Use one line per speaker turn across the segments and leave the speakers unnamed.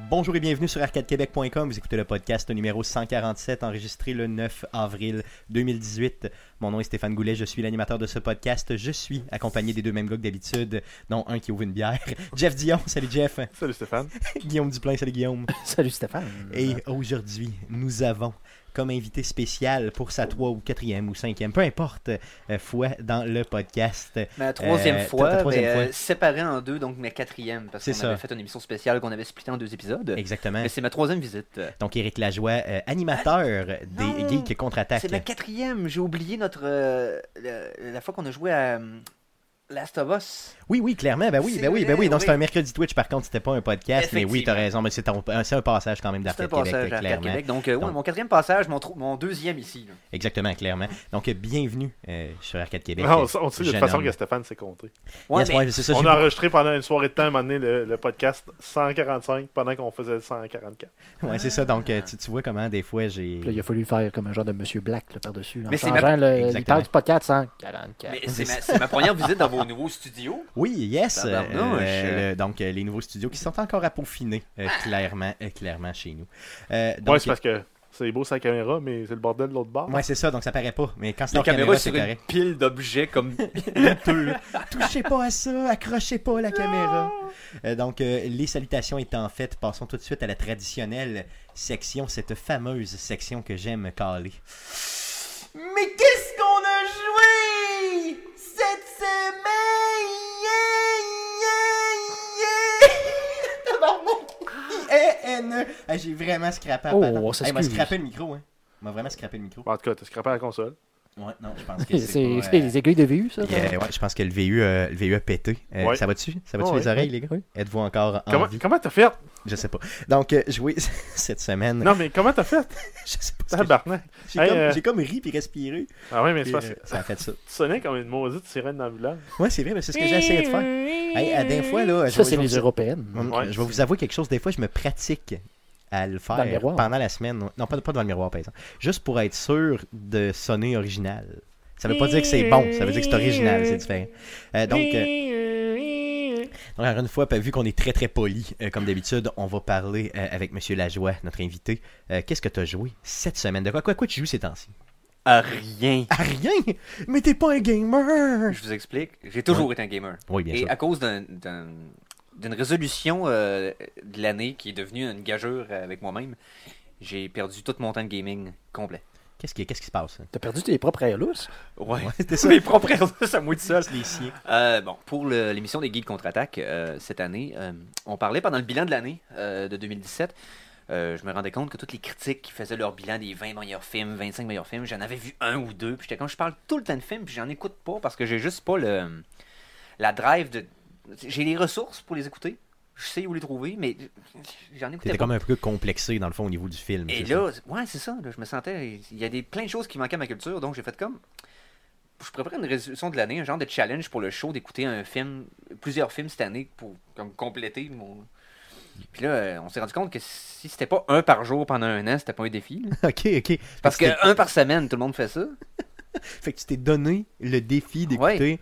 Bonjour et bienvenue sur arcadequebec.com. Vous écoutez le podcast numéro 147, enregistré le 9 avril 2018. Mon nom est Stéphane Goulet, je suis l'animateur de ce podcast. Je suis accompagné des deux mêmes gars que d'habitude, dont un qui ouvre une bière. Jeff Dion, salut Jeff.
Salut Stéphane.
Guillaume Duplain, salut Guillaume.
Salut Stéphane.
Et aujourd'hui, nous avons comme invité spécial pour sa 3e ou 4e ou 5e, peu importe, fois dans le podcast.
Ma troisième fois,
fois.
séparée en deux, donc ma 4e, parce qu'on avait fait une émission spéciale qu'on avait splitté en 2 épisodes.
Exactement.
Mais c'est ma 3e visite.
Donc Éric Lajoie, animateur des Geeks Contre-Attaque.
C'est ma 4e, j'ai oublié la fois qu'on a joué à Last of Us.
Oui, clairement, ben oui. Donc c'était un mercredi Twitch, par contre, c'était pas un podcast, mais oui, t'as raison, mais c'est un passage quand même d'Arcade Québec, clairement.
Québec. Donc, mon 4e passage, mon 2e ici. Là.
Exactement, clairement. Donc, bienvenue sur Arcade Québec.
On sait de toute façon que Stéphane s'est compté.
Ouais, c'est ça,
on a enregistré pendant une soirée de temps, à un moment donné, le podcast 145 pendant qu'on faisait le 144.
Ouais, c'est ça. Donc, tu vois comment des fois j'ai.
Là, il a fallu faire comme un genre de Monsieur Black là, par-dessus.
Mais c'est
il parle du podcast 144.
Mais c'est ma première visite dans vos nouveaux studios.
Oui, yes. Donc, les nouveaux studios qui sont encore à peaufiner, clairement chez nous.
Donc, c'est parce que c'est beau sa caméra, mais c'est le bordel de l'autre bord.
Ouais, c'est ça, donc ça paraît pas. Mais quand c'est
la caméra,
c'est
sur une pile d'objets comme
touchez pas à ça, accrochez pas la caméra. Donc, les salutations étant faites, passons tout de suite à la traditionnelle section, cette fameuse section que j'aime caler. Mais qu'est-ce qu'on a joué cette semaine? J'ai vraiment scrappé il m'a scrappé le micro, hein. Il m'a vraiment scrappé le micro.
En tout cas, t'as scrappé la console.
Ouais, non, je pense que
c'est les aiguilles de VU, ça?
Ouais, je pense que le VU a pété. Ouais. Ça va-tu? Ça va-tu les oreilles, les gars? Oui. Êtes-vous encore en vie?
Comment t'as fait?
Je sais pas. Donc, jouer cette semaine...
Non, mais comment t'as fait?
Je sais pas.
Tabarnak.
J'ai comme ri puis respiré.
Ah ouais, mais c'est pas...
ça a fait ça.
Tu sonnais comme une maudite sirène d'ambulance.
Ouais, c'est vrai, mais c'est ce que j'ai essayé de faire. Des fois, là...
Ça, c'est les Européennes.
Je vais vous avouer quelque chose. Des fois, je me pratique à le faire pendant la semaine. Non, pas devant le miroir, par exemple. Juste pour être sûr de sonner original. Ça veut pas dire que c'est bon, ça veut dire que c'est original, c'est différent. Donc, encore une fois, vu qu'on est très très poli, comme d'habitude, on va parler avec M. Lajoie, notre invité. Qu'est-ce que tu as joué cette semaine? De quoi tu joues ces temps-ci?
À rien.
À rien? Mais t'es pas un gamer!
Je vous explique, j'ai toujours été un gamer.
Oui, bien sûr.
Et à cause d'une résolution de l'année qui est devenue une gageure avec moi-même, j'ai perdu tout mon temps de gaming complet.
Qu'est-ce qui se passe?
T'as perdu tes propres airless?
Ouais, c'était ça. Mes propres airless à moi tout seul.
Les siens.
Bon, pour l'émission des Geeks Contre-Attaque, cette année, on parlait pendant le bilan de l'année de 2017. Je me rendais compte que toutes les critiques qui faisaient leur bilan des 20 meilleurs films, 25 meilleurs films, j'en avais vu un ou deux. Puis j'étais comme, je parle tout le temps de films, puis j'en écoute pas parce que j'ai juste pas la drive de... J'ai les ressources pour les écouter. Je sais où les trouver, mais j'en écoutais pas.
T'étais comme un peu complexé, dans le fond, au niveau du film.
Et là, ouais, c'est ça. Là, je me sentais... Il y a plein de choses qui manquaient à ma culture, donc j'ai fait comme... Je préparais une résolution de l'année, un genre de challenge pour le show, d'écouter un film, plusieurs films cette année, pour comme compléter mon... Puis là, on s'est rendu compte que si c'était pas un par jour pendant un an, c'était pas un défi. Là.
OK.
Parce que un par semaine, tout le monde fait ça.
Fait que tu t'es donné le défi d'écouter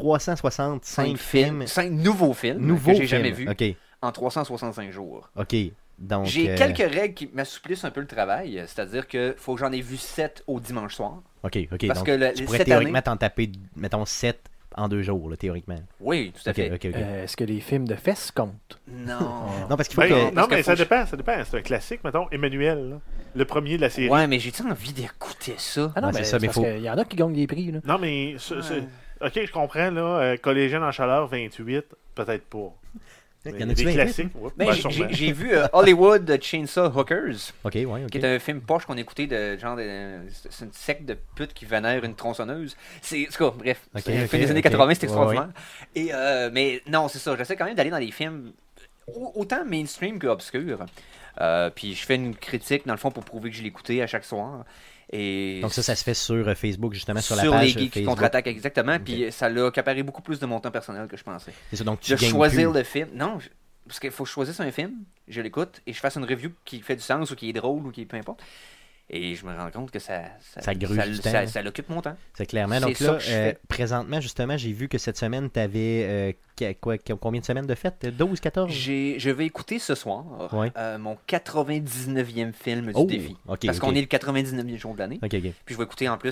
365 films.
5 nouveaux films que j'ai jamais vus en 365 jours.
OK. Donc,
j'ai quelques règles qui m'assouplissent un peu le travail. C'est-à-dire que faut que j'en ai vu 7 au dimanche soir.
OK.
Parce
donc,
que
tu pourrais théoriquement t'en taper, mettons, 7 en 2 jours, là, théoriquement.
Oui, tout à fait.
OK.
Est-ce que les films de fesses comptent?
Non.
Non, parce qu'il faut que...
Non, mais ça dépend. C'est un classique, mettons, Emmanuel, là, le premier de la série.
Ouais, mais j'ai-tu envie d'écouter ça?
Ah non, mais c'est parce qu'il y en a qui gagnent des prix, là.
Non, mais... OK, je comprends, là, Collégien en chaleur 28, peut-être pas.
Il y en a des
classiques.
J'ai vu Hollywood Chainsaw Hookers,
OK.
Qui est un film poche qu'on écoutait c'est une secte de putes qui vénère une tronçonneuse. C'est quoi, bref. C'est un film des années 80, c'est extraordinaire. Ouais. Et, mais non, c'est ça. J'essaie quand même d'aller dans des films autant mainstream que obscurs. Puis je fais une critique, dans le fond, pour prouver que je l'écoutais à chaque soir. Et
donc ça se fait sur Facebook, justement, sur la
page
page
les Geeks Contre-Attaque, exactement. Okay. Puis ça l'a accaparé beaucoup plus de mon temps personnel que je pensais.
C'est ça, donc tu
choisir le film. Non, parce qu'il faut que je choisisse un film, je l'écoute, et je fasse une review qui fait du sens, ou qui est drôle, ou qui est peu importe. Et je me rends compte que ça
gruge du temps.
Ça l'occupe mon temps.
C'est clairement. Donc
C'est ça
là,
que je fais.
présentement, justement, j'ai vu que cette semaine, tu avais combien de semaines de fête? 12, 14?
Je vais écouter ce soir
Ouais.
mon 99e film du
Oh,
défi.
ok,
Parce
ok.
qu'on est le 99e jour de l'année.
Ok, ok.
Puis je vais écouter en plus,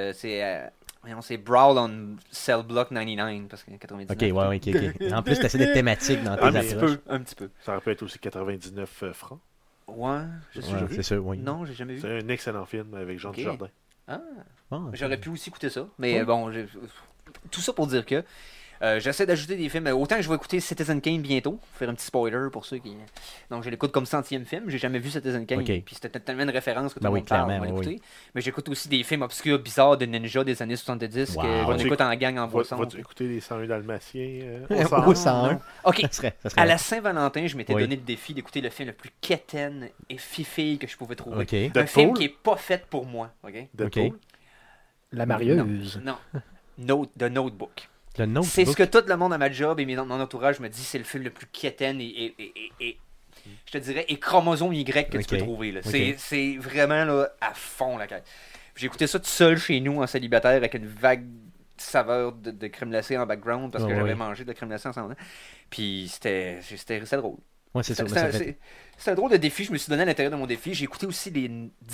c'est Brawl on Cell Block 99. Parce que 99.
Ok, ouais, ok. En plus, tu essaies d'être thématique dans tes
Ah, mais
approches.
Un petit peu.
Ça aurait pu être aussi 99 francs.
Ouais, je suis
Ouais,
déjà vu?
c'est sûr, oui.
Non, j'ai jamais vu.
C'est un excellent film avec Jean
Ok.
Dujardin.
Ah,
Ah,
j'aurais pu aussi écouter ça. Mais
Ouais.
bon, tout ça pour dire que j'essaie d'ajouter des films. Autant que je vais écouter Citizen Kane bientôt. Faire un petit spoiler pour ceux qui. Donc je l'écoute comme 100e film. J'ai jamais vu Citizen Kane.
Ok.
Puis c'était tellement une référence que tout
Ben
le
oui,
monde parle.
clairement,
On va
oui.
l'écouter. Mais j'écoute aussi des films obscurs, bizarres de ninja des années 70
Wow.
qu'on
Vas-tu
écoute en gang en boisson.
Vas-tu écouter les 101 Dalmatiens
Au
au
centre.
centre?
Non.
Ok.
Ça serait
À la Saint-Valentin, je m'étais
Oui.
donné le défi d'écouter le film le plus quétaine et fifille que je pouvais trouver.
Ok.
Un
Deadpool?
film qui est pas fait pour moi. Ok.
Deadpool?
Ok.
La marieuse.
Non. The Notebook.
Le Notebook.
C'est ce que tout le monde à ma job et mon entourage me dit, c'est le film le plus quétaine et je te dirais, et chromosome Y que tu peux
Ok.
trouver. Là.
Ok.
C'est vraiment là, à fond la caisse. J'ai écouté ça tout seul chez nous en célibataire avec une vague saveur de crème glacée en background parce que
Ouais,
j'avais
ouais.
mangé de la crème glacée en s'en allant. Puis c'était drôle.
Ouais, c'est sûr. mais ça fait-
C'est un drôle de défi. Je me suis donné à l'intérieur de mon défi. J'ai écouté aussi les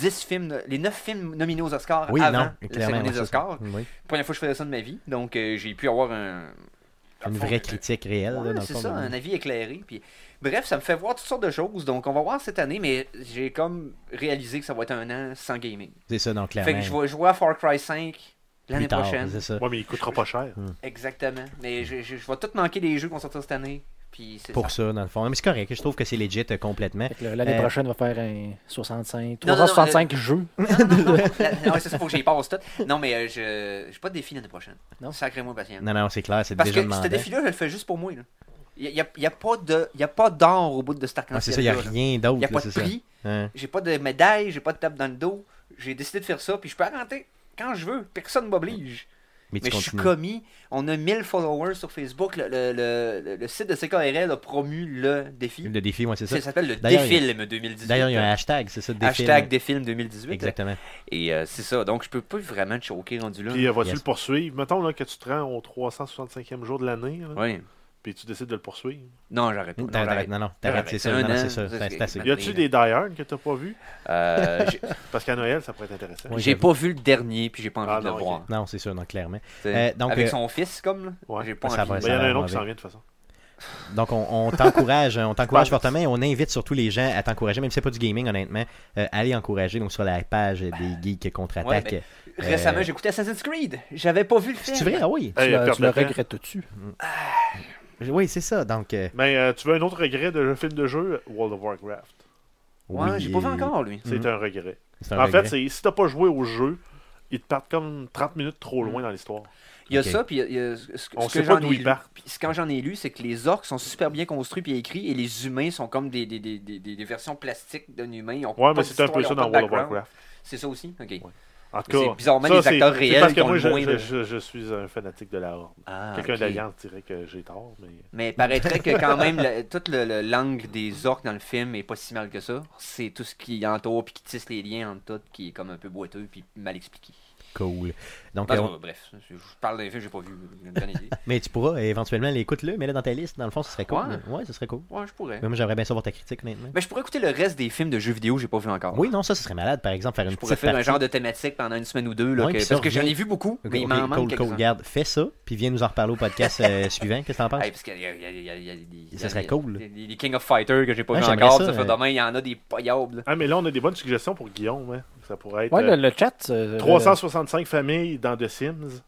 9 films nominés aux Oscars
Oui,
avant
non,
la
clairement.
cérémonie
ouais,
des
ça,
Oscars.
oui.
Première fois que je faisais ça de ma vie. Donc j'ai pu avoir
Une vraie critique réelle.
Ouais,
là, dans le
c'est
fond,
ça,
de-
un avis éclairé. Puis, bref, ça me fait voir toutes sortes de choses. Donc, on va voir cette année, mais j'ai comme réalisé que ça va être un an sans gaming.
C'est ça, donc
Fait
clairement.
que je vais jouer à Far Cry 5 l'année
plus tard,
prochaine.
C'est ça.
Ouais, mais il coûtera pas cher.
Exactement. Mais je vais tout manquer des jeux qui vont sortir cette année. Puis c'est
Pour
ça.
ça, dans le fond. Mais c'est correct. Je trouve que c'est legit complètement.
Fait que l'année
Euh,
prochaine, on va faire un 65,
Non, non, non,
365 jeux.
Non, ouais, c'est ça, faut que j'y passe tout. Non, mais j'ai pas de défi l'année prochaine.
Non.
Sacré-moi patient.
Non, non, c'est clair. C'est
Parce
déjà
que
demandé.
ce défi-là, je le fais juste pour moi. Il n'y a pas d'or au bout de cet
Ah, c'est ça, il n'y
arc-en-ciel.
a rien d'autre.
Il n'y a
là,
pas
c'est
de
ça.
prix.
Hein.
J'ai pas de médaille, j'ai pas de tape dans le dos. J'ai décidé de faire ça, puis je peux arrêter quand je veux. Personne ne m'oblige.
Mais tu
Mais je suis
continues.
commis. On a 1000 followers sur Facebook. Le site de CKRL a promu le défi.
Le défi, moi, c'est ça.
Ça s'appelle le
D'ailleurs,
Défilm 2018.
D'ailleurs, il y a un hashtag, c'est ça, défilm.
Hashtag Défilm 2018.
Exactement.
Et c'est ça. Donc, je peux pas vraiment te choquer rendu là.
Puis vas-tu
Yes.
le poursuivre? Mettons là, que tu te rends au 365e jour de l'année, là,
Oui.
puis tu décides de le poursuivre.
Non, j'arrête pas. Non,
T'arrêtes,
j'arrête.
non, non, t'arrêtes, c'est ça.
Un
Non, non,
an,
c'est ça.
ça,
C'est assez.
c'est-
Y a-tu des Die Hard que t'as pas vu?
J'ai-
Parce qu'à Noël, ça pourrait être intéressant.
Ouais,
J'ai
j'avoue.
pas vu le dernier, puis j'ai pas envie
Ah
de le
non, ok.
voir.
Non, c'est sûr, donc clairement.
T'sais,
donc,
avec son fils, comme. Là.
Ouais.
J'ai pas
Ça
envie.
va,
Mais il y en a
va
un autre qui
mauvais.
s'en vient de toute façon.
Donc, on t'encourage,
Parle-
fortement et on invite surtout les gens à t'encourager, même si c'est pas du gaming, honnêtement, allez encourager donc sur la page des Geeks contre-attaque.
Ouais, Récemment, j'ai écouté Assassin's Creed. J'avais pas vu le film.
C'est vrai? Ah oui.
Hey, perte
Tu le
de temps.
regrettes-tu?
Oui, c'est ça. Donc,
Mais tu veux un autre regret de film de jeu? World of Warcraft.
Ouais,
oui,
j'ai pas vu encore, lui.
C'est
Mhm.
un regret.
c'est un
En
regret.
fait, c'est si t'as pas joué au jeu, ils te partent comme 30 minutes trop loin dans l'histoire.
Il y a
Ok.
ça, puis il y a
On
ce
sait
que
pas
j'en
d'où
ai
ils
lu.
partent.
Puis quand j'en ai lu, c'est que les orques sont super bien construits puis écrits et les humains sont comme des versions plastiques d'un humain. Ils ont
Ouais,
pas
mais c'est un
d'histoire,
peu
ils
ça
ont pas
dans
de
World of
background.
Warcraft.
C'est ça aussi? Ok.
En tout
C'est
cas,
bizarrement
ça,
les
c'est-
acteurs
c'est
réels
parce
qui
que
ont
moi,
le moins de-
je suis un fanatique de la Horde.
Ah,
Quelqu'un
ok.
d'Alliance dirait que j'ai tort, mais...
Mais paraîtrait que quand même, toute le langue des orques dans le film est pas si mal que ça. C'est tout ce qui entoure puis qui tisse les liens entre tout qui est comme un peu boiteux puis mal expliqué.
Cool. Donc,
Parce que, bref, je parle d'un film que j'ai pas vu. J'ai une bonne idée.
mais tu pourras éventuellement l'écoute-le, mets-le dans ta liste. Dans le fond, ce serait cool.
Ouais.
Ouais, ce serait cool.
Ouais, je pourrais.
Mais moi, j'aimerais bien savoir ta critique, honnêtement.
Mais je pourrais écouter le reste des films de jeux vidéo que j'ai pas vu encore.
Oui, non, ça, ce serait malade, par exemple, faire une
Je pourrais
petite
faire un
partie.
genre de thématique pendant une semaine ou deux. Là,
Ouais, puis ça
parce que j'en ai
revient.
vu beaucoup, mais il
Ok,
m'en
cool,
manque
cool.
quelques-uns.
Regarde, fais ça, puis viens nous en reparler au podcast suivant. Qu'est-ce que t'en penses?
Hey, parce qu'il y a des...
Ça serait cool.
Les King of Fighters que j'ai pas
Ouais,
vu
j'aimerais
encore.
ça,
Ça fait demain, il y en a des payables.
Ah, mais là, on a des bonnes suggestions pour Guillaume. Hein. Ça pourrait être
Ouais, le chat.
365 familles dans The Sims.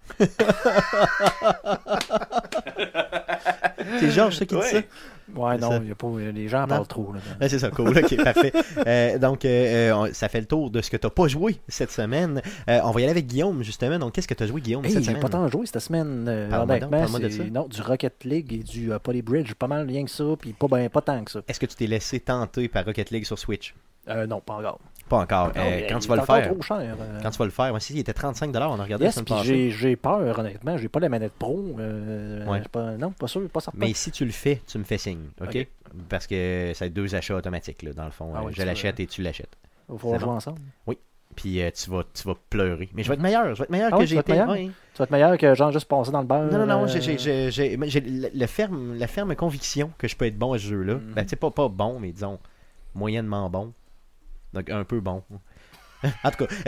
C'est Georges, ça, qui dit
Ouais.
ça?
Ouais,
C'est
non,
ça.
y a pas, les gens en
Non.
parlent trop. Là.
Ouais, c'est ça, cool, ok, parfait. Donc, ça fait le tour de ce que tu n'as pas joué cette semaine. On va y aller avec Guillaume, justement. Donc, qu'est-ce que tu as joué, Guillaume,
Hey,
cette
j'ai
semaine?
pas tant joué cette semaine.
Parle-moi donc,
Honnêtement,
parle-moi de
c'est
ça.
non, du Rocket League et du Polybridge. Pas mal rien que ça, puis pas tant que ça.
Est-ce que tu t'es laissé tenter par Rocket League sur Switch?
Non, pas encore.
Pas encore.
Non,
Quand
il
tu vas
est
le
encore
faire.
trop cher.
Quand tu vas le faire. Moi, si, il était 35$, on a regardé la
Yes,
semaine
puis
passée.
j'ai peur, honnêtement. J'ai pas la manette pro.
Ouais.
Non, pas sûr, pas certain.
Mais si tu le fais, tu me fais signe, OK?
Ok.
Parce que ça va être 2 achats automatiques, là, dans le fond.
Ah oui,
Je
tu
l'achète et tu l'achètes.
Il va falloir
c'est
jouer
bon.
ensemble.
Puis tu vas pleurer. Mais je vais être meilleur. Je vais être meilleur
Ah
que
oui, tu
j'ai
vas être
été.
meilleur?
Ouais.
Tu vas être meilleur que genre juste passer dans le beurre.
Non, j'ai la ferme conviction que je peux être bon à ce jeu-là. Ben, tu sais, pas bon, mais disons, moyennement bon. Donc, un peu bon. En tout cas,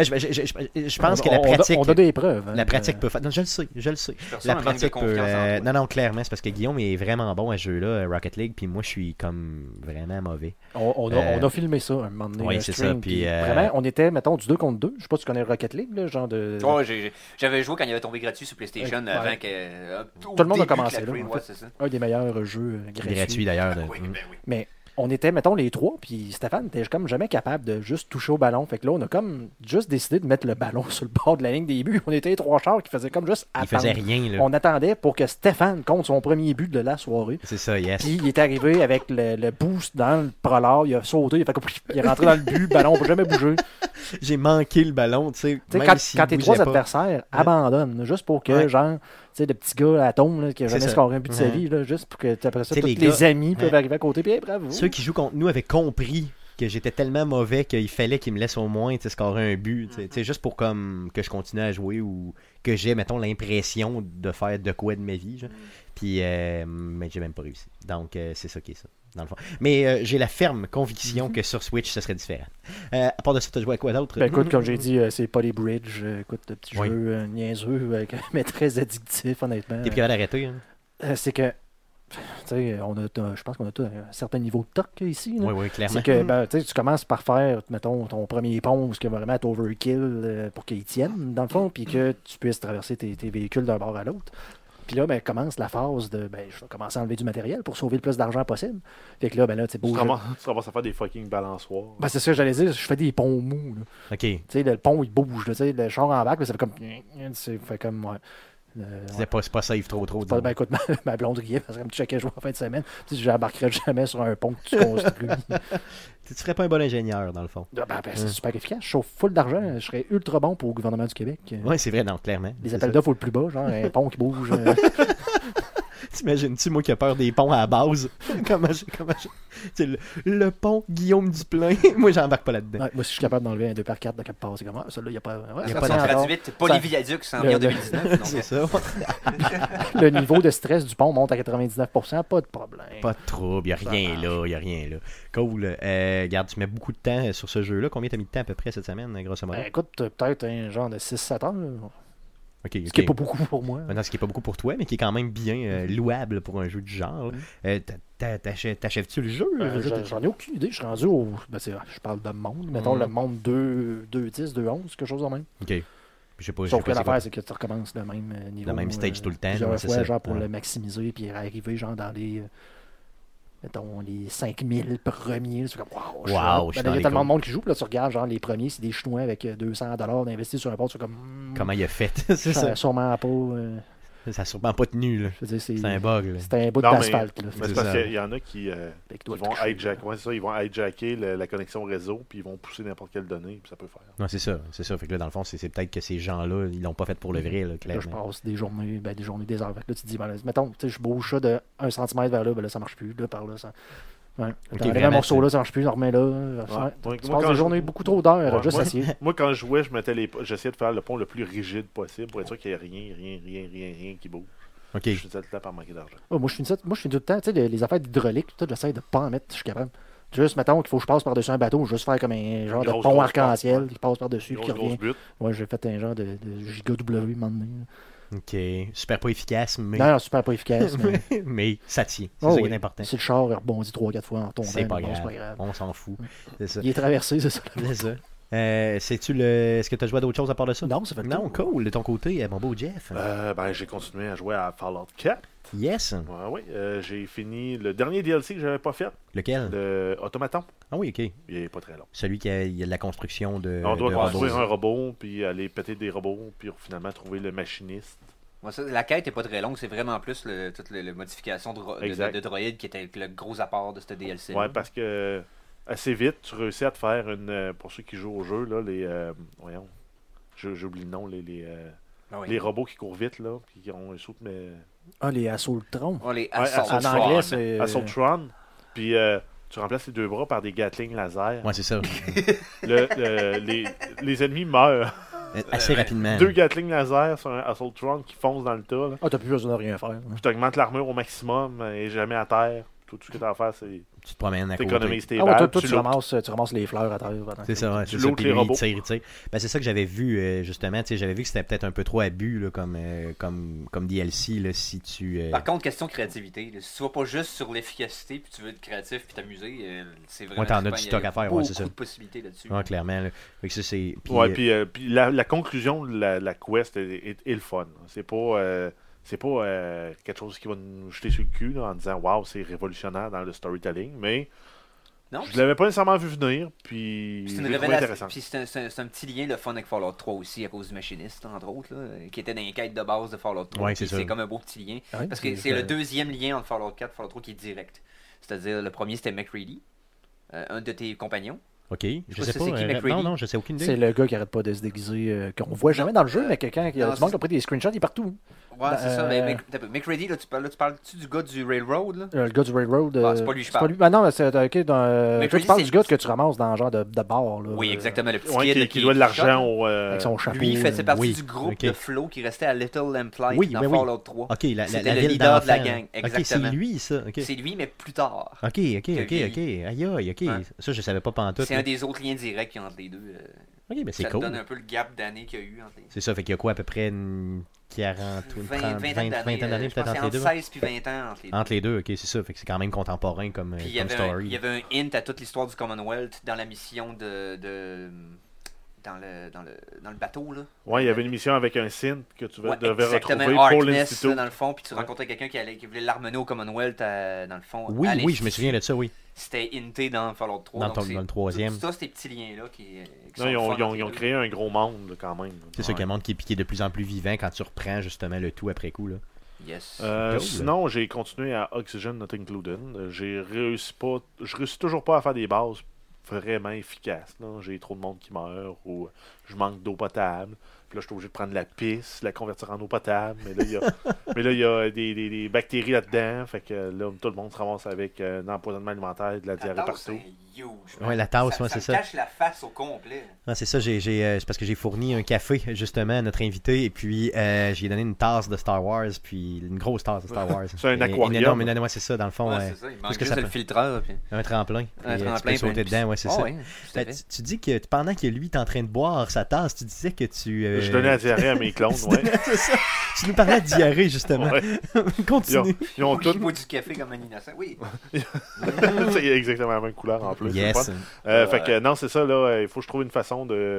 je pense que la pratique...
On a des preuves.
La pratique peut faire... Non, je le sais. La pratique peut... Non, clairement, c'est parce que Guillaume est vraiment bon à ce jeu-là, Rocket League, puis moi, je suis comme vraiment mauvais.
On a filmé ça un moment donné.
Oui, c'est ça. Puis,
vraiment, on était, mettons, du 2 contre 2. Je sais pas si tu connais Rocket League, là, genre de...
Oh, j'avais joué quand il avait tombé gratuit sur PlayStation avant que...
Tout le monde a commencé là.
Ouais, c'est ça.
Un des meilleurs jeux gratuits.
D'ailleurs.
Oui, ben oui.
Mais on était, mettons, les trois, puis Stéphane était comme jamais capable de juste toucher au ballon. Fait que là, on a comme juste décidé de mettre le ballon sur le bord de la ligne des buts. On était les trois chars qui faisaient comme juste attendre.
Il faisait rien, là.
On attendait pour que Stéphane compte son premier but de la soirée.
C'est ça, yes.
Puis il est arrivé avec le boost dans le prolard. Il a sauté, il est rentré dans le but. Le ballon n'a jamais bougé.
J'ai manqué le ballon, tu sais.
Quand tes trois adversaires abandonnent, juste pour que, genre, tu sais, le petit gars à la tombe là, qui a jamais scoré un but de sa vie, là, juste pour que après ça, tous les amis peuvent arriver à côté. Puis bravo.
Ceux qui jouent contre nous avaient compris que j'étais tellement mauvais qu'il fallait qu'ils me laissent au moins scorer un but. Tu sais, juste pour comme que je continue à jouer ou que j'ai, mettons, l'impression de faire de quoi de ma vie. Genre. Puis, mais j'ai même pas réussi. Donc, c'est ça qui est ça, dans le fond. Mais j'ai la ferme conviction que sur Switch, ce serait différent. À part de ça, tu as joué à quoi d'autre?
Ben, écoute, comme j'ai dit, c'est Poly Bridge. Écoute, le petit jeu niaiseux, mais très addictif, honnêtement.
T'es plus capable d'arrêter, hein?
C'est que, tu sais, je pense qu'on a tous un certain niveau de toc ici. Là.
Oui, clairement.
C'est que ben, tu commences par faire, mettons, ton premier pont, ce qui va vraiment être overkill pour qu'il tienne, dans le fond, puis que tu puisses traverser tes véhicules d'un bord à l'autre. Puis là, ben, commence la phase de, ben, je vais commencer à enlever du matériel pour sauver le plus d'argent possible. Fait que là, ben là, tu
commences à faire des fucking balançoires.
Ben, c'est ça que j'allais dire, je fais des ponts mous. Là.
OK.
Tu sais, le pont, il bouge, là, tu sais, le char en bac, ça fait comme... ouais.
C'est pas safe trop.
Ben, écoute, ma blonde riait parce que comme tu checkais jouer en fin de semaine, tu sais, j'embarquerai jamais sur un pont que tu construis.
Tu ferais pas un bon ingénieur, dans le fond.
Ben, c'est super efficace. Je chauffe full d'argent. Je serais ultra bon pour le gouvernement du Québec.
Oui, c'est vrai, non, clairement.
Les appels d'offres au plus bas, genre un pont qui bouge.
T'imagines-tu, moi qui a peur des ponts à la base? comment le pont Guillaume Duplain, moi j'embarque pas là-dedans.
Ouais, moi si je suis capable d'enlever un 2x4 de quelque part, c'est comme celle-là, il n'y a pas...
y a
pas traduite, pas les viaducs, c'est en 2019.
C'est ça.
Le niveau de stress du pont monte à 99%, pas de problème.
Pas de trouble, il n'y a rien là. Cool. Regarde, tu mets beaucoup de temps sur ce jeu-là. Combien t'as mis de temps à peu près cette semaine, grosso modo?
Écoute, peut-être un genre de 6-7 heures.
Okay.
Ce qui n'est pas beaucoup pour moi.
Non, ce qui n'est pas beaucoup pour toi, mais qui est quand même bien louable pour un jeu du genre. T'achèves-tu le jeu?
J'en ai aucune idée. Je suis rendu au... Ben, je parle de monde. Mettons le monde 2.10, 2.11, quelque chose de même.
OK. Je sais pas.
Sauf que l'affaire, c'est que tu recommences le même niveau.
Le même stage tout le temps.
Plusieurs fois, genre pour le maximiser puis arriver genre dans les... mettons, les 5000 premiers. C'est comme, wow, il y a tellement de monde qui joue. Là, tu regardes, genre, les premiers, c'est des Chinois avec $200 d'investir sur un port. Tu comme,
comment il a fait? C'est ça.
Sûrement pas.
Ça n'a sûrement pas tenu. Là.
Je veux dire, c'est
un bug.
C'est un bout d'asphalte.
Mais c'est parce qu'il y en a qui vont hijacker la connexion réseau puis ils vont pousser n'importe quelle donnée puis ça peut faire.
Non, c'est ça. Fait que là, dans le fond, c'est peut-être que ces gens-là, ils l'ont pas fait pour le vrai. Là,
je passe des journées, des heures. Là, tu te dis, mettons, je bouge ça de 1 cm vers là, ben là, ça marche plus. Là, par là, ça... Ouais. Un morceau là, ça marche plus, je remets là. Tu passes des journées beaucoup trop d'heures, juste assis.
Moi, quand je jouais, j'essayais de faire le pont le plus rigide possible pour être sûr qu'il n'y ait rien qui bouge.
Okay.
Je faisais tout le temps par manquer d'argent.
Moi, je finis tout le temps, tu sais, les affaires d'hydraulique, j'essaie de pas en mettre, je suis capable. Juste, mettons qu'il faut que je passe par-dessus un bateau, juste faire comme un genre de pont arc-en-ciel qui passe par-dessus, qui revient. Ouais, j'ai fait un genre de giga W, un moment donné.
OK. Super pas efficace, mais...
Non, super pas efficace, mais...
mais ça tient. C'est ça qui est important.
Si le char rebondit 3-4 fois en tombant,
c'est pas grave. On s'en fout. C'est ça.
Il est traversé, c'est ça.
C'est ça. Est-ce que tu as joué à d'autres choses à part de ça?
Non, ça fait
non, cool. De ton côté, mon beau Jeff.
J'ai continué à jouer à Fallout 4.
Yes.
Oui, j'ai fini le dernier DLC que j'avais pas fait.
Lequel?
Le Automaton.
Ah oui, ok.
Il est pas très long.
Celui qui a de la construction de.
On doit construire un robot, puis aller péter des robots, puis finalement trouver le machiniste.
Ouais, ça, la quête est pas très longue, c'est vraiment plus toute la modification de droïdes qui était le gros apport de ce DLC.
Ouais, parce que assez vite, tu réussis à te faire pour ceux qui jouent au jeu, là, voyons, j'oublie le nom, les robots qui courent vite, là, puis qui ont un saut, mais...
les Assaultron.
Les
en anglais, c'est...
Assaultron. Puis tu remplaces les 2 bras par des Gatling laser.
Ouais, c'est ça.
Les ennemis meurent.
Assez rapidement.
2 Gatling laser sur un Assaultron qui foncent dans le tas. Là.
Ah, t'as plus besoin de rien faire.
Puis t'augmentes l'armure au maximum et jamais à terre. Tout ce que t'as à faire, c'est
Tu te promènes à côté.
t'économises tes
Ah, ouais,
balles.
toi, tu ramasses les fleurs à terre.
C'est ça, ouais,
Tu
c'est ça.
lootes
Puis
les
lui,
robots.
il tire. Ben, c'est ça que j'avais vu, justement. J'avais vu que c'était peut-être un peu trop abus là, comme DLC, là, si tu...
Par contre, question créativité. Là, si tu vas pas juste sur l'efficacité, puis tu veux être créatif, puis t'amuser, c'est vraiment...
Ouais, t'en as
trippant.
du
Il y
stock à faire, ouais, c'est ça.
beaucoup de possibilités là-dessus.
Ouais, clairement. Là. Fait que ça, c'est...
Ouais, puis la conclusion de la quest est le fun. C'est pas quelque chose qui va nous jeter sur le cul là, en disant waouh, c'est révolutionnaire dans le storytelling, mais
Non,
je l'avais pas nécessairement vu venir, puis
c'est
j'ai
une
trouvé
révélation.
intéressant.
Puis c'est un petit lien le fun avec Fallout 3 aussi, à cause du machiniste, entre autres, là, qui était dans les quêtes de base de Fallout 3.
Ouais,
Puis
c'est ça.
c'est comme un beau petit lien.
Ouais,
Parce que c'est le deuxième lien entre Fallout 4 et Fallout 3 qui est direct. C'est-à-dire, le premier c'était McReady, un de tes compagnons.
OK, je
sais
sais
pas si
pas.
c'est qui, McReady?
Non, je sais aucune
C'est
idée.
le gars qui arrête pas de se déguiser, qu'on voit jamais dans le jeu, mais quelqu'un qui a
non,
du monde qui a pris des screenshots, il est partout.
Ouais, c'est ça.
Euh,
Mais McReady, là, tu parles-tu du gars du Railroad, là?
Le gars du Railroad.
Ah, c'est pas lui que je parle.
Ben non, c'est ok.
Mais
Toi, tu parles du gars que tu ramasses dans un genre de bar. Là,
Oui, exactement. Le petit
Ouais,
kid
qui doit de l'argent
au...
au.
Avec son chapeau.
Lui, il faisait partie
oui,
du groupe
ok.
de Flo qui restait à Little Lamplight
Oui,
dans
ben oui.
Fallout 3.
OK, la
C'était le
ville
leader de la
d'enfants.
gang,
OK, c'est
exactement.
lui, ça. OK,
C'est lui, mais plus tard.
OK. Aïe, aïe, OK.
Ouais.
Ça, je savais pas pantoute.
C'est un des autres liens directs qu'il y a entre les deux.
OK, ben c'est
ça te
cool.
donne un peu le gap d'années qu'il y a eu entre les deux.
C'est ça, fait qu'il y a quoi, à peu près une 40 ou une 30,
Vingtaine d'années,
d'années
je pense
peut-être
que c'est
entre les
entre
deux?
16 puis 20 ans entre les deux.
Entre les deux, OK, c'est ça. Fait que c'est quand même contemporain comme,
Puis
comme story.
il y avait un hint à toute l'histoire du Commonwealth dans la mission dans le bateau, là.
Ouais, il y avait une mission avec un synth que tu
Ouais,
devais
exactement,
retrouver pour
Harkness,
l'Institut.
là, dans le fond, puis tu
Ouais.
rencontrais quelqu'un qui voulait l'amener au Commonwealth, dans le fond.
Oui,
à
oui, je me
l'Institut.
souviens de ça, oui.
C'était hinté dans Fallout 3.
Dans
donc
le
c'est-
dans le troisième.
Tout ça, ces petits liens-là qui
Non,
sont
ils ont,
fun
ils ont-
entre
ils ont
les deux.
créé un gros monde là, quand même.
C'est ça qui montre qui est de plus en plus vivant quand tu reprends justement le tout après coup. Là.
Yes.
Cool.
Sinon, j'ai continué à Oxygen Not Included. Je réussis toujours pas à faire des bases vraiment efficaces. Là. J'ai trop de monde qui meurt ou je manque d'eau potable. Puis là, je suis obligé de prendre la pisse, la convertir en eau potable. Mais là, il y a des bactéries là-dedans. Fait que là, tout le monde se ramasse avec un empoisonnement alimentaire et de la diarrhée
tasse,
partout.
c'est huge.
Ouais, la tasse, ouais, c'est ça.
Ça cache la face au complet.
Ah, c'est ça, c'est parce que j'ai fourni un café justement à notre invité et puis j'ai donné une tasse de Star Wars, puis une grosse tasse de Star Wars.
C'est un
Et-
aquarium.
Une énorme, ouais, c'est ça, dans le fond.
Ouais, c'est ça. Il manque
qu'est-ce que
juste
ça
le
fait?
filtreur. Puis...
Un tremplin.
Un
Puis,
tremplin,
tu peux sauter
puis une
dedans, ouais, c'est
Ah
ça.
ouais, tout à
Ben,
fait.
tu dis que pendant que lui est en train de boire sa tasse, tu disais que tu.
Je donnais la diarrhée à mes clones, ouais.
C'est ça. Tu nous parlais de diarrhée justement.
Ouais.
Continue.
Ils ont
Qui
tous.
boit du café comme un innocent. Oui.
C'est exactement la même couleur en plus. c'est le
Yes.
fun. Fait que non, c'est ça, là. Il faut que je trouve une façon de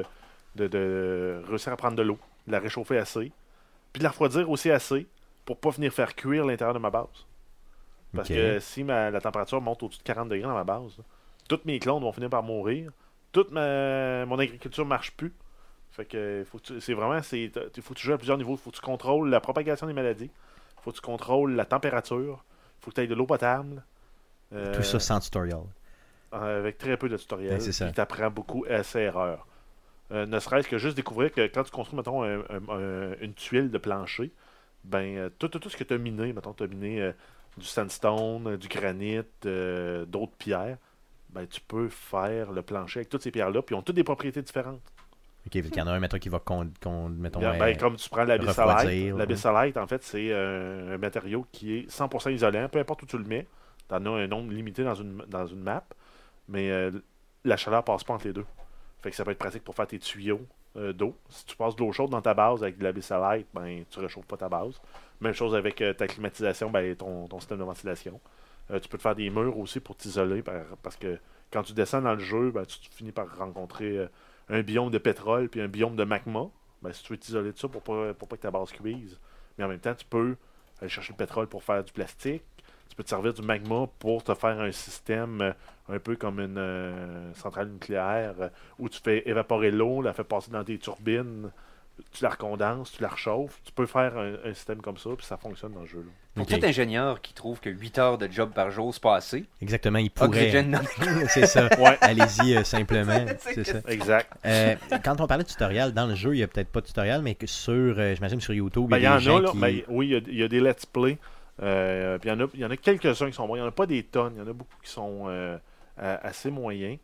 réussir à prendre de l'eau, de la réchauffer assez, puis de la refroidir aussi assez pour pas venir faire cuire l'intérieur de ma base. Parce
Ok.
que si la température monte au-dessus de 40 degrés dans ma base, là, toutes mes clones vont finir par mourir. Toute mon agriculture marche plus. Fait que faut que faut que tu joues à plusieurs niveaux. Il faut que tu contrôles la propagation des maladies. Il faut que tu contrôles la température. Il faut que tu aies de l'eau potable.
Tout ça sans tutorial.
Avec très peu de tutoriels.
Ouais, c'est ça.
Tu apprends beaucoup essai-erreur. Ne serait-ce que juste découvrir que quand tu construis, mettons, une tuile de plancher, ben, tout ce que tu as miné, mettons, tu as miné du sandstone, du granit, d'autres pierres, ben, tu peux faire le plancher avec toutes ces pierres-là, puis ils ont toutes des propriétés différentes.
Ok, il y en a un, mettons, qui va mettons,
Ben, comme tu prends l'abyssalite,
refroidir, ouais.
l'abyssalite, en fait, c'est un matériau qui est 100% isolant, peu importe où tu le mets. Tu en as un nombre limité dans une map, mais la chaleur passe pas entre les deux. Fait que ça peut être pratique pour faire tes tuyaux d'eau. Si tu passes de l'eau chaude dans ta base avec de l'abyssalite, ben, tu réchauffes pas ta base. Même chose avec ta climatisation, ben, ton système de ventilation. Tu peux te faire des murs aussi pour t'isoler parce que quand tu descends dans le jeu, ben, tu finis par rencontrer un biome de pétrole puis un biome de magma. Ben, si tu veux t'isoler de ça pour pas que ta base cuise. Mais en même temps, tu peux aller chercher le pétrole pour faire du plastique. Tu peux te servir du magma pour te faire un système un peu comme une centrale nucléaire où tu fais évaporer l'eau, la fais passer dans des turbines, tu la recondenses, tu la réchauffes. Tu peux faire un système comme ça, puis ça fonctionne dans le jeu. Là.
Pour
Ok.
tout ingénieur qui trouve que 8 heures de job par jour, c'est pas assez,
Exactement, il pourrait.
Oxygen non
C'est ça.
Ouais.
Allez-y simplement. C'est ça.
Exact.
Quand on parlait de tutoriel, dans le jeu, il n'y a peut-être pas de tutoriel, mais que j'imagine sur YouTube,
Ben,
il y a des gens
là.
qui...
Ben, oui, il y a des let's play. Puis il y en a quelques-uns qui sont bons. Il n'y en a pas des tonnes. Il y en a beaucoup qui sont assez moyen.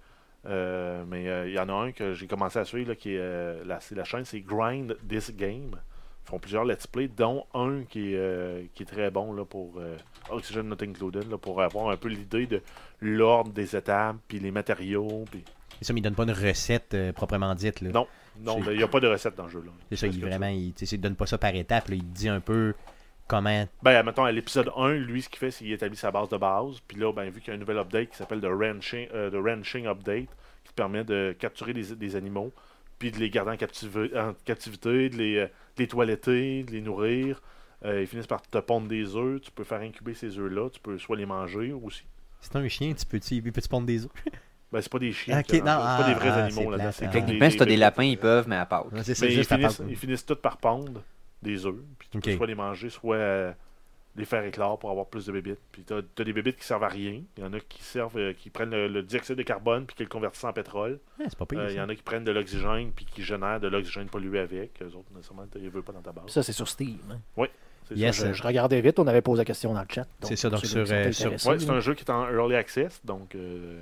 Mais il y en a un que j'ai commencé à suivre, là, qui est la chaîne, c'est Grind This Game. Ils font plusieurs let's play, dont un qui est très bon là, pour Oxygen Not Included, là, pour avoir un peu l'idée de l'ordre des étapes, puis les matériaux. Puis...
Et ça, mais il donne pas une recette proprement dite. Là.
Non, il n'y a pas de recette dans le jeu. Là.
C'est ça, il donne pas ça par étapes. Là, il dit un peu comment.
Ben, mettons, à l'épisode 1, lui, ce qu'il fait, c'est qu'il établit sa base de base. Puis là, ben, vu qu'il y a un nouvel update qui s'appelle The Ranching Update, qui te permet de capturer des animaux, puis de les garder en captivité, de les toiletter, de les nourrir. Ils finissent par te pondre des œufs. Tu peux faire incuber ces œufs-là. Tu peux soit les manger aussi.
C'est un chien, il peut-tu pondre des œufs?
Ben, c'est pas des chiens.
Okay,
c'est pas des vrais animaux là-dedans.
Techniquement, si t'as des lapins, ils peuvent, mais à part.
Ouais, c'est ça,
mais
juste
ils finissent tous par pondre des œufs. Puis tu peux soit les manger, soit les faire éclore pour avoir plus de bébites. Puis t'as des bébites qui servent à rien. Il y en a qui prennent le dioxyde de carbone puis qui le convertissent en pétrole.
Ouais, c'est pas pire,
il y en a qui prennent de l'oxygène puis qui génèrent de l'oxygène pollué avec. Eux autres, nécessairement, ils ne veulent pas dans ta base.
Ça, c'est sur Steam. Hein?
Oui.
Yes,
je regardais vite, on avait posé la question dans le chat.
C'est ça, donc sur
c'est un jeu qui est en Early Access, donc...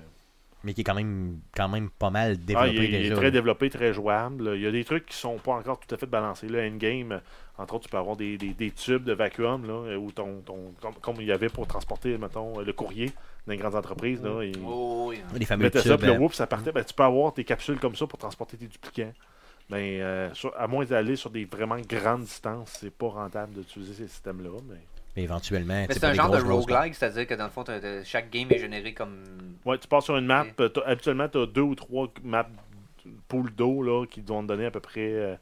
mais qui est quand même pas mal développé
déjà. Il est très
là.
développé, très jouable. Il y a des trucs qui sont pas encore tout à fait balancés. Là, endgame, entre autres, tu peux avoir des tubes de vacuum là, où comme il y avait pour transporter, mettons, le courrier dans les grandes entreprises. Là,
Les fameux
tubes.
ça,
puis ça partait. Ben, tu peux avoir des capsules comme ça pour transporter tes duplicants. Mais à moins d'aller sur des vraiment grandes distances, c'est pas rentable d'utiliser ces systèmes-là.
Mais éventuellement,
c'est un genre de roguelike, c'est-à-dire que dans le fond, chaque game est généré comme.
Ouais, tu pars sur une map. Habituellement, tu as 2 ou 3 maps pool d'eau là, qui vont te donner à peu près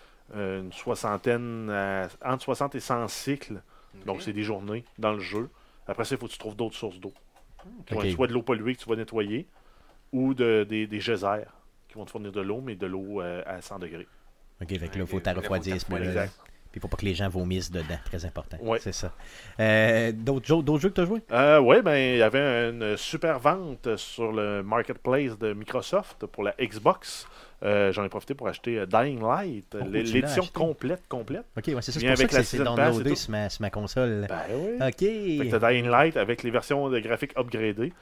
une soixantaine, entre 60 et 100 cycles. Okay. Donc, c'est des journées dans le jeu. Après ça, il faut que tu trouves d'autres sources d'eau. Okay. Soit de l'eau polluée que tu vas nettoyer, ou des geysers qui vont te fournir de l'eau, mais de l'eau à 100 degrés.
OK, fait que là, il faut t'en refroidir ce moment-là. Puis il faut pas que les gens vomissent dedans, très important.
Ouais.
C'est ça. D'autres jeux que tu as joué?
Oui, ben il y avait une super vente sur le marketplace de Microsoft pour la Xbox. J'en ai profité pour acheter Dying Light, l'édition complète.
OK, ouais, c'est ça. C'est pour ça que c'est downloadé sur ma console.
Ben oui.
OK.
Fait que t'as Dying Light avec les versions de graphiques upgradées.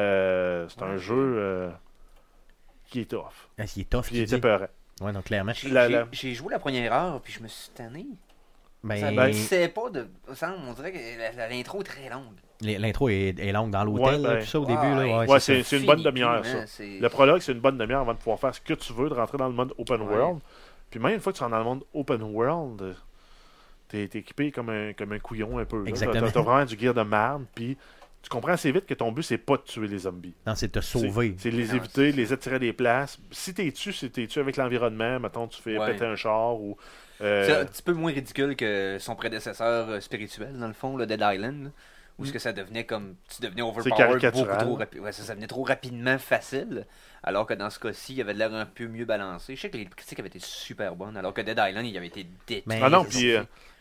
C'est un jeu qui est tough.
Ah, il est tough.
Puis il était peurant.
Ouais, donc clairement.
J'ai joué la première heure, puis je me suis tanné.
Ben,
ça me pas de. On dirait que l'intro est très longue.
L'intro est longue dans l'hôtel, tout ça au début. Là.
Ouais, c'est une bonne demi-heure, ça. Le prologue, c'est une bonne demi-heure avant de pouvoir faire ce que tu veux, de rentrer dans le mode open world. Puis même une fois que tu rentres dans le monde open world, t'es équipé comme un couillon un peu.
Exactement.
T'as vraiment du gear de merde, puis tu comprends assez vite que ton but, c'est pas de tuer les zombies.
Non, c'est de te sauver.
C'est de les éviter, de les attirer des places. Si t'es tué avec l'environnement. Mettons, tu fais péter un char ou...
C'est un petit peu moins ridicule que son prédécesseur spirituel, dans le fond, le Dead Island. Là, où ce que ça devenait comme... Tu devenais overpowered beaucoup trop rapidement. Ouais, ça devenait trop rapidement facile. Alors que dans ce cas-ci, il avait l'air un peu mieux balancé. Je sais que les critiques avaient été super bonnes. Alors que Dead Island, il avait été détruit.
Ah non, puis...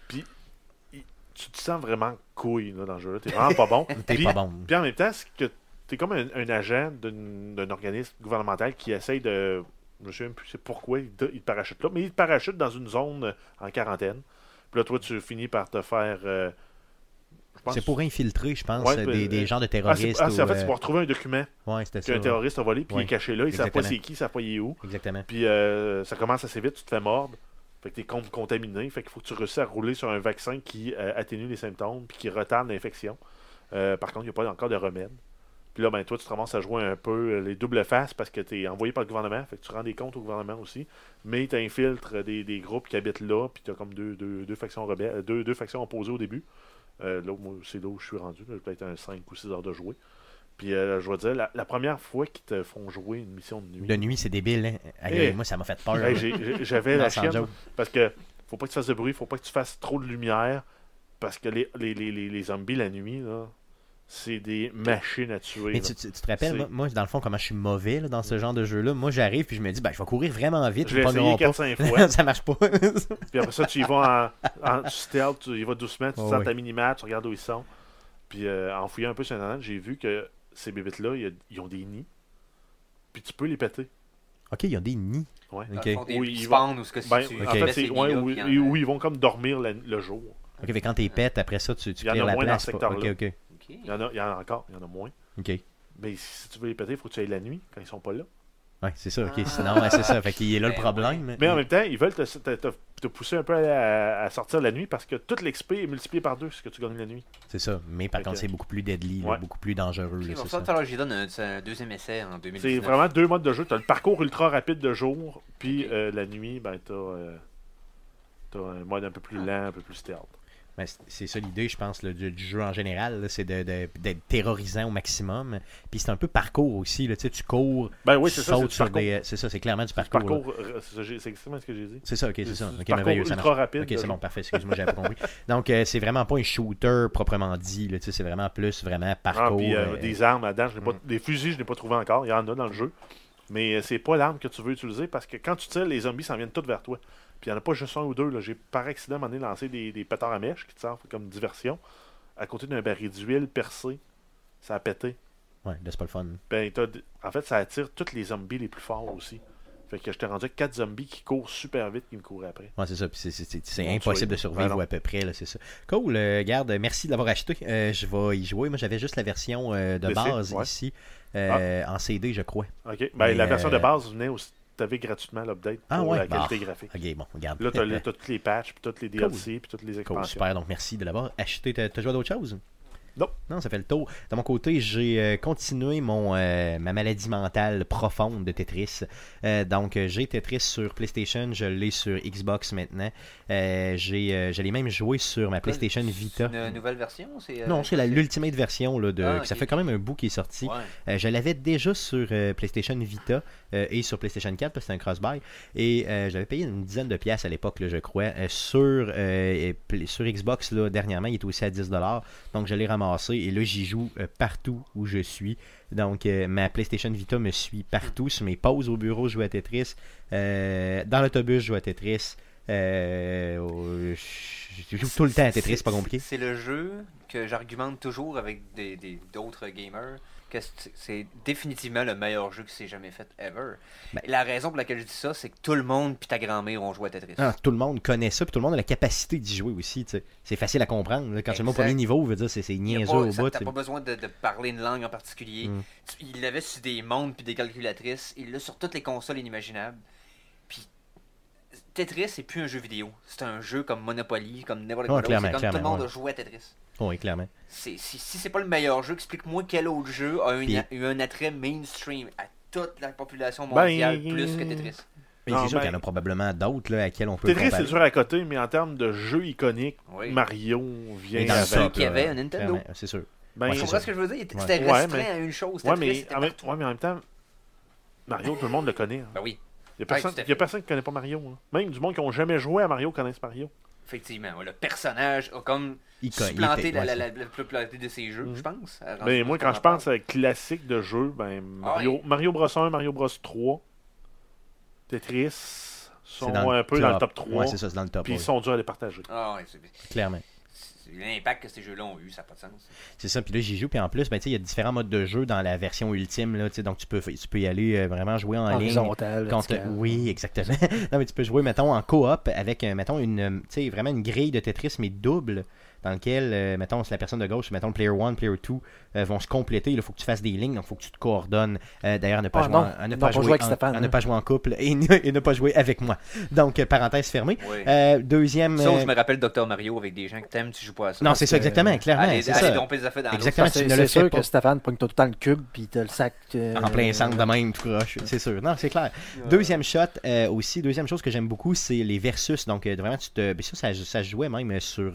tu te sens vraiment couille là, dans le jeu. T'es vraiment pas bon.
Pas bon.
Puis en même temps, c'est que t'es comme un agent d'un organisme gouvernemental qui essaye de... Je me souviens même plus c'est pourquoi il te parachute là. Mais il te parachute dans une zone en quarantaine. Puis là, toi, tu finis par te faire...
c'est pour infiltrer, je pense, des genres de terroristes.
En fait, c'est pour retrouver un document
qu'un
terroriste a volé, puis il est caché là. Ils ne savent pas c'est qui, ils ne savent pas il est où.
Exactement.
Puis ça commence assez vite, tu te fais mordre. Fait que tu es contaminé. Fait qu'il faut que tu réussisses à rouler sur un vaccin qui atténue les symptômes puis qui retarde l'infection. Par contre, il n'y a pas encore de remède. Puis là, ben, toi, tu te ramasses à jouer un peu les doubles faces parce que tu es envoyé par le gouvernement. Fait que tu rends des comptes au gouvernement aussi. Mais tu infiltres des groupes qui habitent là. Puis tu as comme deux factions rebelles, deux factions opposées au début. Là, moi, c'est là où je suis rendu. J'ai peut-être 5 ou 6 heures de jouer. Puis je vais dire, la première fois qu'ils te font jouer une mission de nuit.
De nuit, c'est débile. Hein? Moi, ça m'a fait peur.
J'avais la chienne. Parce que faut pas que tu fasses de bruit, faut pas que tu fasses trop de lumière. Parce que les zombies la nuit, là, c'est des machines à tuer.
Mais tu te rappelles, moi, dans le fond, comment je suis mauvais là, dans ce genre de jeu-là. Moi, j'arrive puis je me dis, je vais courir vraiment vite.
Je l'ai essayé 4-5 fois.
Ça marche pas.
Puis après ça, tu y vas en stealth, tu y vas doucement, tu sens ta minimap, tu regardes où ils sont. Puis en fouillant un peu sur Internet, j'ai vu que ces bébites-là, ils ont des nids. Puis tu peux les péter.
OK, ils ont des nids.
Ouais.
Okay. Où ils spawnent ou ce que
en fait, c'est où ils vont comme dormir le jour.
OK, mais quand tu les pètes, après ça, tu
il y en a moins dans ce secteur-là.
OK.
Il y en a encore, il y en a moins.
OK.
Mais si tu veux les péter, il faut que tu ailles la nuit quand ils sont pas là.
Ouais, c'est ça, ok. Sinon, ouais, c'est ça. Fait qu'il est là le problème.
Mais en même temps, ils veulent te pousser un peu à sortir la nuit parce que toute l'XP est multiplié par 2 ce que tu gagnes la nuit.
C'est ça. Mais par contre, c'est beaucoup plus deadly, là, beaucoup plus dangereux.
Il
Là,
va
c'est ça.
falloir que j'y donne un deuxième essai en 2019.
C'est vraiment 2 modes de jeu. Tu as le parcours ultra rapide de jour, puis la nuit, ben, tu as un mode un peu plus lent, un peu plus stealth.
Ben, c'est ça l'idée, je pense, là, du jeu en général. Là, c'est d'être terrorisant au maximum. Puis c'est un peu parcours aussi. Là, tu cours,
ben oui, c'est ça,
sautes sur des... C'est ça, c'est clairement du parcours.
C'est exactement ce que j'ai dit.
C'est ça, ok, c'est ça.
Du
Ok,
parcours
merveilleux, ça
ultra
marche.
rapide.
Ok, c'est bon, parfait. Excuse-moi, j'avais pas compris. Donc, c'est vraiment pas un shooter proprement dit. Là, c'est vraiment plus vraiment parcours.
Puis, des armes là-dedans, des fusils, je n'ai pas trouvé encore. Il y en a dans le jeu. Mais c'est pas l'arme que tu veux utiliser parce que quand tu tires, les zombies s'en viennent tous vers toi. Puis il n'y en a pas juste un ou deux. Là. J'ai par accident à un moment donné lancé des pétards à mèche qui te servent comme diversion. À côté d'un baril d'huile percé, ça a pété.
Ouais, là, c'est pas le fun.
Ben, en fait, ça attire tous les zombies les plus forts aussi. Fait que je t'ai rendu 4 zombies qui courent super vite qui me couraient après.
Ouais, c'est ça. Puis c'est impossible de survivre à peu près, là, c'est ça. Cool, garde, merci de l'avoir acheté. Je vais y jouer. Moi, j'avais juste la version de base ici, en CD, je crois.
Ok. Ben, la version de base venait aussi. T'avais gratuitement l'update pour la qualité graphique.
Ok, bon, regarde.
Là, t'as tous les patchs, puis tous les DLC, puis toutes les expansions.
Cool, super, donc merci de l'avoir acheté. T'as joué à d'autres choses?
Non,
ça fait le tour. De mon côté, j'ai continué ma maladie mentale profonde de Tetris. Donc, j'ai Tetris sur PlayStation, je l'ai sur Xbox maintenant. Je l'ai même joué sur ma PlayStation Vita.
C'est une nouvelle version?
Non, c'est l'ultimate version. Là,
okay.
Ça fait quand même un bout qui est sorti.
Ouais.
Je l'avais déjà sur PlayStation Vita et sur PlayStation 4 parce que c'est un cross-buy. Et j'avais payé une dizaine de piastres à l'époque, là, je crois. Sur Xbox, là, dernièrement, il était aussi à 10$. Donc, je l'ai ramassé. Et là, j'y joue partout où je suis. Donc, ma PlayStation Vita me suit partout. Sur mes pauses au bureau, je joue à Tetris. Dans l'autobus, je joue à Tetris. Je joue tout le temps à Tetris, c'est pas compliqué.
C'est le jeu que j'argumente toujours avec d'autres gamers que c'est définitivement le meilleur jeu qui s'est jamais fait ever. Ben, la raison pour laquelle je dis ça, c'est que tout le monde puis ta grand-mère ont joué à Tetris.
Tout le monde connaît ça, puis tout le monde a la capacité d'y jouer aussi. T'sais. C'est facile à comprendre. Là. Quand tu es au premier niveau, veut dire c'est niaiseux au bout.
T'as pas besoin de parler une langue en particulier. Il l'avait sur des montres puis des calculatrices. Il l'a sur toutes les consoles inimaginables. Puis Tetris, c'est plus un jeu vidéo. C'est un jeu comme Monopoly, comme n'importe quoi. C'est comme tout le monde a joué à Tetris.
Oui, clairement.
Si c'est pas le meilleur jeu, explique-moi quel autre jeu a eu un attrait mainstream à toute la population mondiale plus que Tetris.
Mais c'est sûr qu'il y en a probablement d'autres à qui on peut comparer.
Tetris, c'est dur à côté, mais en termes de jeu iconique, Mario vient
dans
avec...
le qu'il y avait un Nintendo.
C'est sûr.
Tu comprends ce que je veux dire? C'était restreint à une chose.
Mais en même temps, Mario, tout le monde le connaît.
Ben oui.
Il y a personne qui connaît pas Mario. Hein. Même du monde qui n'a jamais joué à Mario connaissent Mario.
Effectivement, le personnage a comme supplanté la popularité de ses jeux, je pense.
Mais moi, quand je pense à classique de jeu, ben Mario Bros 1, Mario Bros 3, Tetris sont un peu dans le top 3.
Ouais, c'est ça, c'est dans le top.
Puis ils sont durs à les partager.
Ah ouais,
clairement.
L'impact que ces jeux-là ont eu, ça n'a pas de sens.
C'est ça, puis là j'y joue, puis en plus, il y a différents modes de jeu dans la version ultime, là, donc tu peux y aller vraiment jouer en ligne.
Horizontal,
oui, exactement. Non, mais tu peux jouer, mettons, en coop avec, mettons, vraiment une grille de Tetris, mais double, dans lequel, mettons, c'est la personne de gauche, mettons, le player 1, player 2 vont se compléter. Il faut que tu fasses des lignes, donc il faut que tu te coordonnes. D'ailleurs, ne pas jouer en couple et ne pas jouer avec moi. Donc, parenthèse fermée.
Oui.
Deuxième...
je me rappelle Dr Mario avec des gens que t'aimes, tu joues pas à ça.
Non, c'est ça, exactement, clairement.
Allez domper des affaires dans
exactement,
c'est sûr que Stéphane pogne tout le temps le cube, puis t'as le sac...
En plein centre de même, tout croche, c'est sûr. Non, c'est clair. Deuxième shot, aussi, deuxième chose que j'aime beaucoup, c'est les versus. Donc, vraiment, ça se jouait même sur...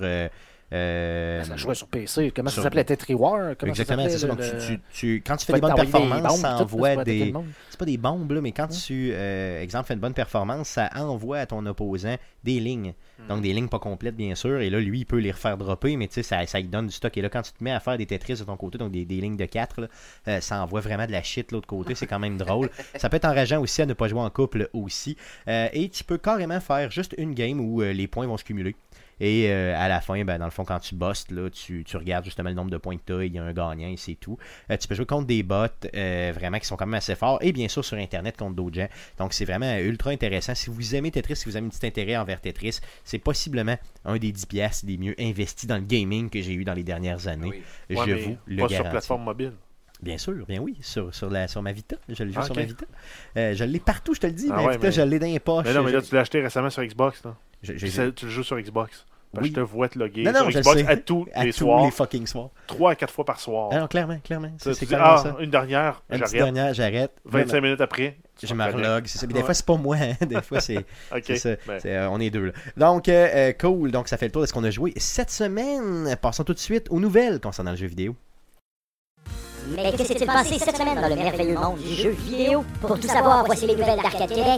ça jouait sur PC. Comment ça s'appelait? Tetris War?
Exactement, c'est ça. Donc, quand tu fais des bonnes performances, ça envoie des... C'est pas des bombes, là, mais quand tu, exemple, fais une bonne performance, ça envoie à ton opposant des lignes. Donc, des lignes pas complètes, bien sûr. Et là, lui, il peut les refaire dropper, mais tu sais, ça lui donne du stock. Et là, quand tu te mets à faire des Tetris de ton côté, donc des lignes de 4, là, ça envoie vraiment de la shit de l'autre côté. C'est quand même drôle. Ça peut être enrageant aussi à ne pas jouer en couple aussi. Et tu peux carrément faire juste une game où les points vont se cumuler. Et à la fin, dans le fond, quand tu bosses, là, tu regardes justement le nombre de points que tu as, il y a un gagnant et c'est tout. Tu peux jouer contre des bots vraiment qui sont quand même assez forts et bien sûr sur Internet contre d'autres gens. Donc c'est vraiment ultra intéressant. Si vous aimez Tetris, si vous avez un petit intérêt envers Tetris, c'est possiblement un des 10 piastres des mieux investis dans le gaming que j'ai eu dans les dernières années.
Oui.
Je vous le garantis.
Pas sur plateforme mobile.
Bien sûr, bien oui, sur ma Vita. Je le joue
Ah,
sur
ok.
ma Vita. Je l'ai partout, je te le dis.
Ah
Ma
ouais,
Vita,
mais-
je l'ai dans les poches.
Mais non, mais là, tu l'as acheté récemment sur Xbox. Là.
J'ai-
Puis tu le joues sur Xbox. Parce
Oui.
que je te vois te loguer
Non, non,
sur
je le
Xbox
sais.
à tous
à
les
tous
soirs.
les fucking soirs.
3 à 4 fois par soir.
Ah non, clairement. C'est
Tu dis,
carrément ça.
une dernière,
Une petite
j'arrête.
dernière, j'arrête.
25 minutes après, tu
Je
te
me
reconnectes.
relogue, c'est ça. Puis des
Ouais.
fois, c'est pas moi. Hein. Des fois, c'est
Ok.
c'est ça.
Ben,
On est deux. Là. Donc, cool. Donc, ça fait le tour de ce qu'on a joué cette semaine. Passons tout de suite aux nouvelles concernant le jeu vidéo.
Mais que s'est-il passé cette semaine dans le merveilleux monde du jeu vidéo? Pour tout savoir, voici les nouvelles d'Arcade Québec.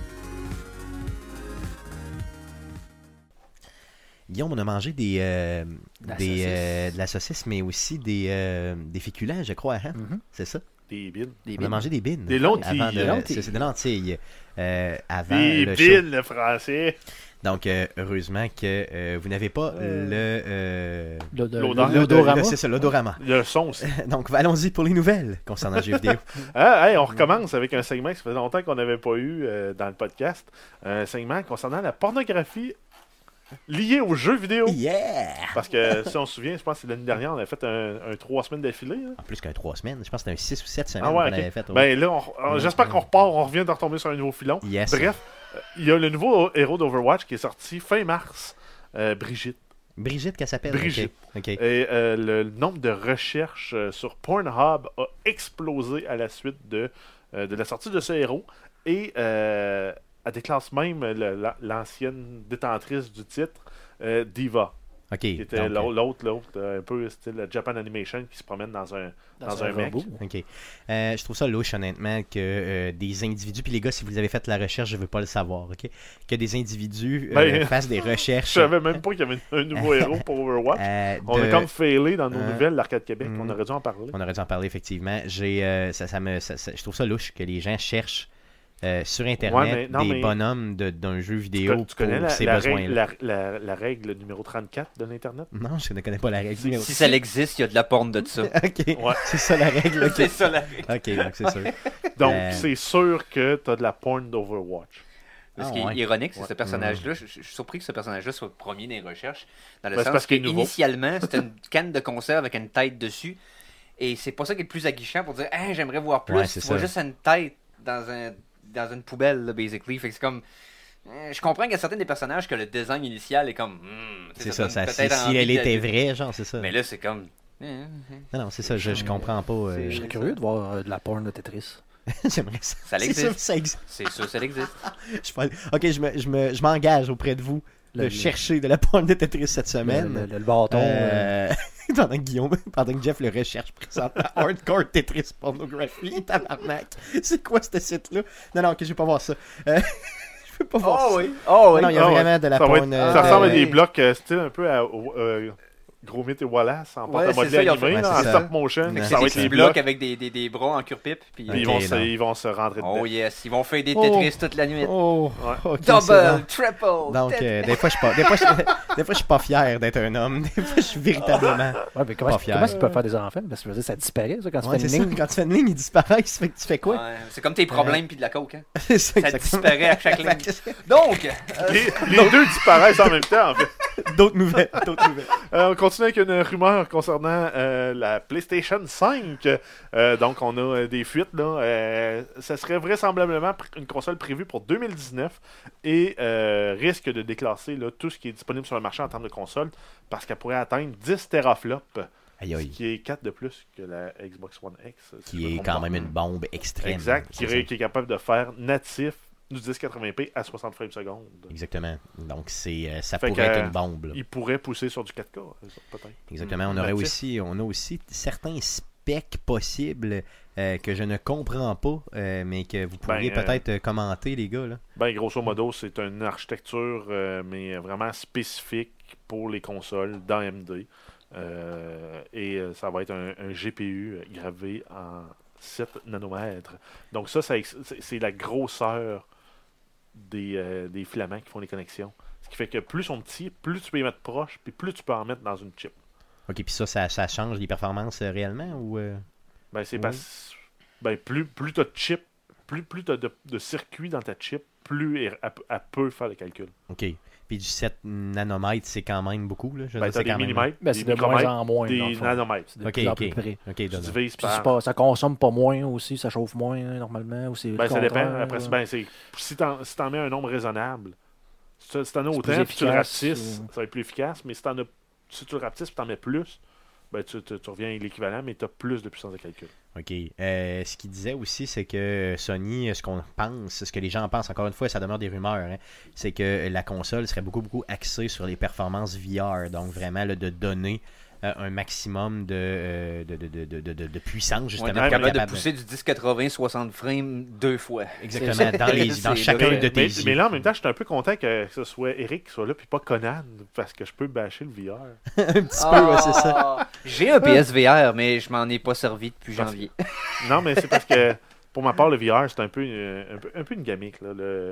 Guillaume, on a mangé
La
de la saucisse, mais aussi des féculents, je crois. Hein?
Mhm.
C'est ça?
des bines.
Des
On a
bines.
mangé des bines.
Des lentilles.
Avant de-
Des lentilles.
C'est des lentilles. Avant
Des
le show.
bines, le français.
Donc, heureusement que vous n'avez pas
L'odorama.
C'est ça, l'odorama.
Le son aussi.
Donc, allons-y pour les nouvelles concernant le jeu vidéo.
Ah, hey, on recommence avec un segment que ça fait longtemps qu'on n'avait pas eu dans le podcast. Un segment concernant la pornographie liée aux jeux vidéo.
Yeah!
Parce que si on se souvient, je pense que l'année dernière, on avait fait un 3 semaines d'affilée. Hein.
En plus qu'un 3 semaines. Je pense que c'était un 6 ou 7 semaines
Ah ouais,
qu'on
ok.
avait fait.
Ben là, j'espère qu'on repart, on revient de retomber sur un nouveau filon.
Yes.
Bref, il y a le nouveau héros d'Overwatch qui est sorti fin mars, Brigitte.
Brigitte, qu'elle s'appelle?
Brigitte.
Ok.
Et le nombre de recherches sur Pornhub a explosé à la suite de la sortie de ce héros. Et elle déclasse même l'ancienne détentrice du titre, Diva,
Ok.
qui était
Donc,
l'autre, un peu style Japan Animation, qui se promène dans un mec.
robot.
OK. Je trouve ça louche, honnêtement, que des individus, puis les gars, si vous avez fait la recherche, je veux pas le savoir, OK? Que des individus
Ben,
fassent des
Je
recherches.
savais même pas qu'il y avait un nouveau héros pour Overwatch. On a comme failé dans nos nouvelles, l'Arcade Québec. On aurait dû en parler.
On aurait dû en parler, effectivement. Je trouve ça louche que les gens cherchent sur Internet
Ouais, mais
des bonhommes d'un jeu vidéo
Tu connais
pour ces
la
besoins-là.
la règle numéro 34 de l'Internet?
Non, je ne connais pas la règle. mais-
Si ça existe, il y a de la porn de ça.
OK.
Ouais.
C'est ça la règle. OK,
C'est ça la règle.
OK, donc c'est sûr.
Donc,
Euh,
c'est sûr que t'as de la porn d'Overwatch.
Ce
Ah,
qui est
ouais.
ironique, c'est
Ouais.
ce personnage-là. Je suis surpris que ce personnage-là soit premier dans les recherches. Dans le
Ben, c'est
sens
parce
que
qu'il est nouveau.
initialement, c'était une canne de conserve avec une tête dessus. Et c'est pas ça qui est le plus aguichant pour dire hey, j'aimerais voir plus.
Ouais, c'est
tu vois
ça.
juste une tête dans une poubelle, là, basically. Fait que c'est comme. Je comprends qu'il y a certains des personnages que le design initial est comme.
C'est ça,
donne
si
peut-être
si
envie
elle
de-
était vraie, genre, c'est ça.
Mais là, c'est comme.
Non, non, c'est ça, je comprends pas.
Je serais curieux de voir de la porn de Tetris.
J'aimerais ça.
Ça
C'est
existe.
sûr que ça existe.
C'est sûr, ça existe.
Ok, je m'engage auprès de vous de chercher de la porn de Tetris cette semaine.
Le bâton.
Pendant que Jeff le recherche présentement. Hardcore Tetris Pornography, tabarnak. C'est quoi ce site-là? Non, ok, je vais pas voir ça. Je veux pas voir ça.
oui. Oh
Non, il y a
Ah ouais.
vraiment de la
Ça, va
porn.
être- ça ressemble à des
oui.
blocs style un peu à Gros Mythe et Wallace en
Ouais,
pâte à
c'est
modeler
ça, ils ont
animé,
fait-
là,
ouais,
en
c'est ça.
stop motion.
Fait que
puis
c'est
ça va
des
être
petits
les
blocs
blocs.
avec des bras en cure-pipe. Puis
Puis
Ok,
ils vont se rentrer dedans.
oh yes, ils vont faire des
Oh.
Tetris toute la nuit.
Oh,
Ouais.
ok, c'est bon.
Double, triple.
Donc,
Tetris.
des fois, je suis pas fier d'être un homme. Des fois, je suis véritablement.
Ouais, mais comment
Pas fier.
ils peuvent faire des enfants? Parce que je veux dire, ça disparaît, ça, quand tu
Ouais,
fais
c'est
une
ça.
ligne.
Quand tu fais une ligne, ils disparaissent. Fait que tu fais quoi?
Ouais, c'est comme tes problèmes puis de la coke. Hein.
C'est ça,
Ça
exactement.
disparaît à chaque ligne. Donc,
Les deux disparaissent en même temps, en fait.
D'autres nouvelles.
On continue avec une rumeur concernant la PlayStation 5. Donc, on a des fuites. Là. Ça serait vraisemblablement une console prévue pour 2019 et risque de déclasser là, tout ce qui est disponible sur le marché en termes de console parce qu'elle pourrait atteindre 10 teraflops,
Aïe,
ce
aïe.
qui est 4 de plus que la Xbox One X. si je
Qui
me
est
trompe
quand
pas.
même une bombe extrême.
Exact,
C'est
qui est capable de faire natif du 1080p à 60 frames secondes.
Exactement. Donc, ça
Fait
pourrait
que,
être une bombe. Là.
Il pourrait pousser sur du 4K, peut-être.
Exactement. On a aussi certains specs possibles que je ne comprends pas, mais que vous pourriez
Ben,
peut-être commenter, les gars. Là.
Ben, grosso modo, c'est une architecture, mais vraiment spécifique pour les consoles d'AMD. Ça va être un GPU gravé en 7 nanomètres. Donc ça, c'est la grosseur des filaments qui font les connexions. Ce qui fait que plus ils sont petits, plus tu peux les mettre proches, puis plus tu peux en mettre dans une chip.
OK, puis ça change les performances réellement ou...
Ben, c'est
Oui.
parce... Ben, plus tu as de chip, plus tu as de circuits dans ta chip, plus elle peut faire le calcul.
OK. Puis du 7 nanomètres, c'est quand même beaucoup. Là. Je veux
Ben,
dire,
t'as
c'est
des
quand même-
millimètres,
Ben,
des
c'est de moins
micromètres,
en moins. dans
des
le fond.
nanomètres.
C'est de
Ok,
plus en
ok.
plus près.
Ok,
Tu
donne.
divises
Puis
par...
ça consomme pas moins aussi, ça chauffe moins normalement. Ou c'est
Ben,
le
ça dépend.
contraire,
Après,
là.
si t'en mets un nombre raisonnable, si t'en as
C'est
autant,
plus
puis tu le
efficace,
rapetisses,
ou-
ça va être plus efficace. Mais si tu le rapetisses et t'en mets plus, ben, tu reviens à l'équivalent, mais tu as plus de puissance de calcul.
OK. Ce qu'il disait aussi, c'est que Sony, ce qu'on pense, ce que les gens pensent, encore une fois, ça demeure des rumeurs, hein, c'est que la console serait beaucoup axée sur les performances VR. Donc, vraiment, là, de donner un maximum de puissance, justement,
Ouais,
pour
mais
être
capable de
capable
pousser du 1080 60 frames 2 fois.
Exactement, dans
C'est
chacun
là,
de tes
Mais
yeux.
là, en même temps, je suis un peu content que ce soit Eric qui soit là, puis pas Conan, parce que je peux bâcher le VR.
Un petit peu, ouais, c'est ça.
Ah! J'ai un PSVR, mais je m'en ai pas servi depuis
Parce-
janvier.
Non, mais c'est parce que, pour ma part, le VR, c'est un peu une gimmick. Là,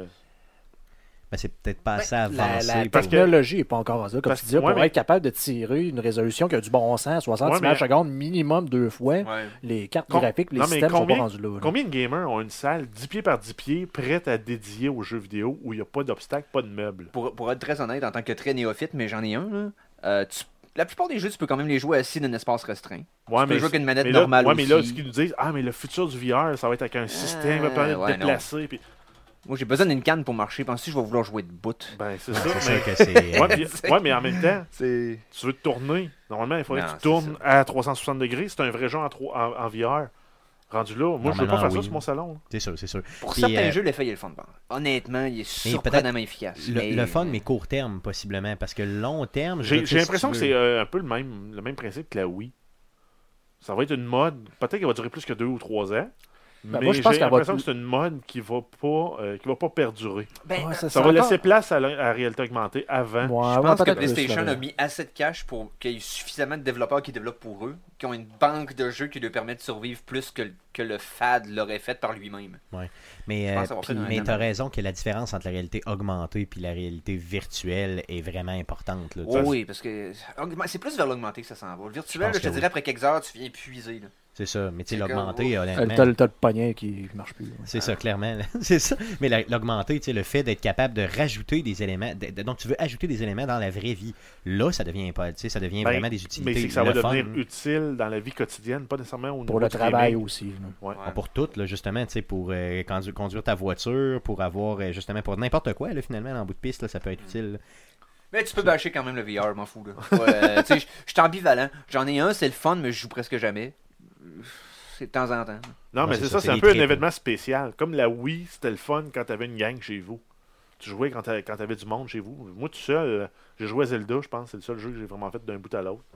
Ben, c'est peut-être pas assez
La
avancé.
parce que-
technologie n'est pas encore à ça. Comme
parce-
tu dis, pour
ouais, mais-
être capable de tirer une résolution qui a du bon sens, 60
Ouais, mais-
images seconde, minimum 2 fois,
Ouais.
les cartes
Com-
graphiques, les
non, mais
systèmes sont
combien-
pas rendus là. là.
Combien de gamers ont une salle 10 pieds par 10 pieds prête à dédier aux jeux vidéo où il n'y a pas d'obstacle, pas de meubles?
Pour être très honnête, en tant que très néophyte, mais j'en ai un, là, la plupart des jeux, tu peux quand même les jouer assis dans un espace restreint.
Ouais,
Tu peux jouer avec une manette
mais là,
normale
ouais, mais là,
aussi.
ce qu'ils nous disent, mais le futur du VR, ça va être avec un système qui va permettre de
ouais,
déplacer. Puis...
Moi, j'ai besoin d'une canne pour marcher. Penses-tu que je vais vouloir jouer de bout?
Ben, c'est
Ouais,
ça.
c'est
mais...
sûr que c'est...
Ouais, ouais, mais en même temps,
C'est...
tu veux te tourner. Normalement, il faudrait
Non,
que tu
c'est
tournes à 360 degrés. C'est un vrai jeu en VR. Rendu là, moi, je veux pas
Normalement,
faire ça
oui.
sur mon salon.
C'est sûr, c'est sûr.
Pour
Puis,
certains jeux, l'effet il est le fun. Honnêtement, il est surprenamment efficace.
Le fun, mais court terme, possiblement. Parce que long terme... je veux
J'ai
dire,
l'impression que
si tu
c'est
veux-
un peu le même principe que la Wii. Ça va être une mode, peut-être qu'elle va durer plus que 2 ou 3 ans.
Ben,
mais
moi, je pense
j'ai
qu'elle va
l'impression que c'est une mode qui va pas perdurer.
Ben,
Ouais,
Ça va laisser place à la réalité augmentée avant.
Ouais,
je
ouais,
pense que
peut-être plus,
PlayStation
là.
a mis assez de cash pour qu'il y ait suffisamment de développeurs qui développent pour eux, qui ont une banque de jeux qui leur permet de survivre plus que le FAD l'aurait fait par lui-même.
Mais,
Je pense que ça va faire un
t'as
an.
raison que la différence entre la réalité augmentée et la réalité virtuelle est vraiment importante. Là.
Oh, oui, parce que c'est plus vers l'augmenté que ça s'en va. Le virtuel,
pense
là, je te
que
dirais, après quelques heures, tu viens épuisé. Là.
C'est ça. Mais tu sais,
C'est
l'augmenté,
comme-
honnêtement...
T'as le poignet qui marche plus. ouais.
C'est ça, clairement. C'est ça. Mais l'augmenter, tu sais, le fait d'être capable de rajouter des éléments... donc, tu veux ajouter des éléments dans la vraie vie. Là, ça devient pas... Tu sais, ça devient
Ben,
vraiment des utilités.
Mais c'est que ça va
Le fun,
devenir utile dans la vie quotidienne, pas nécessairement au
Pour
niveau
le
du
travail
gaming.
aussi. là.
Ouais.
pour tout, là, justement, tu sais, pour conduire ta voiture, pour avoir, justement, pour n'importe quoi, là, finalement, en bout de piste, là, ça peut être utile. là.
Mais tu peux bâcher quand même le VR, m'en fous. Là. Ouais, tu sais, je suis ambivalent. J'en ai un, c'est le fun, mais je joue presque jamais. C'est de temps en temps.
Non, mais
Ouais,
c'est
c'est
ça,
ça,
c'est un
c'est
peu
des
un
tripes.
événement spécial. Comme la Wii, c'était le fun quand t'avais une gang chez vous. Tu jouais quand t'avais du monde chez vous. Moi, tout seul, j'ai joué à Zelda, je pense. C'est le seul jeu que j'ai vraiment fait d'un bout à l'autre.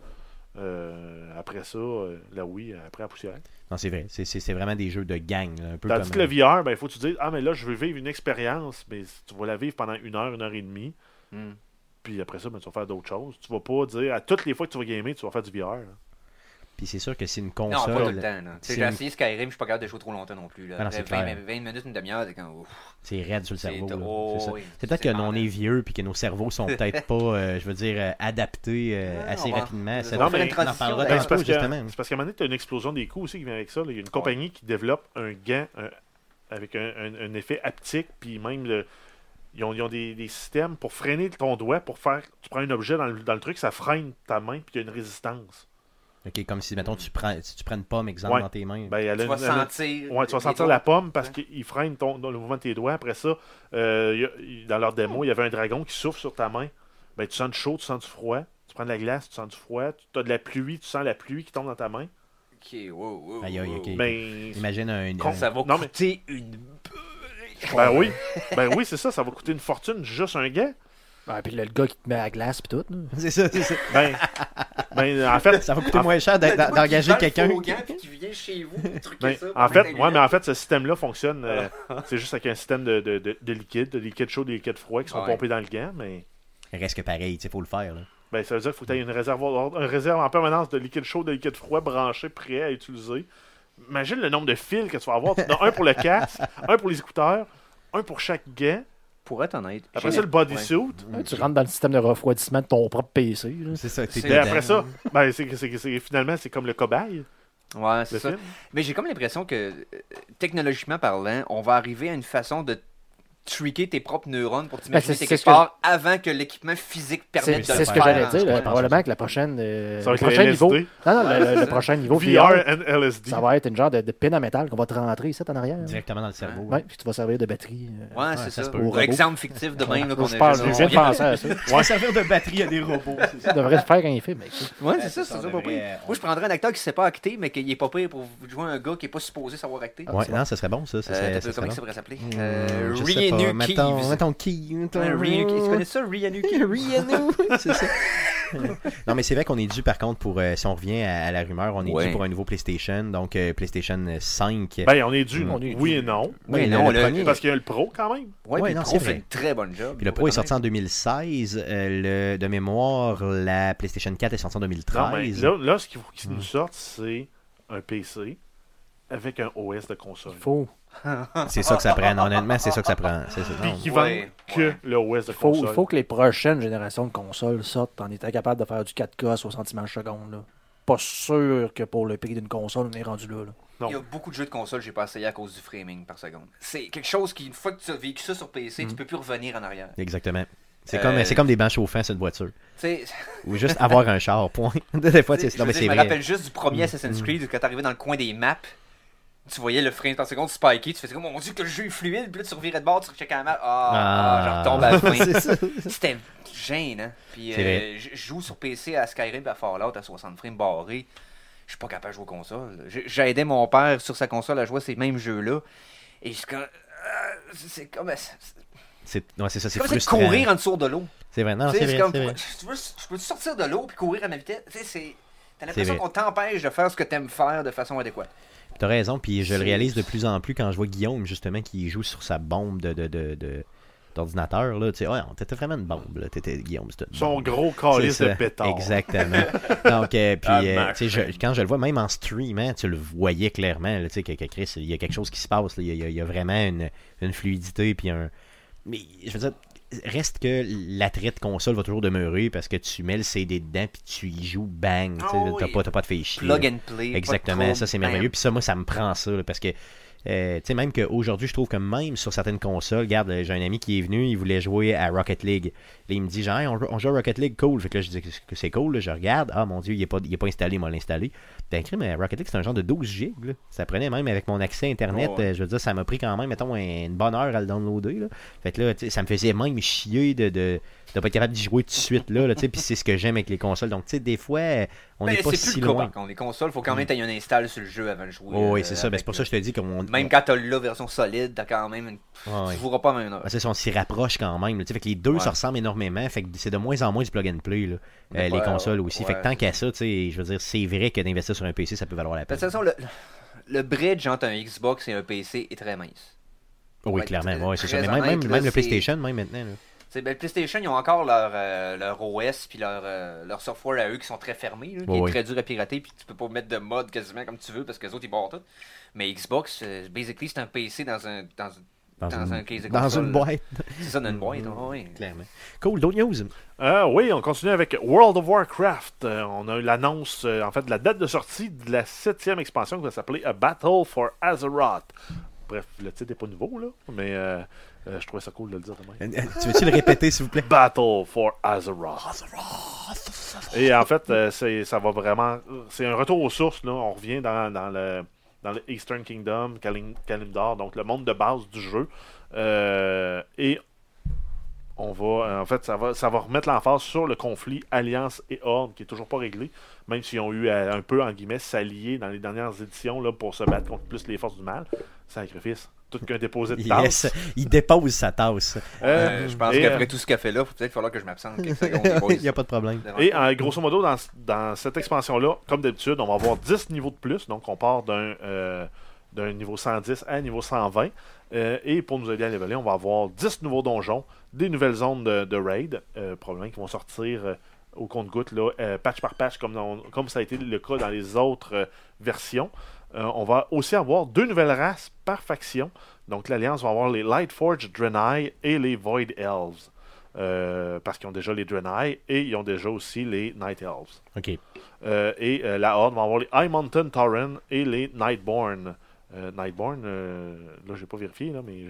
Après ça, la Wii, après la poussière.
Non, c'est vrai. C'est vraiment des jeux de gang, là, un peu
Tandis
comme...
que le VR, ben, il faut que tu dises, mais là, je veux vivre une expérience, mais tu vas la vivre pendant 1 heure et demie.
Hmm.
Puis après ça, ben, tu vas faire d'autres choses. Tu vas pas dire, à toutes les fois que tu vas gamer, tu vas faire du VR. là.
Puis c'est sûr que c'est une
Non,
console...
pas tout le temps. là. Tu sais,
c'est
J'ai
une-
essayé Skyrim, je suis pas capable de jouer trop longtemps non plus. Là.
Ah non, c'est
Après
clair.
20 minutes, une demi-heure, c'est comme. Ouf.
C'est raide sur le
C'est-
cerveau. là.
oh,
C'est ça.
oui.
C'est peut-être
C'est
que nous, on
pendant.
est vieux puis que nos cerveaux sont peut-être pas, je veux dire, adaptés assez
on va-
rapidement.
on
Ça-
va
faire une
on en
transition,
parlera
Ben,
Ouais,
c'est parce
tantôt, justement.
c'est parce qu'à un moment donné, tu as une explosion des coûts aussi qui vient avec ça. là. Il y a une compagnie qui développe un gant avec un effet haptique, puis même ils ont des systèmes pour freiner ton doigt, pour faire. Tu prends un objet dans le truc, ça freine ta main, puis il y a une résistance.
OK, comme si, mettons, si tu prends une pomme, exemple,
Ouais.
dans tes mains.
Ben, elle a
Tu vas
une- elle a-
sentir.
Ouais, tu vas
les
sentir
doigts.
la pomme parce
Ouais.
qu'il freine le mouvement de tes doigts. Après ça, dans leur démo, il y avait un dragon qui souffle sur ta main. Ben, tu sens du chaud, tu sens du froid. Tu prends de la glace, tu sens du froid. Tu as de la pluie, tu sens la pluie qui tombe dans ta main.
Ok, wow, wow,
Aïe, aïe,
wow.
ok.
Ben,
Imagine
Ça va
Non, mais-
coûter une.
ben oui, ben oui, c'est ça. Ça va coûter une fortune juste un gant.
Ah, puis le gars qui te met à la glace puis tout. là.
C'est ça, c'est ça.
Ben, en fait,
Ça va coûter moins cher d'engager quelqu'un.
qui vient chez vous, truquer
ben,
ça.
en fait, ouais, mais en fait, ce système-là fonctionne. C'est juste avec un système de liquide chaud, de liquide froid qui sont
Ouais.
pompés dans le gant. Mais
Reste que pareil, il faut le faire. Là.
ben, ça veut dire qu'il faut que tu aies une réserve en permanence de liquide chaud, de liquide froid branché, prêt à utiliser. Imagine le nombre de fils que tu vas avoir. Tu en as un pour le casque, un pour les écouteurs, un pour chaque gant.
Pour être honnête.
Après ça, le bodysuit.
Ouais, tu rentres dans le système de refroidissement de ton propre PC. là.
C'est ça, t'es
C'est-
Et
dedans.
après ça, ben, finalement, c'est comme le cobaye,
Ouais, c'est
le
ça.
film.
Mais j'ai comme l'impression que, technologiquement parlant, on va arriver à une façon de tricker tes propres neurones pour
Ben,
t'imaginer
c'est
quelque
ce que
part avant que l'équipement physique permette de
C'est
le
ce que
faire.
j'allais dire.
Ouais,
Probablement que la prochaine,
Ça va
le
être
prochain
le
niveau.
LSD.
Non, le prochain niveau VR,
VR and LSD.
ça va être une genre de pin à métal qu'on va te rentrer ici en arrière.
Directement dans le cerveau.
Ouais, puis tu vas servir de batterie.
Ouais,
Ouais,
c'est
ça
ça.
se peut.
Au
Pour
robot.
exemple fictif de même là, qu'on
Je
a
parle,
juste-
je viens de penser à ça.
Tu vas servir de batterie à des robots. c'est ça.
Ça devrait se faire quand il fait, mais écoute.
Ouais, c'est ça, c'est
on
ça, pas
devrait,
pire. Moi, je prendrais un acteur qui sait pas acter, mais qui est pas pire pour jouer un gars qui est pas supposé savoir acter.
Ouais, non, ça serait bon, ça. Ça serait, ça serait
Comment
bon.
ça pourrait s'appeler?
Je sais pas.
Rianu
Mettons
Keeves.
Key.
Tu connais ça, Rianu Keeves?
Rianu, c'est ça. Non, mais c'est vrai qu'on est dû, par contre, pour si on revient à la rumeur, on est
Ouais.
dû pour un nouveau PlayStation, donc PlayStation 5.
Ben, on est dû.
On est
Oui
dû.
et non.
Oui,
le
non, le-
premier.
Parce qu'il y a le Pro quand même.
Ouais,
Ouais,
puis
non,
le
c'est
Pro
vrai.
fait une très bonne job.
Puis le Pro est sorti en 2016. De mémoire, la PlayStation 4 est sortie en
Non, mais
2013.
là, ce qu'il faut qu'ils nous sortent, c'est un PC avec un OS de console.
Il faut,
C'est ça que ça prend. Honnêtement, c'est ça que ça prend. C'est ça.
Puis
Non.
qui
Ouais,
vendent que
ouais.
le OS de
il faut,
console.
il faut que les prochaines générations de consoles sortent en étant capable de faire du 4K à 60 images secondes. Là. Pas sûr que pour le prix d'une console, on est rendu là.
Non.
Il y a beaucoup de jeux de console que j'ai pas essayé à cause du framing par seconde. C'est quelque chose qui, une fois que tu as vécu ça sur PC, tu peux plus revenir en arrière.
Exactement. C'est
Euh,
comme des bancs chauffants sur une voiture.
Tu sais,
Ou juste avoir un char, point. Des fois,
je
non, mais
veux dire,
c'est
je me
vrai.
rappelle juste du premier Assassin's Creed où quand t'arrivais dans le coin des maps, tu voyais le frame par seconde spiker, tu faisais comme, oh mon dieu, que le jeu est fluide, puis là tu revirais de bord, tu recheckais la map, je retombe à la fin.
C'est ça.
C'était gênant. Puis
C'est vrai.
je joue sur PC à Skyrim et à Fallout à 60 frames barrés. Je suis pas capable de jouer aux consoles. J'aidais mon père sur sa console à jouer à ces mêmes jeux-là. Et c'est comme.
Ouais, c'est ça, c'est
C'est comme ça de
frustrant.
courir en dessous de l'eau.
C'est vrai, non,
Tu sais,
c'est
c'est
vrai.
comme,
C'est vrai.
je peux sortir de l'eau puis courir à ma vitesse. Tu sais, t'as l'impression
vrai.
qu'on t'empêche de faire ce que t'aimes faire de façon adéquate.
T'as raison, puis je le
C'est-
réalise de plus en plus quand je vois Guillaume, justement, qui joue sur sa bombe d'ordinateur. Là. Tu sais, ouais, t'étais vraiment une bombe, là. T'étais Guillaume, c'était une
Son
bombe.
gros calice
C'est
de
ça,
pétard.
Exactement. Donc, puis,
Ah,
tu sais, quand je le vois, même en stream, hein, tu le voyais clairement, là, tu sais, que Chris, il y a quelque chose qui se passe, là. Il y a vraiment une fluidité, puis un... Mais, je veux dire, reste que l'attrait de console va toujours demeurer parce que tu mets le CD dedans, puis tu y joues, bang, tu sais,
Oh,
t'as
oui.
pas de fait chier.
Plug and play. pas de
Exactement,
trouble,
ça c'est
bam.
merveilleux. Puis ça, moi, ça me prend ça, là, parce que, tu sais, même qu'aujourd'hui, je trouve que même sur certaines consoles, regarde, j'ai un ami qui est venu, il voulait jouer à Rocket League. Là, il me dit, genre, hey, on joue à Rocket League, cool. Fait que là, je dis que c'est cool, là, je regarde, ah mon dieu, il est pas installé, il m'a l'installé. Ben, mais Rocket League, c'est un genre de 12 gigs, là. Ça prenait même avec mon accès Internet,
Oh, ouais.
je veux dire, ça m'a pris quand même, mettons, une bonne heure à le downloader, là. Fait que là, tu sais, ça me faisait même chier de pas être capable d'y jouer tout de suite, là, tu sais, puis c'est ce que j'aime avec les consoles. Donc, tu sais, des fois, on n'est
Ben,
pas
c'est
si
plus le cas,
loin.
par contre. Les consoles, faut quand même que tu aies un install sur le jeu avant de jouer.
Oh, oui, c'est ça. Ben,
avec
c'est pour ça que je te dis qu'on...
Même quand t'as la version solide, t'as quand même une...
Ouais, ouais.
Tu joueras pas à même heure.
Ah, c'est ça, on s'y rapproche quand même. Là, tu sais, fait que les deux
Ouais.
se ressemblent énormément. Fait que c'est de moins en moins du plug and play. Là,
Ouais,
les consoles
ouais,
aussi.
ouais.
Fait que tant qu'à ça, tu sais, je veux dire, c'est vrai que d'investir sur un PC, ça peut valoir la
De
peine.
toute façon, le bridge entre un Xbox et un PC est très mince.
Oui,
Ouais,
clairement. Ouais, c'est ça.
très
Mais même,
honnête, là,
même le
c'est-
PlayStation, même maintenant. Là.
T'sais, ben, le PlayStation, ils ont encore leur OS puis leur software à eux qui sont très fermés, là, qui
Ouais,
est
ouais.
très dur à pirater, puis tu peux pas mettre de mode quasiment comme tu veux parce que les autres ils barrent tout. Mais Xbox, basically, c'est un PC dans un case de
Dans
console,
une
là.
boîte.
C'est ça, dans une boîte. Oui.
Clairement. Cool. D'autres news?
Oui, on continue avec World of Warcraft. On a eu l'annonce, en fait, de la date de sortie de la 7e expansion qui va s'appeler A Battle for Azeroth. Bref, le titre n'est pas nouveau, là, mais je trouvais ça cool de le dire de même.
Tu veux-tu le répéter, s'il vous plaît?
Battle for Azeroth. Et en fait, ça va vraiment... C'est un retour aux sources, là. On revient dans le Eastern Kingdom, Kalimdor, donc le monde de base du jeu. Et on va... En fait, ça va remettre l'emphase sur le conflit Alliance et Horde, qui est toujours pas réglé, même s'ils ont eu un peu, en guillemets, s'allier dans les dernières éditions là, pour se battre contre plus les forces du mal. Sacrifice. Tout qu'un déposé de tasse.
Yes. Il dépose sa tasse.
Je pense
et,
qu'après tout ce qu'a fait là, peut-être falloir que je m'absente quelques secondes. les boys.
Il n'y a pas de problème.
Et grosso modo, dans cette expansion-là, comme d'habitude, on va avoir 10 niveaux de plus. Donc, on part d'un niveau 110 à un niveau 120. Et pour nous aider à leveler, on va avoir 10 nouveaux donjons, des nouvelles zones de raid, probablement qui vont sortir au compte-gouttes, patch par patch, comme ça a été le cas dans les autres versions. On va aussi avoir 2 nouvelles races par faction. Donc, l'Alliance va avoir les Lightforged Draenei et les Void Elves. Parce qu'ils ont déjà les Draenei et ils ont déjà aussi les Night Elves.
OK.
Et la Horde va avoir les High Mountain Tauren et les Nightborn. Nightborn, là, j'ai pas vérifié, là, mais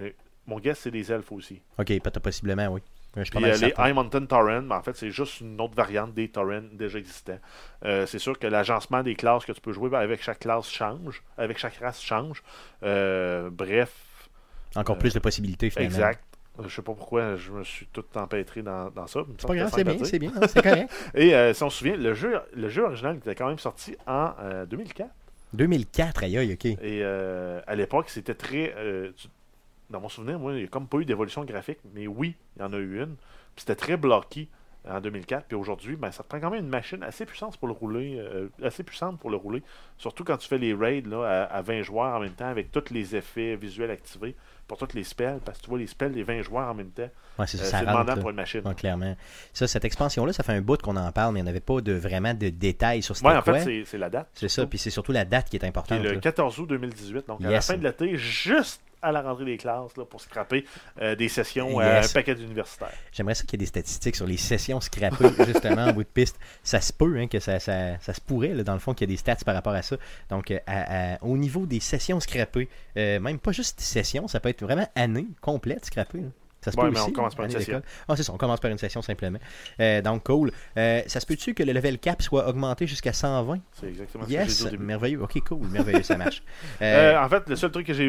mon guess, c'est des elfes aussi.
Ok, peut-être possiblement, oui. Je suis pas
Puis
mal
les
certain.
High Mountain Torrent, en fait, c'est juste une autre variante des Torrents déjà existants. C'est sûr que l'agencement des classes que tu peux jouer avec chaque classe change, avec chaque race change. Bref.
Encore plus de possibilités, finalement.
Exact. Je sais pas pourquoi je me suis tout empêtré dans ça.
C'est pas grave, c'est bien, c'est bien, c'est correct.
Et si on se souvient, le jeu original était quand même sorti en 2004.
2004, aïe, ok.
Et à l'époque, c'était très... dans mon souvenir, moi, il n'y a comme pas eu d'évolution graphique, mais oui, il y en a eu une. Puis c'était très blocky en 2004. Puis aujourd'hui, ben, ça te prend quand même une machine assez puissante pour le rouler. Surtout quand tu fais les raids là, à 20 joueurs en même temps, avec tous les effets visuels activés pour toutes les spells. Parce que tu vois les spells des 20 joueurs en même temps.
Ouais, c'est
c'est demandant pour une machine.
Ouais, clairement. Ça, cette expansion-là, ça fait un bout qu'on en parle, mais il n'y en avait pas vraiment de détails sur ce
en fait, c'est la date.
C'est ça, puis c'est surtout la date qui est importante.
C'est le 14 août 2018, donc à la fin de l'été, juste à la rentrée des classes là, pour scraper des sessions à un paquet d'universitaires.
J'aimerais ça qu'il y ait des statistiques sur les sessions scrappées, justement, en bout de piste. Ça se peut, hein, que ça se pourrait, là, dans le fond, qu'il y ait des stats par rapport à ça. Donc, au niveau des sessions scrappées, même pas juste sessions, ça peut être vraiment année complète scrappée. Là. Ça se peut
mais
aussi,
on commence par une session.
Ah, c'est ça, on commence par une session simplement. Donc, cool. Ça se peut-tu que le level cap soit augmenté jusqu'à 120?
C'est exactement
yes,
ce que j'ai dit au début.
Merveilleux. Ok, cool. Merveilleux, ça marche.
En fait, le seul truc que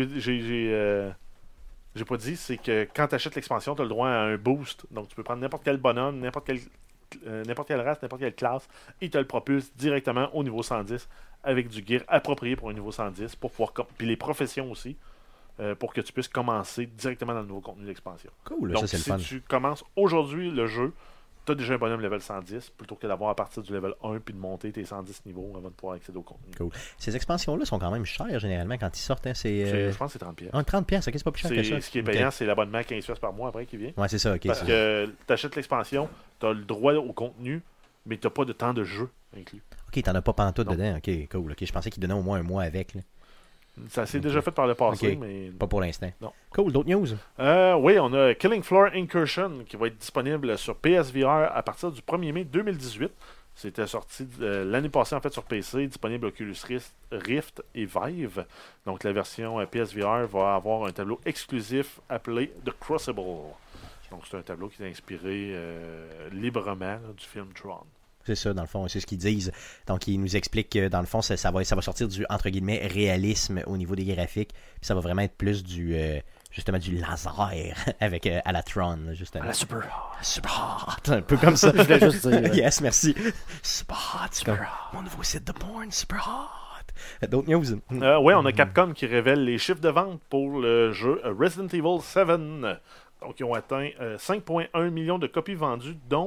j'ai pas dit, c'est que quand tu achètes l'expansion, tu as le droit à un boost. Donc, tu peux prendre n'importe quel bonhomme, n'importe quelle race, n'importe quelle classe, et te le propulse directement au niveau 110 avec du gear approprié pour un niveau 110 pour pouvoir puis les professions aussi. Pour que tu puisses commencer directement dans le nouveau contenu de l'expansion.
Cool,
donc
ça c'est le fun.
Si tu commences aujourd'hui le jeu, tu as déjà un bonhomme level 110 plutôt que d'avoir à partir du level 1 puis de monter tes 110 niveaux avant de pouvoir accéder au contenu.
Cool. Ces expansions-là sont quand même chères généralement quand ils sortent. Hein,
je pense que c'est 30$.
30$, ok, c'est pas plus cher que ça.
Ce qui est payant, c'est l'abonnement à 15$ par mois après qui vient.
Ouais, c'est ça, ok.
Parce que tu achètes l'expansion, tu as le droit au contenu, mais tu n'as pas de temps de jeu inclus.
Ok, t'en as pas pantoute dedans. Ok, cool. Ok, je pensais qu'ils donnaient au moins un mois avec. Là.
Ça s'est déjà fait par le passé, mais...
Pas pour l'instant.
Non.
Cool, d'autres news?
Oui, on a Killing Floor Incursion qui va être disponible sur PSVR à partir du 1er mai 2018. C'était sorti l'année passée en fait sur PC, disponible Oculus Rift et Vive. Donc la version PSVR va avoir un tableau exclusif appelé The Crucible. Donc c'est un tableau qui est inspiré librement là, du film Tron.
C'est ça, dans le fond, c'est ce qu'ils disent. Donc, ils nous expliquent que, dans le fond, ça va sortir du, entre guillemets, réalisme au niveau des graphiques. Puis ça va vraiment être plus du, justement, du laser avec à la Tron, justement.
À la super
hot. Un peu comme ça.
Je voulais juste dire.
Yes, merci. Super hot. Mon nouveau site de porn, super hot. D'autres news?
Oui, on a Capcom qui révèle les chiffres de vente pour le jeu Resident Evil 7. Donc, ils ont atteint 5,1 millions de copies vendues, dont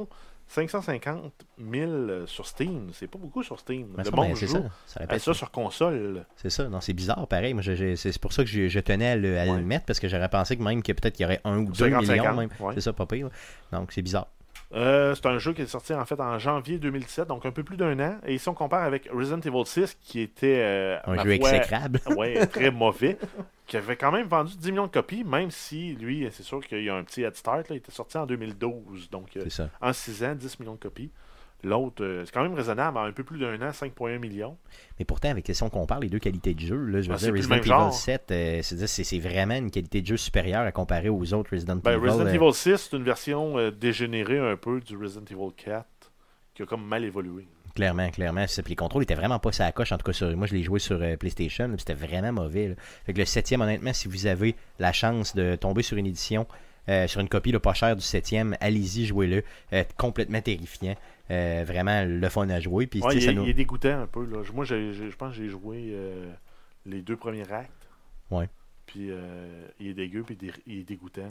550 000 sur Steam. C'est pas beaucoup sur Steam.
Ben
le monde joue
ça
sur console.
C'est ça. Non, c'est bizarre, pareil. Moi, c'est pour ça que je tenais à le mettre, parce que j'aurais pensé que même que peut-être qu'il y aurait 1 ou 2 millions. Même. Ouais. C'est ça, pas pire. Donc, c'est bizarre.
C'est un jeu qui est sorti en fait en janvier 2017, donc un peu plus d'un an. Et si on compare avec Resident Evil 6, qui était
un jeu exécrable,
très mauvais, qui avait quand même vendu 10 millions de copies, même si lui, c'est sûr qu'il y a un petit head start. Là, il était sorti en 2012, donc en 6 ans, 10 millions de copies. L'autre, c'est quand même raisonnable, en un peu plus d'un an, 5,1 millions.
Mais pourtant, avec si on compare les deux qualités de jeu, là, je veux dire, Resident Evil 7, c'est vraiment une qualité de jeu supérieure à comparer aux autres Resident Evil.
Resident Evil 6, c'est une version dégénérée un peu du Resident Evil 4, qui a comme mal évolué.
Clairement. Puis les contrôles étaient vraiment pas sur la coche. En tout cas, moi, je l'ai joué sur PlayStation, là, c'était vraiment mauvais. Là. Fait que le 7e, honnêtement, si vous avez la chance de tomber sur une édition, sur une copie là, pas chère du 7e, allez-y, jouez-le. Complètement terrifiant. Vraiment le fun à jouer. Puis,
il est dégoûtant un peu. Là. Moi, je pense que j'ai joué les 2 premiers actes.
Ouais.
Puis il est dégueu, puis il est dégoûtant.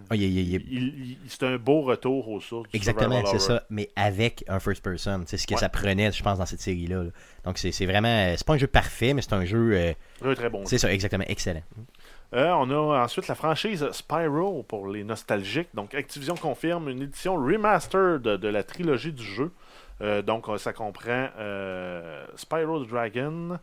C'est
un beau retour aux sources.
Exactement, c'est ça. Mais avec un first person. C'est ce que ça prenait, je pense, dans cette série-là. Là. Donc, c'est vraiment... c'est pas un jeu parfait, mais c'est un jeu...
un très bon jeu.
C'est ça, exactement. Excellent.
On a ensuite la franchise Spyro pour les nostalgiques. Donc, Activision confirme une édition remastered de la trilogie du jeu. Donc, ça comprend Spyro the Dragon,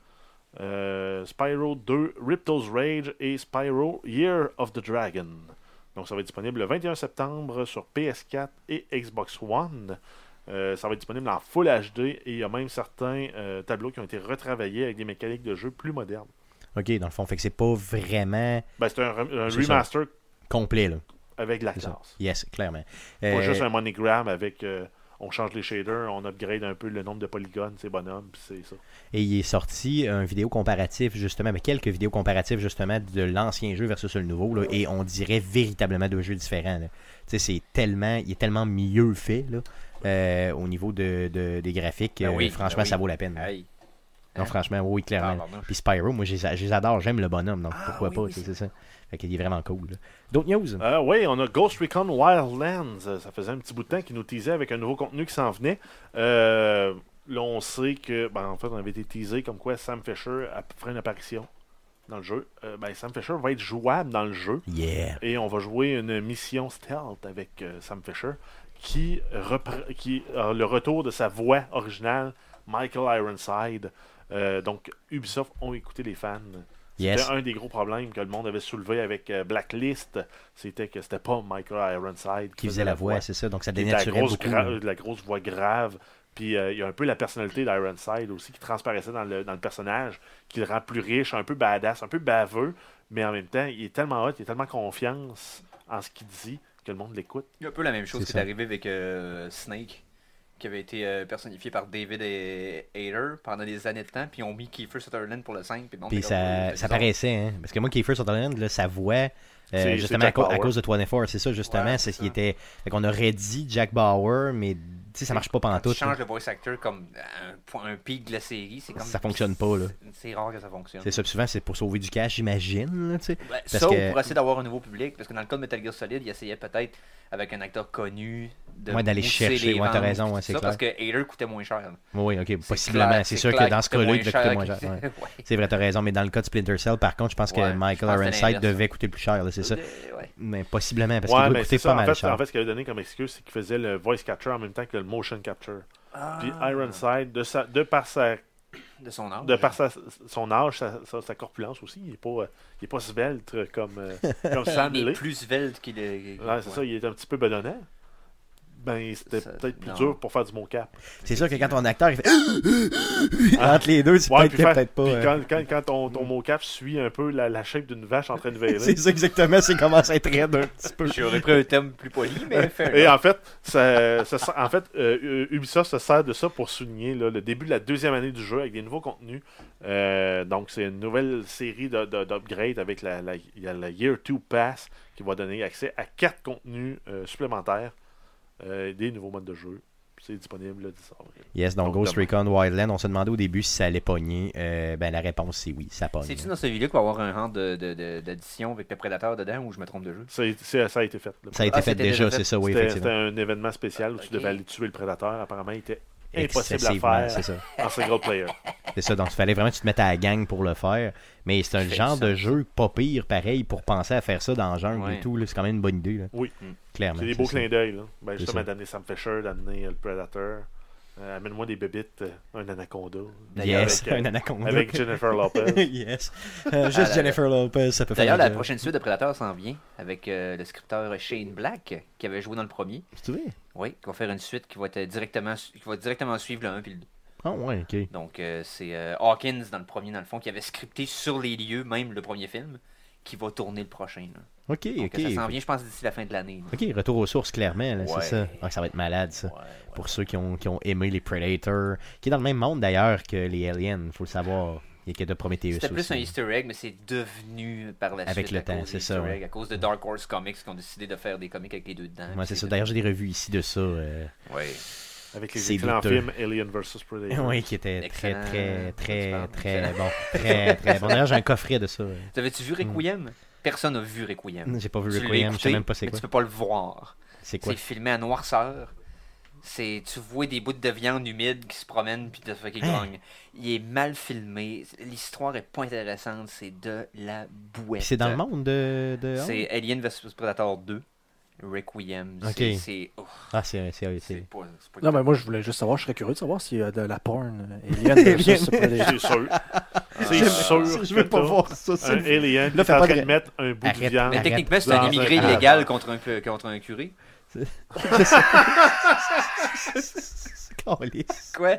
Spyro 2 Ripto's Rage et Spyro Year of the Dragon. Donc, ça va être disponible le 21 septembre sur PS4 et Xbox One. Ça va être disponible en Full HD et il y a même certains tableaux qui ont été retravaillés avec des mécaniques de jeu plus modernes.
OK, dans le fond, fait que c'est pas vraiment...
c'est un remaster
Complet, là.
avec la
C'est ça.
classe.
Yes, clairement.
Pas juste un MoneyGram avec on change les shaders, on upgrade un peu le nombre de polygones, ces bonhommes, puis c'est ça.
Et il est sorti un vidéo comparatif, justement, avec quelques vidéos comparatives, justement, de l'ancien jeu versus le nouveau, là, et on dirait véritablement deux jeux différents. Là. Tu sais, il est tellement mieux fait, là, au niveau des graphiques. Franchement, ça vaut la peine.
Hey.
Non, franchement, oui, clairement. Puis Spyro, moi, je les adore, j'aime le bonhomme, donc pourquoi pas, c'est ça. Fait qu'il est vraiment cool. Là. D'autres news?
Oui, on a Ghost Recon Wildlands. Ça faisait un petit bout de temps qu'ils nous teasaient avec un nouveau contenu qui s'en venait. Là, on sait que, en fait, on avait été teasé comme quoi Sam Fisher ferait une apparition dans le jeu. Sam Fisher va être jouable dans le jeu.
Yeah!
Et on va jouer une mission stealth avec Sam Fisher qui a le retour de sa voix originale, Michael Ironside. Donc, Ubisoft ont écouté les fans.
Yes.
C'était un des gros problèmes que le monde avait soulevé avec Blacklist. C'était que c'était pas Michael Ironside
qui faisait la voix, c'est ça. Donc, ça
Qui
dénaturait beaucoup.
la grosse voix grave. Puis, il y a un peu la personnalité d'Ironside aussi qui transparaissait dans le personnage, qui le rend plus riche, un peu badass, un peu baveux. Mais en même temps, il est tellement hot, il a tellement confiance en ce qu'il dit que le monde l'écoute.
Il y a un peu la même chose
C'est
qui
ça.
est arrivé avec Snake, qui avait été personnifié par David Hayter pendant des années de temps, puis ils ont mis Kiefer Sutherland pour le 5.
Puis ça paraissait, hein. Parce que moi, Kiefer Sutherland, là, sa voix, justement,
Jack
à cause de 24, c'est ça, justement,
Ouais,
c'est
c'est
ce qui
ça.
était. Fait qu'on aurait dit Jack Bauer, mais tu sais, ça marche pas
Quand
pantoute.
tu changes le voice actor comme un pic de la série, c'est comme...
Ça fonctionne pas, là.
C'est rare que ça fonctionne.
C'est ça, puis souvent, c'est pour sauver du cash, j'imagine, là, tu sais.
Ben,
Parce
ça,
que-
ou pour essayer d'avoir un nouveau public, parce que dans le cas de Metal Gear Solid, il essayait peut-être, avec un acteur connu,
D'aller
mousser
chercher,
les
ouais, t'as
ventes,
raison, ouais,
tout
c'est
ça,
clair.
parce que Hayter coûtait moins cher.
Oui, ok,
C'est
possiblement.
clair-
C'est sûr
clair
que dans ce
qu'il coûtait
cas-là, il devait coûter moins cher.
que-
Ouais.
Ouais.
C'est vrai, t'as raison, mais dans le cas de Splinter Cell, par contre, je pense que
Ouais,
Michael
je pense que c'était
Ironside
l'inverse.
devait coûter plus cher, là, c'est ça.
Ouais.
Mais possiblement, parce
Ouais,
qu'il doit
mais
coûter
c'est ça.
pas mal cher.
En fait, ce qu'il avait donné comme excuse, c'est qu'il faisait le voice capture en même temps que le motion capture.
Ah.
Puis Ironside, de par
De son âge.
son âge, sa corpulence aussi, il est pas svelte comme Sam
Il est
l'est.
plus svelte qu'il est.
Ouais, c'est ça, il est un petit peu bedonnant. Ben, c'était
Ça-
peut-être plus
non.
dur pour faire du mocap.
C'est sûr que quand ton acteur il fait entre les deux, c'est
Ouais,
peut-être pas.
puis quand ton mocap suit un peu la shape d'une vache en train de veiler.
C'est ça exactement, c'est commence à être raide un petit peu.
J'aurais pris un thème plus poli, mais fair
Et
enough.
en fait, Ubisoft se sert de ça pour souligner là, le début de la deuxième année du jeu avec des nouveaux contenus. Donc, c'est une nouvelle série d'upgrades avec il y a la Year 2 Pass qui va donner accès à 4 contenus supplémentaires, des nouveaux modes de jeu. C'est disponible le 10 avril.
Yes, donc
Donc,
Ghost
demain.
Recon Wildland, on se demandait au début si ça allait pogner. Ben la réponse c'est oui, ça pogne.
C'est-tu dans celui-là qu'il va y avoir un rang d'addition avec le prédateur dedans ou je me trompe de jeu?
Ça a été fait. là.
Ça a été
Ah,
fait
c'était
déjà,
déjà fait.
c'est ça, oui,
C'était
effectivement.
un événement spécial où tu
Ok.
devais aller tuer le prédateur. Apparemment, il était impossible à
Excessivement,
faire
c'est ça.
en single player.
C'est ça, donc il fallait vraiment que tu te mettes à la gang pour le faire. Mais c'est un
Fait
genre
du
de
sens.
jeu pas pire, pareil, pour penser à faire ça dans le jungle
Ouais.
et tout. là. C'est quand même une bonne idée, là.
Oui.
Clairement.
C'est des beaux
c'est ça.
clins d'œil. Là. Ben,
C'est
justement,
ça.
d'amener Sam Fisher, d'amener le Predator. Amène-moi des bébites, un anaconda.
Yes,
Avec,
un anaconda.
avec Jennifer Lopez.
Yes. Juste Jennifer Lopez, ça peut faire.
D'ailleurs,
le
la
job.
prochaine suite de Predator s'en vient avec le scripteur Shane Black qui avait joué dans le premier.
Tu veux?
Oui, qui va faire une suite qui va être directement suivre le 1 puis le 2.
Ah ouais, ok.
Donc, c'est Hawkins dans le premier, dans le fond, qui avait scripté sur les lieux, même le premier film, qui va tourner le prochain. Là.
Ok,
Donc,
ok.
ça s'en vient, je pense, d'ici la fin de l'année. là.
Ok, retour aux sources, clairement, là,
Ouais.
c'est ça. Ah, ça va être malade, ça.
Ouais.
Pour ceux qui ont aimé les Predators, qui est dans le même monde d'ailleurs que les Aliens, faut le savoir. Il y a que de Prometheus
C'était plus
aussi.
un Easter egg, mais c'est devenu par la
Avec
suite
le
à
temps,
cause
c'est
des
ça,
Easter
ouais.
eggs, à cause de Dark Horse Comics qui ont décidé de faire des comics avec les deux dedans.
Ouais, c'est ça. D'ailleurs, j'ai des revues ici de ça.
Ouais.
Avec les
C'est
excellents
douteux.
films Alien vs Predator.
Oui, qui était très,
Excellent.
très
Excellent.
bon. Très, très bon. D'ailleurs, j'ai un coffret de ça.
T'avais-tu vu Requiem? Personne n'a vu Requiem.
J'ai pas vu
Tu l'as
Requiem, je sais
écouté,
même pas c'est
mais
quoi.
tu peux pas le voir.
C'est quoi?
C'est filmé à noirceur. Tu vois des bouts de viande humide qui se promènent puis qui grognent. Il est mal filmé. L'histoire est pas intéressante. C'est de la bouette.
Puis c'est dans le monde de...
C'est Alien vs Predator 2. Requiem.
Ok.
C'est
Ah, c'est
pas
Non, mais moi, je voulais juste savoir, je serais curieux de savoir s'il y a de la porn Alien versus Predator.
C'est sûr. C'est sûr.
Je veux
que
pas
t'as
voir ça.
Un alien qui
Là,
est
fais
en
pas
train
de-
de mettre un bout de
Arrête.
viande.
Mais
Arrête.
techniquement, c'est un
Dans
immigré
un-
illégal contre un curé.
Calisse.
Quoi?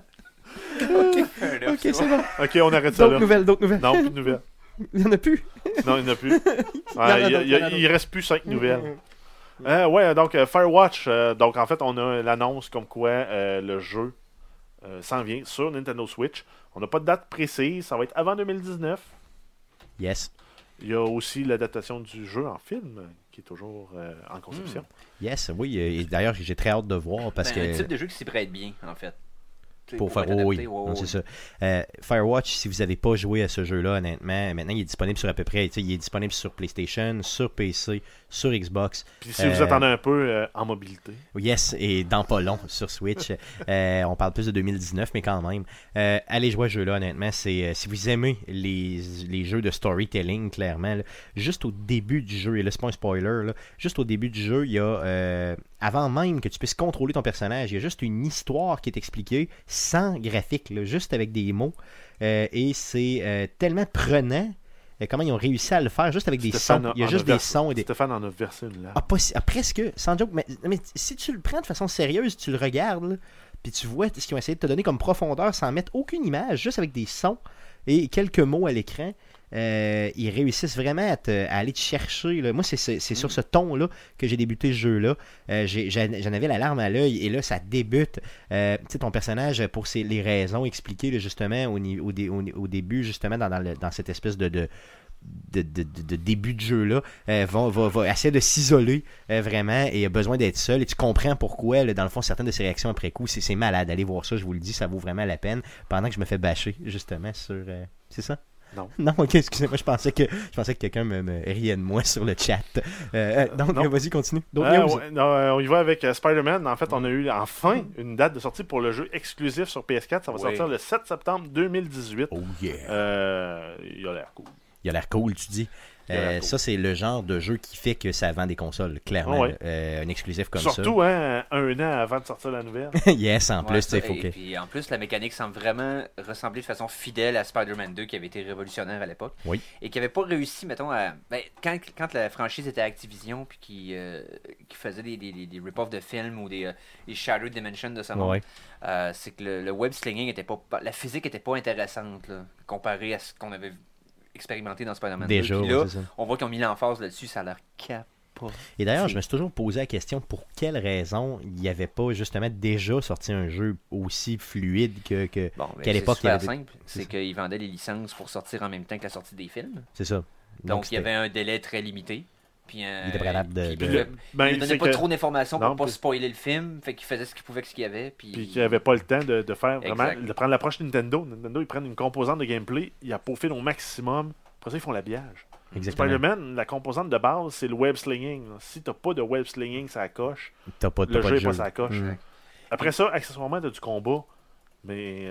Ok, c'est bon.
Ok, on arrête ça
D'autres
là.
nouvelles, d'autres nouvelles.
Non, plus de nouvelles.
Il y en a plus.
Non, il n'y en a plus. Ouais, il reste plus 5 nouvelles. Ouais, donc Firewatch. Donc en fait, on a l'annonce comme quoi le jeu s'en vient sur Nintendo Switch. On n'a pas de date précise. Ça va être avant 2019.
Yes.
Il y a aussi l'adaptation du jeu en film qui est toujours en conception.
Yes, oui. Et d'ailleurs, j'ai très hâte de voir parce
Un
que...
type de jeu qui s'y prête bien, en fait.
Pour faire
être adapté,
non, c'est ça. Firewatch, si vous n'avez pas joué à ce jeu-là, honnêtement, maintenant il est disponible sur à peu près, il est disponible sur PlayStation, sur PC, sur Xbox.
Puis si vous attendez un peu en mobilité.
Yes, et dans pas long sur Switch. On parle plus de 2019, mais quand même. Allez jouer à ce jeu-là, honnêtement. Si vous aimez les jeux de storytelling, clairement, là, juste au début du jeu, et là c'est pas un spoiler, là, juste au début du jeu, il y a, avant même que tu puisses contrôler ton personnage, il y a juste une histoire qui est expliquée sans graphique, là, juste avec des mots. Et c'est tellement prenant. Comment ils ont réussi à le faire juste avec des sons. Il y a juste des sons et des...
Stéphane en a versé une là.
Presque, sans joke. Mais si tu le prends de façon sérieuse, tu le regardes, là, puis tu vois ce qu'ils ont essayé de te donner comme profondeur sans mettre aucune image, juste avec des sons et quelques mots à l'écran. Ils réussissent vraiment à aller te chercher. Là. Moi, c'est sur ce ton-là que j'ai débuté ce jeu-là. J'en avais la larme à l'œil et là, ça débute. Tu sais, ton personnage, pour les raisons expliquées là, justement au début, justement, dans cette espèce de début de jeu-là, va essayer de s'isoler vraiment et a besoin d'être seul. Et tu comprends pourquoi, là, dans le fond, certaines de ses réactions après coup, c'est malade. Allez voir ça, je vous le dis, ça vaut vraiment la peine. Pendant que je me fais bâcher, justement, sur... c'est ça? Non, ok, excusez-moi, je pensais que quelqu'un me riait de moi sur le chat. Donc, vas-y, continue.
On y va avec Spider-Man. En fait, on a eu enfin une date de sortie pour le jeu exclusif sur PS4. Ça va sortir le 7 septembre 2018.
Oh yeah!
Il a l'air cool.
Il a l'air cool, tu dis. Ça, c'est le genre de jeu qui fait que ça vend des consoles, clairement. Un exclusif comme ça.
Surtout, un an avant de sortir la nouvelle.
Yes, en plus, il faut que...
Puis en plus, la mécanique semble vraiment ressembler de façon fidèle à Spider-Man 2, qui avait été révolutionnaire à l'époque.
Oui.
Et qui n'avait pas réussi, mettons, à... quand la franchise était Activision, puis qui faisait des rip-offs de films ou des Shattered Dimensions de ce monde, c'est que le web slinging était pas... La physique était pas intéressante, là, comparé à ce qu'on avait expérimenté dans Spider-Man 2.
Déjà,
puis là,
c'est ça.
on voit qu'ils ont mis l'emphase là-dessus, ça a l'air capoté.
Et d'ailleurs, je me suis toujours posé la question pour quelle raison il n'y avait pas justement déjà sorti un jeu aussi fluide qu'à l'époque.
C'est super simple, c'est qu'ils vendaient les licences pour sortir en même temps que la sortie des films.
C'est ça.
Donc il y avait un délai très limité. Puis,
il était capable de...
il ne donnait pas trop d'informations pour ne pas spoiler le film. Fait qu'il faisait ce qu'il pouvait avec ce qu'il y avait. Puis
qu'il n'avait pas le temps de faire vraiment... De prendre l'approche Nintendo. Nintendo, ils prennent une composante de gameplay, ils la peaufinent au maximum. Après ça, ils font l'habillage.
Exactement.
Spider-Man, la composante de base, c'est le web slinging. Si t'as pas de web slinging, ça coche. Le jeu n'est pas ça coche. Après ça, accessoirement, t'as du combat. Mais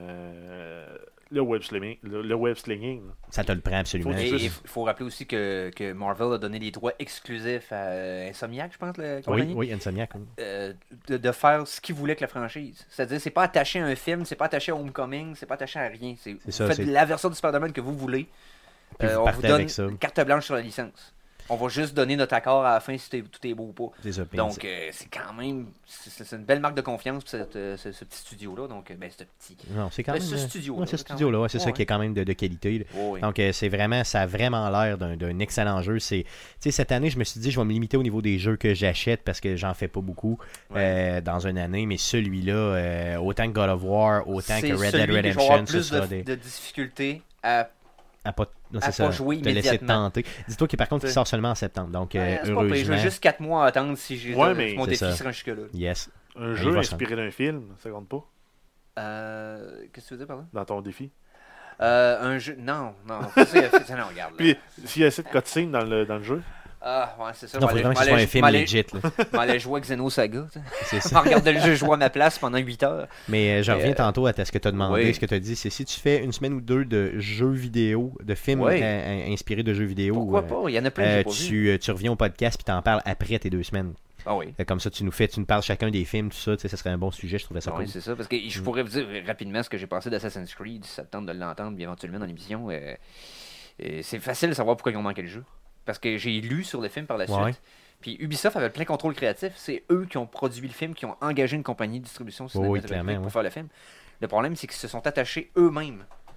le web slinging
ça te le prend absolument.
Et il faut rappeler aussi que Marvel a donné les droits exclusifs à Insomniac, je pense, la compagnie.
Oui, Insomniac.
De faire ce qu'ils voulaient avec la franchise. C'est-à-dire, c'est pas attaché à un film, c'est pas attaché à Homecoming, c'est pas attaché à rien. Vous faites la version du Spider-Man que vous voulez. On vous donne carte blanche sur la licence. On va juste donner notre accord à la fin si tout est beau ou pas. Donc, c'est quand même... C'est une belle marque de confiance pour ce petit studio-là. Donc,
Non, c'est quand même...
ce studio-là.
Ce studio-là, c'est ça qui est quand même de qualité. Donc, c'est vraiment... Ça a vraiment l'air d'un excellent jeu. Cette année, je me suis dit, je vais me limiter au niveau des jeux que j'achète parce que j'en fais pas beaucoup dans une année. Mais celui-là, autant que God of War, autant que Red Dead Redemption,
ce sera de difficulté à
pas
jouer
te laisser
immédiatement.
tenter. Dis-toi qu'il par contre il sort seulement en septembre. Donc heureusement.
Je vais juste 4 mois à attendre si j'ai mon défi sera jusque-là.
Yes.
Un jeu inspiré d'un film, ça compte pas?
Qu'est-ce que tu veux dire par là?
Dans ton défi?
Un jeu... Non, ça, regarde.
Puis s'il y a cette cutscene dans le jeu?
Ah, ouais, c'est ça.
Non, faut vraiment que ce soit un film legit.
Je m'allais jouer à Xenosaga. C'est ça. Je regardais le jeu jouer à ma place pendant 8 heures.
Mais je reviens tantôt à ce que tu as demandé. Ce que tu as dit, c'est si tu fais une semaine ou deux de jeux vidéo, de films inspirés de jeux vidéo.
Pourquoi pas? Il y en a plein que j'ai pas vu.
Tu reviens au podcast puis tu en parles après tes 2 semaines.
Ah oui.
Comme ça, tu nous parles chacun des films, tout ça. Ça serait un bon sujet, je trouvais ça cool.
Oui, c'est ça. Parce que je pourrais vous dire rapidement ce que j'ai pensé d'Assassin's Creed. Ça tente de l'entendre éventuellement dans l'émission. C'est facile de savoir pourquoi ils ont manqué le jeu. Parce que j'ai lu sur le film par la suite. Puis Ubisoft avait plein contrôle créatif. C'est eux qui ont produit le film, qui ont engagé une compagnie de distribution cinématographique pour faire le film. Le problème, c'est qu'ils se sont attachés eux-mêmes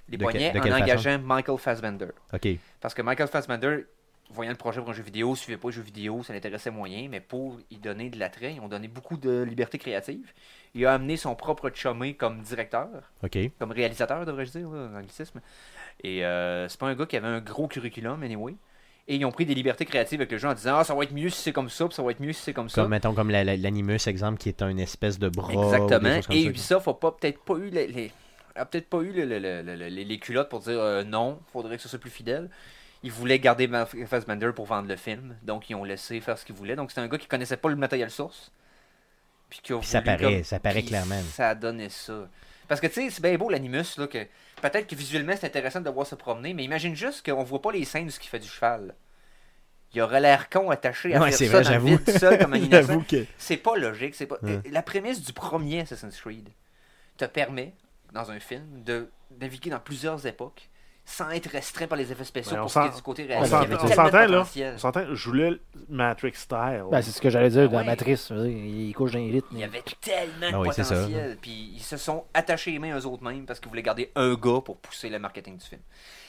les
De
poignets
de
en
quelle façon?
engageant Michael Fassbender.
OK.
Parce que Michael Fassbender, voyant le projet pour un jeu vidéo, ne suivait pas le jeu vidéo, ça l'intéressait moyen, mais pour y donner de l'attrait, ils ont donné beaucoup de liberté créative. Il a amené son propre chumé comme directeur,
OK.
comme réalisateur, devrais-je dire, là, en anglicisme. Et c'est pas un gars qui avait un gros curriculum, anyway. Et ils ont pris des libertés créatives avec le jeu en disant « Ah, ça va être mieux si c'est comme ça, puis ça va être mieux si c'est comme ça. »
Comme, mettons, comme l'Animus, exemple, qui est une espèce de bras.
Exactement.
Ou des choses comme
Et
ça.
Ubisoft n'a peut-être pas eu peut-être pas eu les culottes pour dire non, il faudrait que ce soit plus fidèle. Ils voulaient garder Fassbender pour vendre le film, donc ils ont laissé faire ce qu'ils voulaient. Donc c'est un gars qui connaissait pas le matériel source. Puis qui a
Puis ça
voulu
paraît,
comme-
ça paraît
puis
clairement.
Ça a donné ça. Parce que tu sais, c'est bien beau l'animus, là, que peut-être que visuellement c'est intéressant de voir se promener, mais imagine juste qu'on voit pas les scènes de ce qu'il fait du cheval. Il aurait l'air con attaché à
Ouais,
faire
c'est
ça
vrai,
dans le
j'avoue.
vide tout seul comme un innocent.
J'avoue que.
C'est pas logique, c'est pas.
Ouais.
La prémisse du premier Assassin's Creed te permet, dans un film, de naviguer dans plusieurs époques sans être restreint par les effets spéciaux
Ouais, on
pour ce qui est
s'en-
du côté
On
réaliste. Il y avait
s'entend,
tellement de
là.
potentiel.
On s'entend, je voulais le Matrix style.
Ben, c'est ce que j'allais dire dans
Ouais.
la matrice. Il couche dans les rythmes.
Il y avait tellement
Ah oui,
de
c'est ça.
potentiel. Puis ils se sont attachés les mains eux autres mêmes parce qu'ils voulaient garder un gars pour pousser le marketing du film.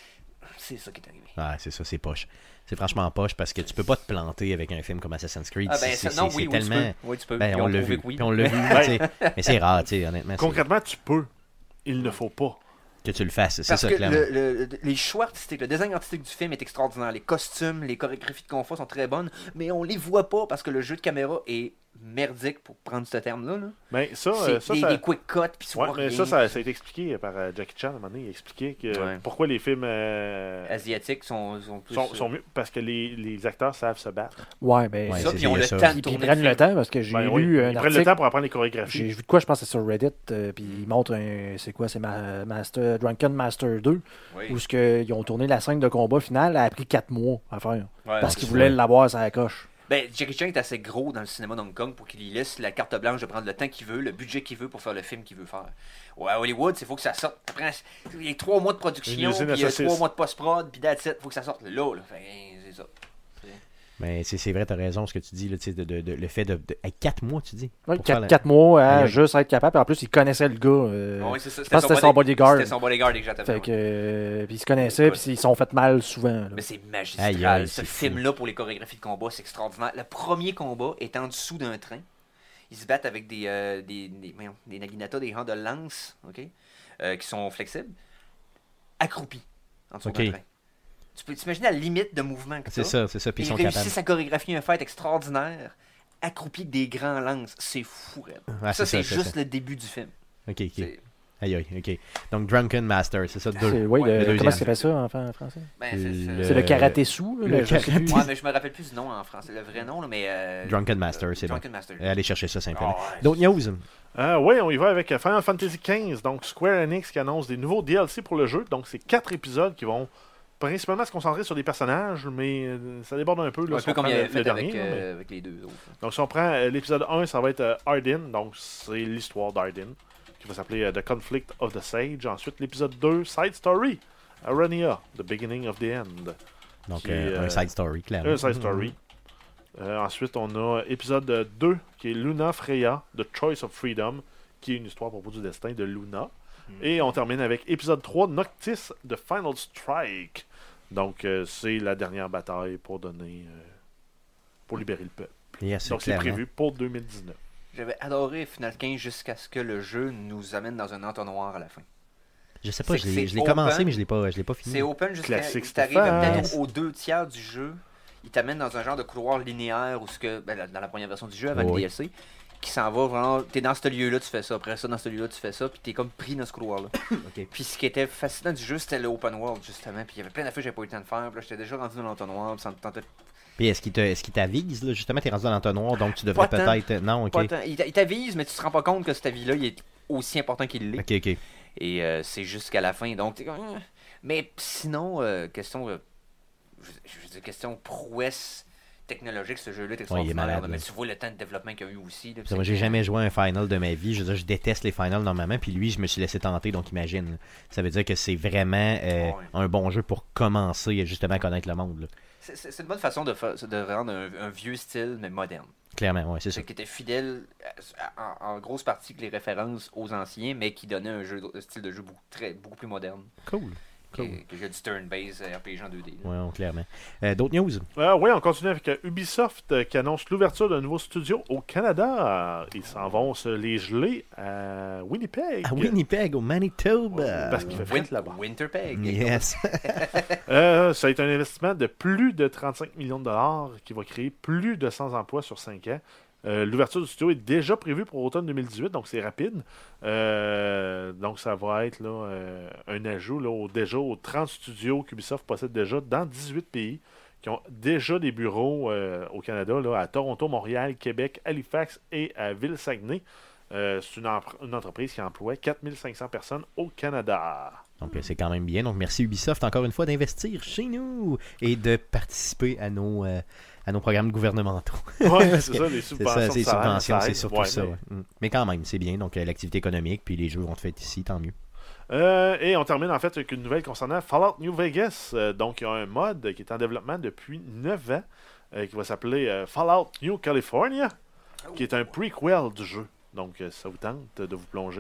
C'est ça qui est arrivé.
Ouais, c'est ça, c'est poche. C'est franchement poche parce que tu peux pas te planter avec un film comme Assassin's Creed.
Ah ben,
C'est-
ça, non,
c'est
oui,
tellement.
oui, tu peux. Oui, tu peux.
Ben,
Ils
on
ont
l'a
prouvé
vu.
que oui.
Puis on l'a vu, tu sais. Mais c'est rare, tu sais, honnêtement. c'est-
Concrètement, tu peux. Il ne faut pas.
Que tu le fasses, c'est
Parce
ça,
que
clairement.
les choix artistiques, le design artistique du film est extraordinaire. Les costumes, les chorégraphies de combat sont très bonnes, mais on les voit pas parce que le jeu de caméra est merdique, pour prendre ce terme-là. Là.
Mais ça,
C'est des quick cuts, puis tu
Ouais,
vois
mais
rien.
ça a été expliqué par Jackie Chan à un moment donné. Il a expliqué que
Ouais.
pourquoi les films
Asiatiques sont plus...
sont mieux. Parce que les acteurs savent se battre.
Ouais, mais
Ouais,
ça,
c'est-
puis ils ont
il y a
le
ça.
temps de
Puis ils
tourner
prennent
le
le
film.
temps parce que j'ai
Ben oui,
lu un
ils prennent le
article.
temps pour apprendre les
J'ai
chorégraphies.
vu de quoi, je pense que c'est sur Reddit, puis ils montrent c'est quoi, c'est Drunken Master 2,
Oui.
où ils ont tourné la scène de combat finale, elle a pris 4 mois à faire,
Ouais,
parce
c'est
qu'ils
ça.
voulaient l'avoir sur la coche.
Ben, Jackie Chan est assez gros dans le cinéma d'Hong Kong pour qu'il y laisse la carte blanche de prendre le temps qu'il veut, le budget qu'il veut pour faire le film qu'il veut faire. Ouais, à Hollywood, il faut que ça sorte. Après, il y a 3 mois de production,
Une usine à
puis il y a
saucisses.
3 mois de post-prod, puis that's it, il faut que ça sorte là. Fait, c'est ça.
Mais c'est vrai, t'as raison, ce que tu dis, là, tu sais, le fait de 4 mois, tu dis.
Ouais,
pour faire la-
4 mois à
Aïe, aïe.
juste être capable, puis en plus, ils connaissaient le gars.
Ouais, c'est ça.
je pense que c'était son bodyguard.
C'était son bodyguard exactement.
Fait que, puis ils se connaissaient,
Écoute.
puis ils se sont fait mal souvent. là.
Mais c'est magistral.
Aïe, aïe,
Ce
c'est fou.
film-là, pour les chorégraphies de combat, c'est extraordinaire. Le premier combat est en dessous d'un train. Ils se battent avec des naginata, des rangs de lance, ok, qui sont flexibles, accroupis en dessous
Ok.
d'un train. Tu peux t'imaginer la limite de mouvement que
C'est ça, c'est ça. Puis
Puis
ils
ils
sont capables.
réussissent à chorégraphier un fight extraordinaire, accroupi avec des grands lances. C'est fou, raide.
Ouais,
ça, c'est
c'est
juste
ça.
le début du film.
Ok, ok.
C'est-
Aïe, aïe, ok. Donc, Drunken Master, c'est ça,
C'est,
2.
oui,
Ouais,
le
comment
deuxième.
ça s'appelle ça en français?
Ben,
C'est le karaté sous,
le
je sais plus.
Ouais, mais je me rappelle plus du nom en français. Le vrai nom, là, mais...
Drunken Master, c'est bon.
Drunken Master.
Allez chercher ça simplement.
Ah ouais.
D'autres news?
Oui, on y va avec Final Fantasy XV. Donc, Square Enix qui annonce des nouveaux DLC pour le jeu. Donc, c'est 4 épisodes qui vont principalement se concentrer sur des personnages, mais ça déborde un peu. Là,
Un
si
peu
on
comme
prend
il avait
le
fait
dernier.
avec,
là, mais-
avec les deux autres.
Donc, si on prend l'épisode 1, ça va être Arden. Donc, c'est l'histoire d'Arden, qui va s'appeler The Conflict of the Sage. Ensuite, l'épisode 2, Side Story, Arania, The Beginning of the End.
Donc,
Qui est,
un side story, clairement.
Un Side Story. Ensuite, on a épisode 2, qui est Luna Freya, The Choice of Freedom, qui est une histoire à propos du destin de Luna. Et on termine avec épisode 3, Noctis, The Final Strike. Donc, c'est la dernière bataille pour donner... pour libérer le peuple.
Yes,
Donc, c'est
clairement.
prévu pour 2019.
J'avais adoré Final 15 jusqu'à ce que le jeu nous amène dans un entonnoir à la fin.
Je sais pas,
C'est
je
que
l'ai
c'est
je l'ai commencé,
open.
mais je l'ai pas fini.
C'est open jusqu'à
Classique
il t'arrive
Stéphane.
peut-être aux 2 tiers du jeu. Il t'amène dans un genre de couloir linéaire où ce que dans la première version du jeu avant
Oh,
le
oui.
DLC qui s'en va vraiment t'es dans ce lieu là tu fais ça, après ça dans ce lieu là tu fais ça, puis t'es comme pris dans ce couloir là.
Ok.
Puis ce qui était fascinant du jeu c'était le open world justement, puis il y avait plein d'affaires que j'avais pas eu le temps de faire, puis là j'étais déjà rendu dans l'entonnoir, puis ça me tentait
Puis est-ce qu'il t'avise, là? Justement, t'es rendu dans l'entonnoir, donc tu devrais
Pas tant.
peut-être... Non, ok.
pas tant. Il t'avise mais tu te rends pas compte que cette vie là il est aussi important qu'il l'est.
Ok, ok.
Et c'est jusqu'à la fin. Donc, t'es comme, mais sinon, question, je veux dire, question prouesse technologique, ce jeu-là est
Ouais, il est
extraordinaire.
malade,
mais
là.
tu vois le temps de développement qu'il y a eu aussi. Là,
Moi, j'ai jamais joué à un final de ma vie. Je veux dire, je déteste les finals normalement. Puis lui, je me suis laissé tenter, donc imagine. Ça veut dire que c'est vraiment un bon jeu pour commencer justement à connaître le monde. Là.
C'est une bonne façon de rendre un vieux style, mais moderne.
Clairement, ouais, c'est ça.
Qui était fidèle en grosse partie que les références aux anciens, mais qui donnait un style de jeu beaucoup plus moderne.
Cool.
Que j'ai du turn-based RPG en 2D.
Ouais, clairement. D'autres news?
Oui, on continue avec Ubisoft qui annonce l'ouverture d'un nouveau studio au Canada. Ils s'en vont se les geler à Winnipeg.
À Winnipeg, au Manitoba.
Parce qu'il fait frais là-bas.
Winterpeg.
Yes.
Ça a été un investissement de plus de 35 millions de dollars qui va créer plus de 100 emplois sur 5 ans. L'ouverture du studio est déjà prévue pour automne 2018, donc c'est rapide. Donc ça va être là, un ajout là, aux 30 studios qu'Ubisoft possède déjà dans 18 pays, qui ont déjà des bureaux au Canada, là, à Toronto, Montréal, Québec, Halifax et à Ville-Saguenay. C'est une entreprise qui emploie 4500 personnes au Canada.
Donc c'est quand même bien. Donc merci Ubisoft encore une fois d'investir chez nous et de participer à nos programmes gouvernementaux.
Oui, c'est ça, les subventions.
C'est subventions, c'est surtout
ouais,
ça. Mais quand même, c'est bien. Donc l'activité économique, puis les jeux vont être faits ici, tant mieux.
Et on termine en fait avec une nouvelle concernant Fallout New Vegas. Donc il y a un mod qui est en développement depuis 9 ans qui va s'appeler Fallout New California, qui est un prequel du jeu. Donc ça vous tente de vous plonger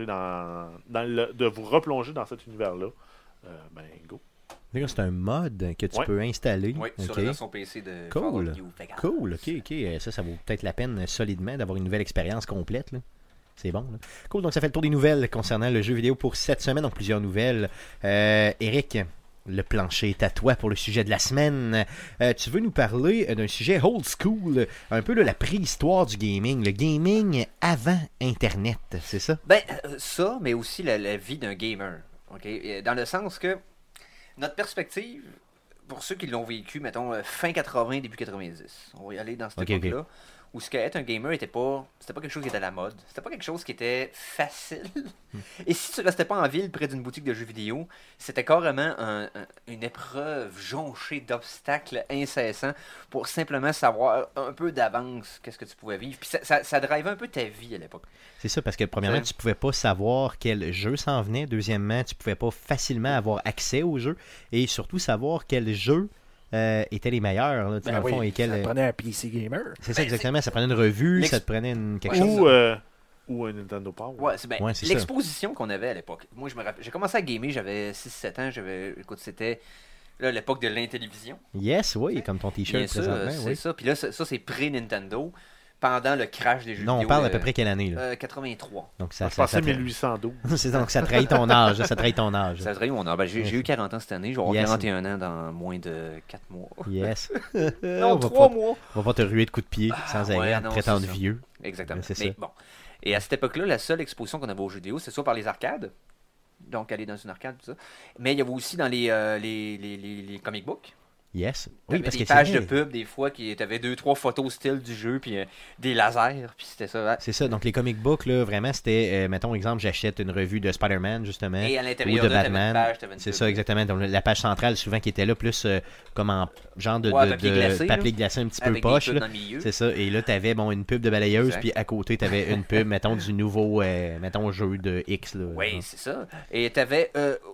de vous replonger dans cet univers-là. Ben go.
C'est un mod que tu peux installer.
Oui, sur la version PC de
Cool.
Fallout New Vegas.
Cool, ok. Ça vaut peut-être la peine solidement d'avoir une nouvelle expérience complète. Là. C'est bon. Là. Cool, donc ça fait le tour des nouvelles concernant le jeu vidéo pour cette semaine. Donc plusieurs nouvelles. Eric, le plancher est à toi pour le sujet de la semaine. Tu veux nous parler d'un sujet old school, un peu la préhistoire du gaming, le gaming avant Internet, c'est ça?
Ben, ça, mais aussi la vie d'un gamer. Okay? Dans le sens que notre perspective, pour ceux qui l'ont vécu, mettons, fin 80, début 90, on va y aller dans cette époque-là, où ce qu'être un gamer c'était pas quelque chose qui était à la mode, c'était pas quelque chose qui était facile. Et si tu restais pas en ville près d'une boutique de jeux vidéo, c'était carrément une épreuve jonchée d'obstacles incessants pour simplement savoir un peu d'avance qu'est-ce que tu pouvais vivre. Puis ça drivait un peu ta vie à l'époque.
C'est ça, parce que premièrement, tu pouvais pas savoir quel jeu s'en venait. Deuxièmement, tu pouvais pas facilement avoir accès au jeu. Et surtout savoir quel jeu étaient les meilleurs. Là,
ça prenait un PC Gamer.
C'est ça, exactement. Ça prenait une revue, ça te prenait quelque chose.
Ou un Nintendo Power.
Ouais, c'est l'exposition qu'on avait à l'époque. Moi, je me rappelle, j'ai commencé à gamer, j'avais 6-7 ans. Écoute, c'était là, l'époque de l'Intellivision.
Yes, oui, comme ton t-shirt présentement.
C'est ça. Puis là, ça c'est pré-Nintendo. Pendant le crash des jeux vidéo.
Non, on parle à peu près quelle année là?
83.
Donc ça,
je pensais 1812.
Donc ça trahit ton âge. Ça trahit ton âge.
Ça trahit mon âge. Ben, j'ai eu 40 ans cette année. Je vais avoir 41 ans dans moins de 4 mois.
Yes.
Non, 3 mois.
On va pas te ruer de coups de pied sans arrêt, traitant de vieux.
Exactement. Mais bon. Et à cette époque-là, la seule exposition qu'on avait aux jeux vidéo, c'est soit par les arcades. Donc aller dans une arcade, tout ça. Mais il y avait aussi dans les comic books.
Yes.
Oui, parce qu'il y a des pages de pub, des fois, qui t'avais 2-3 photos style du jeu, puis des lasers, puis c'était ça.
C'est ça. Donc, les comic books, là, vraiment, c'était, mettons, exemple, j'achète une revue de Spider-Man, justement.
Et à l'intérieur
ou de Batman.
C'est
ça, exactement. Donc, la page centrale, souvent, qui était là, plus comme en genre de papier glacé un petit peu poche. C'est ça. Et là, t'avais, une pub de balayeuse, puis à côté, t'avais une pub, mettons, du nouveau, jeu de X. Là,
oui, c'est ça. Et t'avais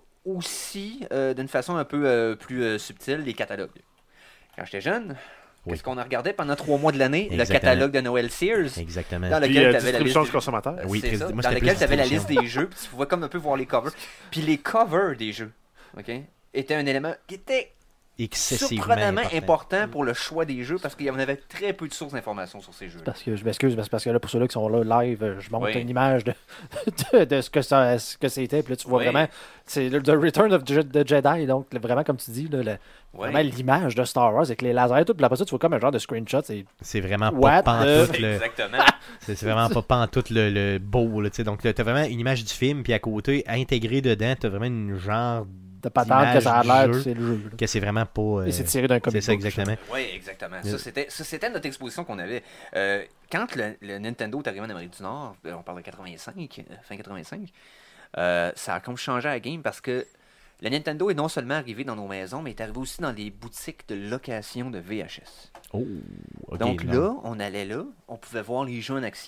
aussi, d'une façon un peu plus subtile, les catalogues. Quand j'étais jeune, qu'est-ce qu'on a regardé pendant 3 mois de l'année?
Exactement.
Le catalogue de Noël Sears.
Exactement.
Dans lequel tu avais la liste du consommateur.
Oui,
c'est ça, dans lequel tu avais la liste des jeux, puis tu pouvais comme un peu voir les covers. Puis les covers des jeux, étaient un élément qui était surprenamment important pour le choix des jeux parce qu'il y en avait très peu de sources d'informations sur ces jeux.
Parce que je m'excuse, parce que là, pour ceux-là qui sont là live, je montre une image de ce que c'était. Puis là, tu vois vraiment, c'est The Return of the Jedi. Donc, vraiment, comme tu dis, vraiment l'image de Star Wars avec les lasers et tout. Puis après ça, tu vois comme un genre de screenshot.
C'est vraiment pas pantoute.
Exactement.
C'est vraiment pas pantoute le beau. Là, donc, tu as vraiment une image du film, puis à côté, intégré dedans, tu as vraiment une genre
de patente que ça a l'air, c'est le jeu.
Que c'est vraiment pas.
Et c'est tiré d'un comic book.
C'est ça, exactement.
Oui, exactement. Ça, c'était notre exposition qu'on avait. Quand le Nintendo est arrivé en Amérique du Nord, on parle de 85, fin 85, ça a comme changé la game parce que le Nintendo est non seulement arrivé dans nos maisons, mais est arrivé aussi dans les boutiques de location de VHS.
Oh, okay,
donc là, on allait là, on pouvait voir les jeux en action.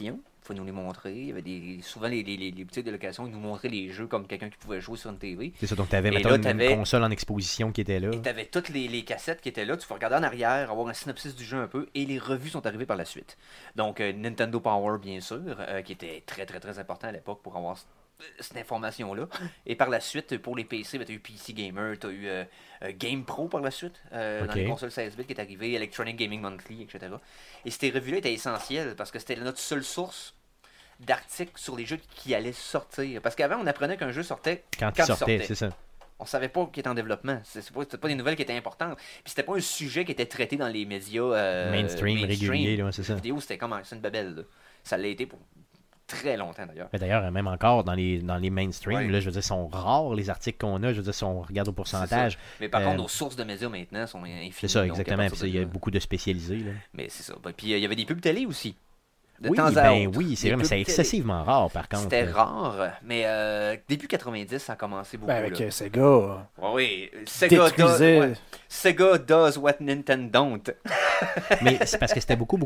pouvait nous les montrer. Il y avait souvent les boutiques de location, ils nous montraient les jeux comme quelqu'un qui pouvait jouer sur une TV.
C'est ça, donc tu avais
Et
mettons,
là,
une
t'avais-
console en exposition qui était là.
Et tu avais toutes les cassettes qui étaient là. Tu peux regarder en arrière, avoir un synopsis du jeu un peu. Et les revues sont arrivées par la suite. Donc, Nintendo Power, bien sûr, qui était très, très, très important à l'époque pour avoir cette information-là. Et par la suite, pour les PC, tu as eu PC Gamer, tu as eu Game Pro par la suite, dans
Ok.
les consoles 16 bits qui est arrivé, Electronic Gaming Monthly, etc. Et ces revues-là étaient essentielles parce que c'était notre seule source d'articles sur les jeux qui allaient sortir. Parce qu'avant, on apprenait qu'un jeu sortait
Quand
quand
il sortait,
sortait.
c'est ça.
On savait pas qu'il était en développement. C'était pas des nouvelles qui étaient importantes. Puis c'était pas un sujet qui était traité dans les médias
Mainstream, régulier, là, c'est ça.
La vidéo, c'était comme c'est une babelle. Là. Ça l'a été pour très longtemps d'ailleurs.
Mais d'ailleurs, même encore dans les mainstream,
Ouais.
là, je veux dire, sont rares les articles qu'on a. Je veux dire, si on regarde au pourcentage.
Mais par
Euh,
contre, nos sources de médias maintenant sont infinies.
C'est ça,
donc,
exactement.
à
Puis
partir
il y a
de là-
beaucoup de spécialisés. Là.
Mais c'est ça. Puis il y avait des pubs télé aussi. De
Oui,
temps à
ben
autre.
oui, c'est
Des
vrai, mais
pubs
c'est
télé.
excessivement rare par contre.
C'était rare, mais début 90, ça a commencé beaucoup.
Ben, avec
là.
Sega,
Oui, Sega
détruisait.
ouais. Sega does what Nintendo don't.
Mais c'est parce que c'était beaucoup.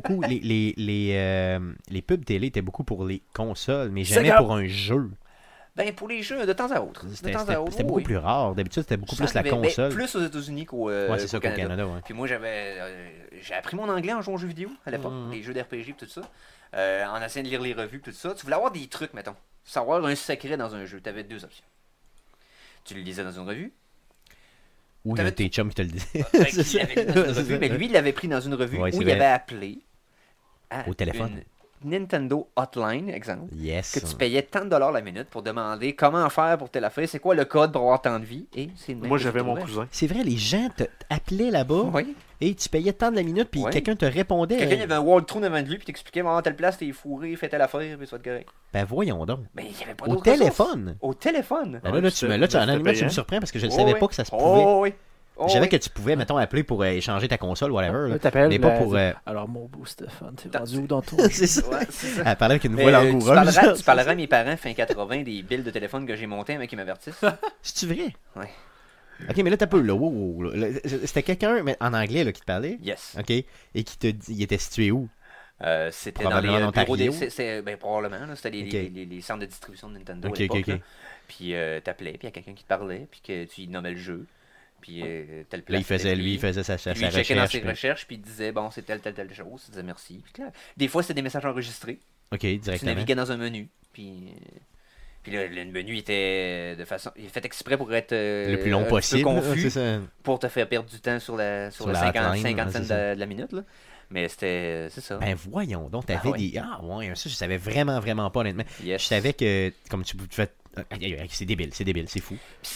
Les pubs télé étaient beaucoup pour les consoles, mais jamais
Sega.
pour un jeu.
Ben, pour les jeux, de temps à autre. De
C'était
temps à autre,
c'était beaucoup
oui.
plus rare. D'habitude, c'était beaucoup
Ça
plus la
arrivait,
console.
ben, plus aux États-Unis qu'au
Ouais, c'est ça qu'au
Canada.
Canada. Ouais.
Puis moi, j'ai appris mon anglais en jouant aux jeux vidéo à l'époque,
Mhm.
les jeux d'RPG et tout ça. En essayant de lire les revues tout ça. Tu voulais avoir des trucs, mettons. Savoir un secret dans un jeu. Tu avais deux options. Tu le lisais dans une revue.
Ou il y a
T'avais-
tes chums qui te le disaient.
Ben,
C'est
qui l'avait lu dans
ça.
une revue, mais lui, il l'avait pris dans une revue
Ouais,
où
c'est
il
vrai.
avait appelé à
Au téléphone.
une Nintendo Hotline, exemple.
Yes.
Que tu payais tant de dollars la minute pour demander comment faire pour telle affaire, c'est quoi le code pour avoir tant de vie. Et c'est le même
Moi,
que
j'avais
tu
mon
trouvais.
cousin.
C'est vrai, les gens t'appelaient là-bas
Oui.
et tu payais tant de la minute, puis
Ouais.
quelqu'un te répondait.
Quelqu'un il y avait un walkthrough devant de lui, puis t'expliquait, à telle place, t'es fourré, fais telle affaire, puis ça va être correct.
Ben voyons donc.
Mais il n'y avait pas
Au
d'autre ressources.
téléphone.
Au téléphone.
Ben là, tu me, là, tu,
c'était
en animal, tu
payant.
me surprends parce que je ne
Oh,
savais
oui.
pas que ça se pouvait.
Oh, oui. Oh,
Je savais
oui.
que tu pouvais, mettons, appeler pour échanger ta console, whatever. là.
là, t'appelles.
Mais pas pour.
Alors, mon beau Stéphane, t'es
T'as-
rendu où dans ton.
C'est ça.
Ouais, c'est ça.
Elle parlait avec une
Mais,
voix
tu
langoureuse.
tu parleras à mes parents fin 80 des billes de téléphone que j'ai montées, mais qui m'avertissent.
C'est-tu vrai?
Ouais.
Ok, mais là, t'as peu, là. Wow, wow, là. C'était quelqu'un mais en anglais là, qui te parlait.
Yes.
Ok. Et qui te dit. Il était situé où?
C'était dans
Probablement
les
en
bureaux
Ontario.
ben, probablement. là, C'était
Ok.
les centres de distribution de Nintendo
Ok,
à l'époque.
ok, ok.
là. Puis t'appelais, puis il y a quelqu'un qui te parlait, puis que tu lui nommais le jeu. Puis telle place.
Là, il faisait,
telle
lui, il
ville.
faisait sa
Puis lui, il checkait dans
recherche.
ses
puis-
recherches, puis il disait, bon, c'est telle chose. Il disait merci. Puis là, des fois, c'était des messages enregistrés.
Ok,
Tu
directement.
naviguais dans un menu. Puis là, le menu était de façon. Il est fait exprès pour être
Le plus long
un petit peu
possible.
confus,
C'est ça.
pour te faire perdre du temps sur la
Sur la hotline,
50
ouais,
cents
c'est ça.
de la minute. Là. Mais c'est ça.
Ben voyons donc, t'avais
Ah ouais.
des. Ah ouais, ça je savais vraiment, vraiment pas honnêtement.
Yes.
Je savais que, comme tu pouvais. C'est débile, c'est fou.
Puis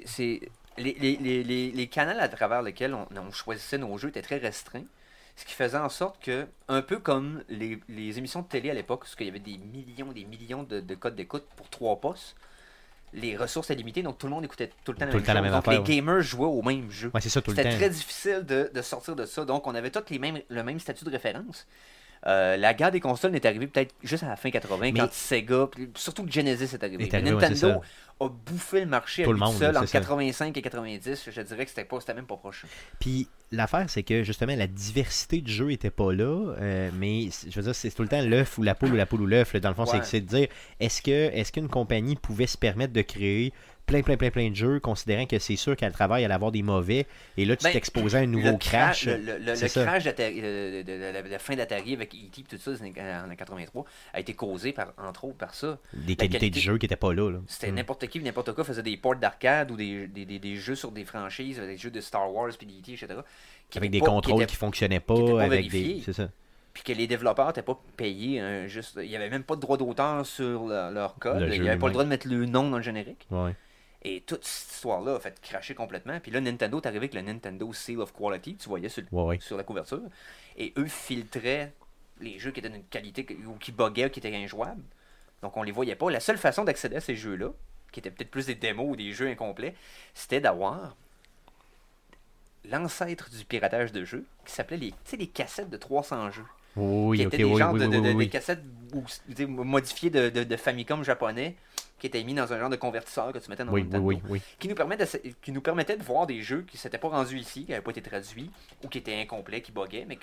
les canaux à travers lesquels on choisissait nos jeux étaient très restreints. Ce qui faisait en sorte que, un peu comme les émissions de télé à l'époque, parce qu'il y avait des millions de codes d'écoute pour 3 postes, les ressources étaient limitées, donc tout le monde écoutait tout le temps la
Tout le
même
temps la
chose.
même
Donc
affaire,
les gamers jouaient au même jeu.
Ouais, c'est ça tout le
C'était
temps.
très difficile de sortir de ça. Donc, on avait tous le même statut de référence. La guerre des consoles n'est arrivée peut-être juste à la fin 80,
Mais-
quand Sega, puis surtout que Genesis est arrivé.
Est
Mais
arrivé, ouais, c'est
Nintendo a bouffé le marché
Tout
à
le
lui
monde,
seul
c'est
entre
ça.
85 et 90. Je dirais que c'était même pas proche.
Puis l'affaire, c'est que justement, la diversité du jeu était pas là, mais je veux dire, c'est tout le temps l'œuf ou la poule ou l'œuf. Dans le fond,
Ouais.
c'est de dire, est-ce qu'une compagnie pouvait se permettre de créer plein de jeux, considérant que c'est sûr qu'elle travaille à avoir des mauvais, et là, tu
Ben,
t'exposais à un nouveau crash.
Le
c'est ça.
crash de la fin d'Atari avec E.T. tout ça en 83 a été causé, entre autres, par ça.
Des
la
qualités
qualité-
de jeu qui n'étaient pas là.
C'était
Mm.
n'importe qui, n'importe quoi faisait des ports d'arcade ou des jeux sur des franchises, des jeux de Star Wars, puis d'E.T., etc. qui
Avec
étaient
des
pas-
contrôles
étaient-
qui fonctionnaient
qui étaient
pas,
pas
avec
vérifiés.
des. C'est ça.
puis que les développeurs n'étaient pas payés. Il n'y avait même pas de droit d'auteur sur leur code.
Le
Il
jeu
n'y avait pas le
lui-même.
droit de mettre le nom dans le générique.
Ouais.
Et toute cette histoire-là a fait cracher complètement. Puis là, Nintendo est arrivé avec le Nintendo Seal of Quality, tu voyais
Ouais.
sur la couverture. Et eux filtraient les jeux qui étaient d'une qualité ou qui buggaient ou qui étaient injouables. Donc on les voyait pas. La seule façon d'accéder à ces jeux-là, qui étaient peut-être plus des démos ou des jeux incomplets, c'était d'avoir l'ancêtre du piratage de jeux, qui s'appelait les cassettes de 300 jeux.
Oui,
Qui
ok,
étaient des
oui,
genres
oui,
de,
oui,
de- de-
oui,
des
oui.
cassettes modifiées de Famicom japonais, qui étaient mis dans un genre de convertisseur que tu mettais dans
Oui,
Nintendo.
oui, oui.
Qui nous permettait de voir des jeux qui s'étaient pas rendus ici, qui n'avaient pas été traduits, ou qui étaient incomplets, qui buggaient, mais que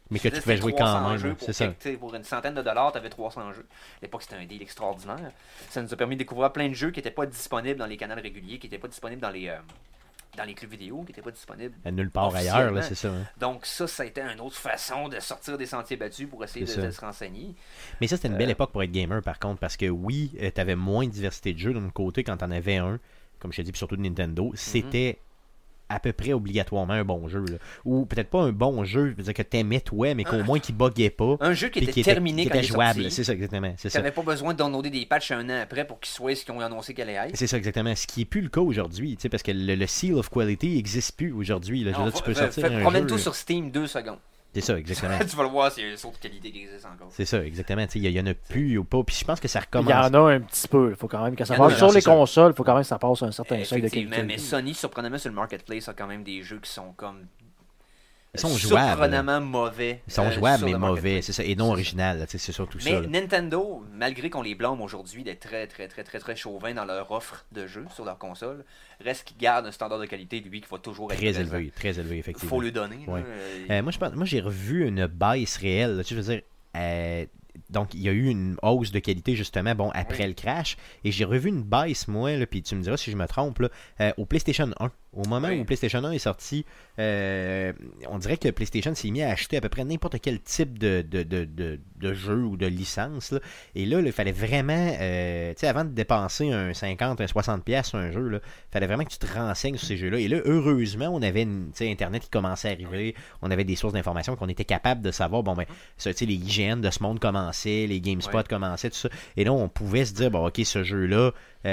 Mais que tu pouvais jouer
300
quand même,
jeux
c'est ça.
Pour une centaine de dollars, tu avais 300 jeux. À l'époque, c'était un deal extraordinaire. Ça nous a permis de découvrir plein de jeux qui n'étaient pas disponibles dans les canaux réguliers, qui n'étaient pas disponibles dans les clubs vidéo, qui n'étaient pas disponibles
Nulle part ailleurs, là, c'est ça. Hein.
Donc ça a été une autre façon de sortir des sentiers battus pour essayer de se renseigner.
Mais ça, c'était une belle époque pour être gamer, par contre, parce que oui, tu avais moins de diversité de jeux d'un côté quand tu en avais un, comme je t'ai dit, puis surtout de Nintendo, c'était à peu près obligatoirement un bon jeu. Là. Ou peut-être pas un bon jeu, je veux dire que t'aimais toi, mais qu'au moins qui buguait pas.
Un jeu qui était terminé
qui
quand
était
il est
jouable,
sorti.
c'est ça exactement.
Tu n'avais pas besoin de downloader des patchs un an après pour qu'ils soient ce qu'ils ont annoncé qu'elle allait être.
C'est ça exactement. Ce qui n'est plus le cas aujourd'hui, parce que le seal of quality n'existe plus aujourd'hui. Là. Tu peux sortir un
promène-toi
jeu.
sur Steam 2 secondes.
C'est ça, exactement.
Tu vas le voir s'il y a un saut de qualité qui existe encore.
C'est ça, exactement. Il y en a plus ou pas. Puis je pense que ça recommence.
Il y en a un petit peu. Il faut quand même que ça
Il y en a,
passe sur les
c'est ça.
consoles. Il faut quand même que ça passe un certain seuil de
Effectivement,
qualité.
mais Sony, surprenamment sur le marketplace, a quand même des jeux qui sont comme
Ils sont jouables.
surprenamment mauvais.
Ils sont jouables,
sur
mais
le
mauvais.
marketplace.
C'est ça. Et non original. C'est surtout
Mais
ça. Là.
Nintendo, malgré qu'on les blâme aujourd'hui d'être très, très, très, très, très chauvin dans leur offre de jeux sur leur console, reste qu'ils gardent un standard de qualité, lui, qui va toujours être
Très élevé, effectivement.
Il faut lui donner.
Ouais.
Là.
Moi, j'ai revu une baisse réelle. Là, tu sais, je veux dire, donc, il y a eu une hausse de qualité, justement, après le crash. Et j'ai revu une baisse, moi, puis tu me diras si je me trompe, là, au PlayStation 1. Au moment où PlayStation 1 est sorti, on dirait que PlayStation s'est mis à acheter à peu près n'importe quel type de jeu ou de licence. Là. Et là, il fallait vraiment, tu sais, avant de dépenser un 50, un 60$ sur un jeu, il fallait vraiment que tu te renseignes sur ces jeux-là. Et là, heureusement, on avait Internet qui commençait à arriver. On avait des sources d'informations qu'on était capable de savoir. Les IGN de ce monde commençaient, les GameSpot commençaient, tout ça. Et là, on pouvait se dire, OK, ce jeu-là,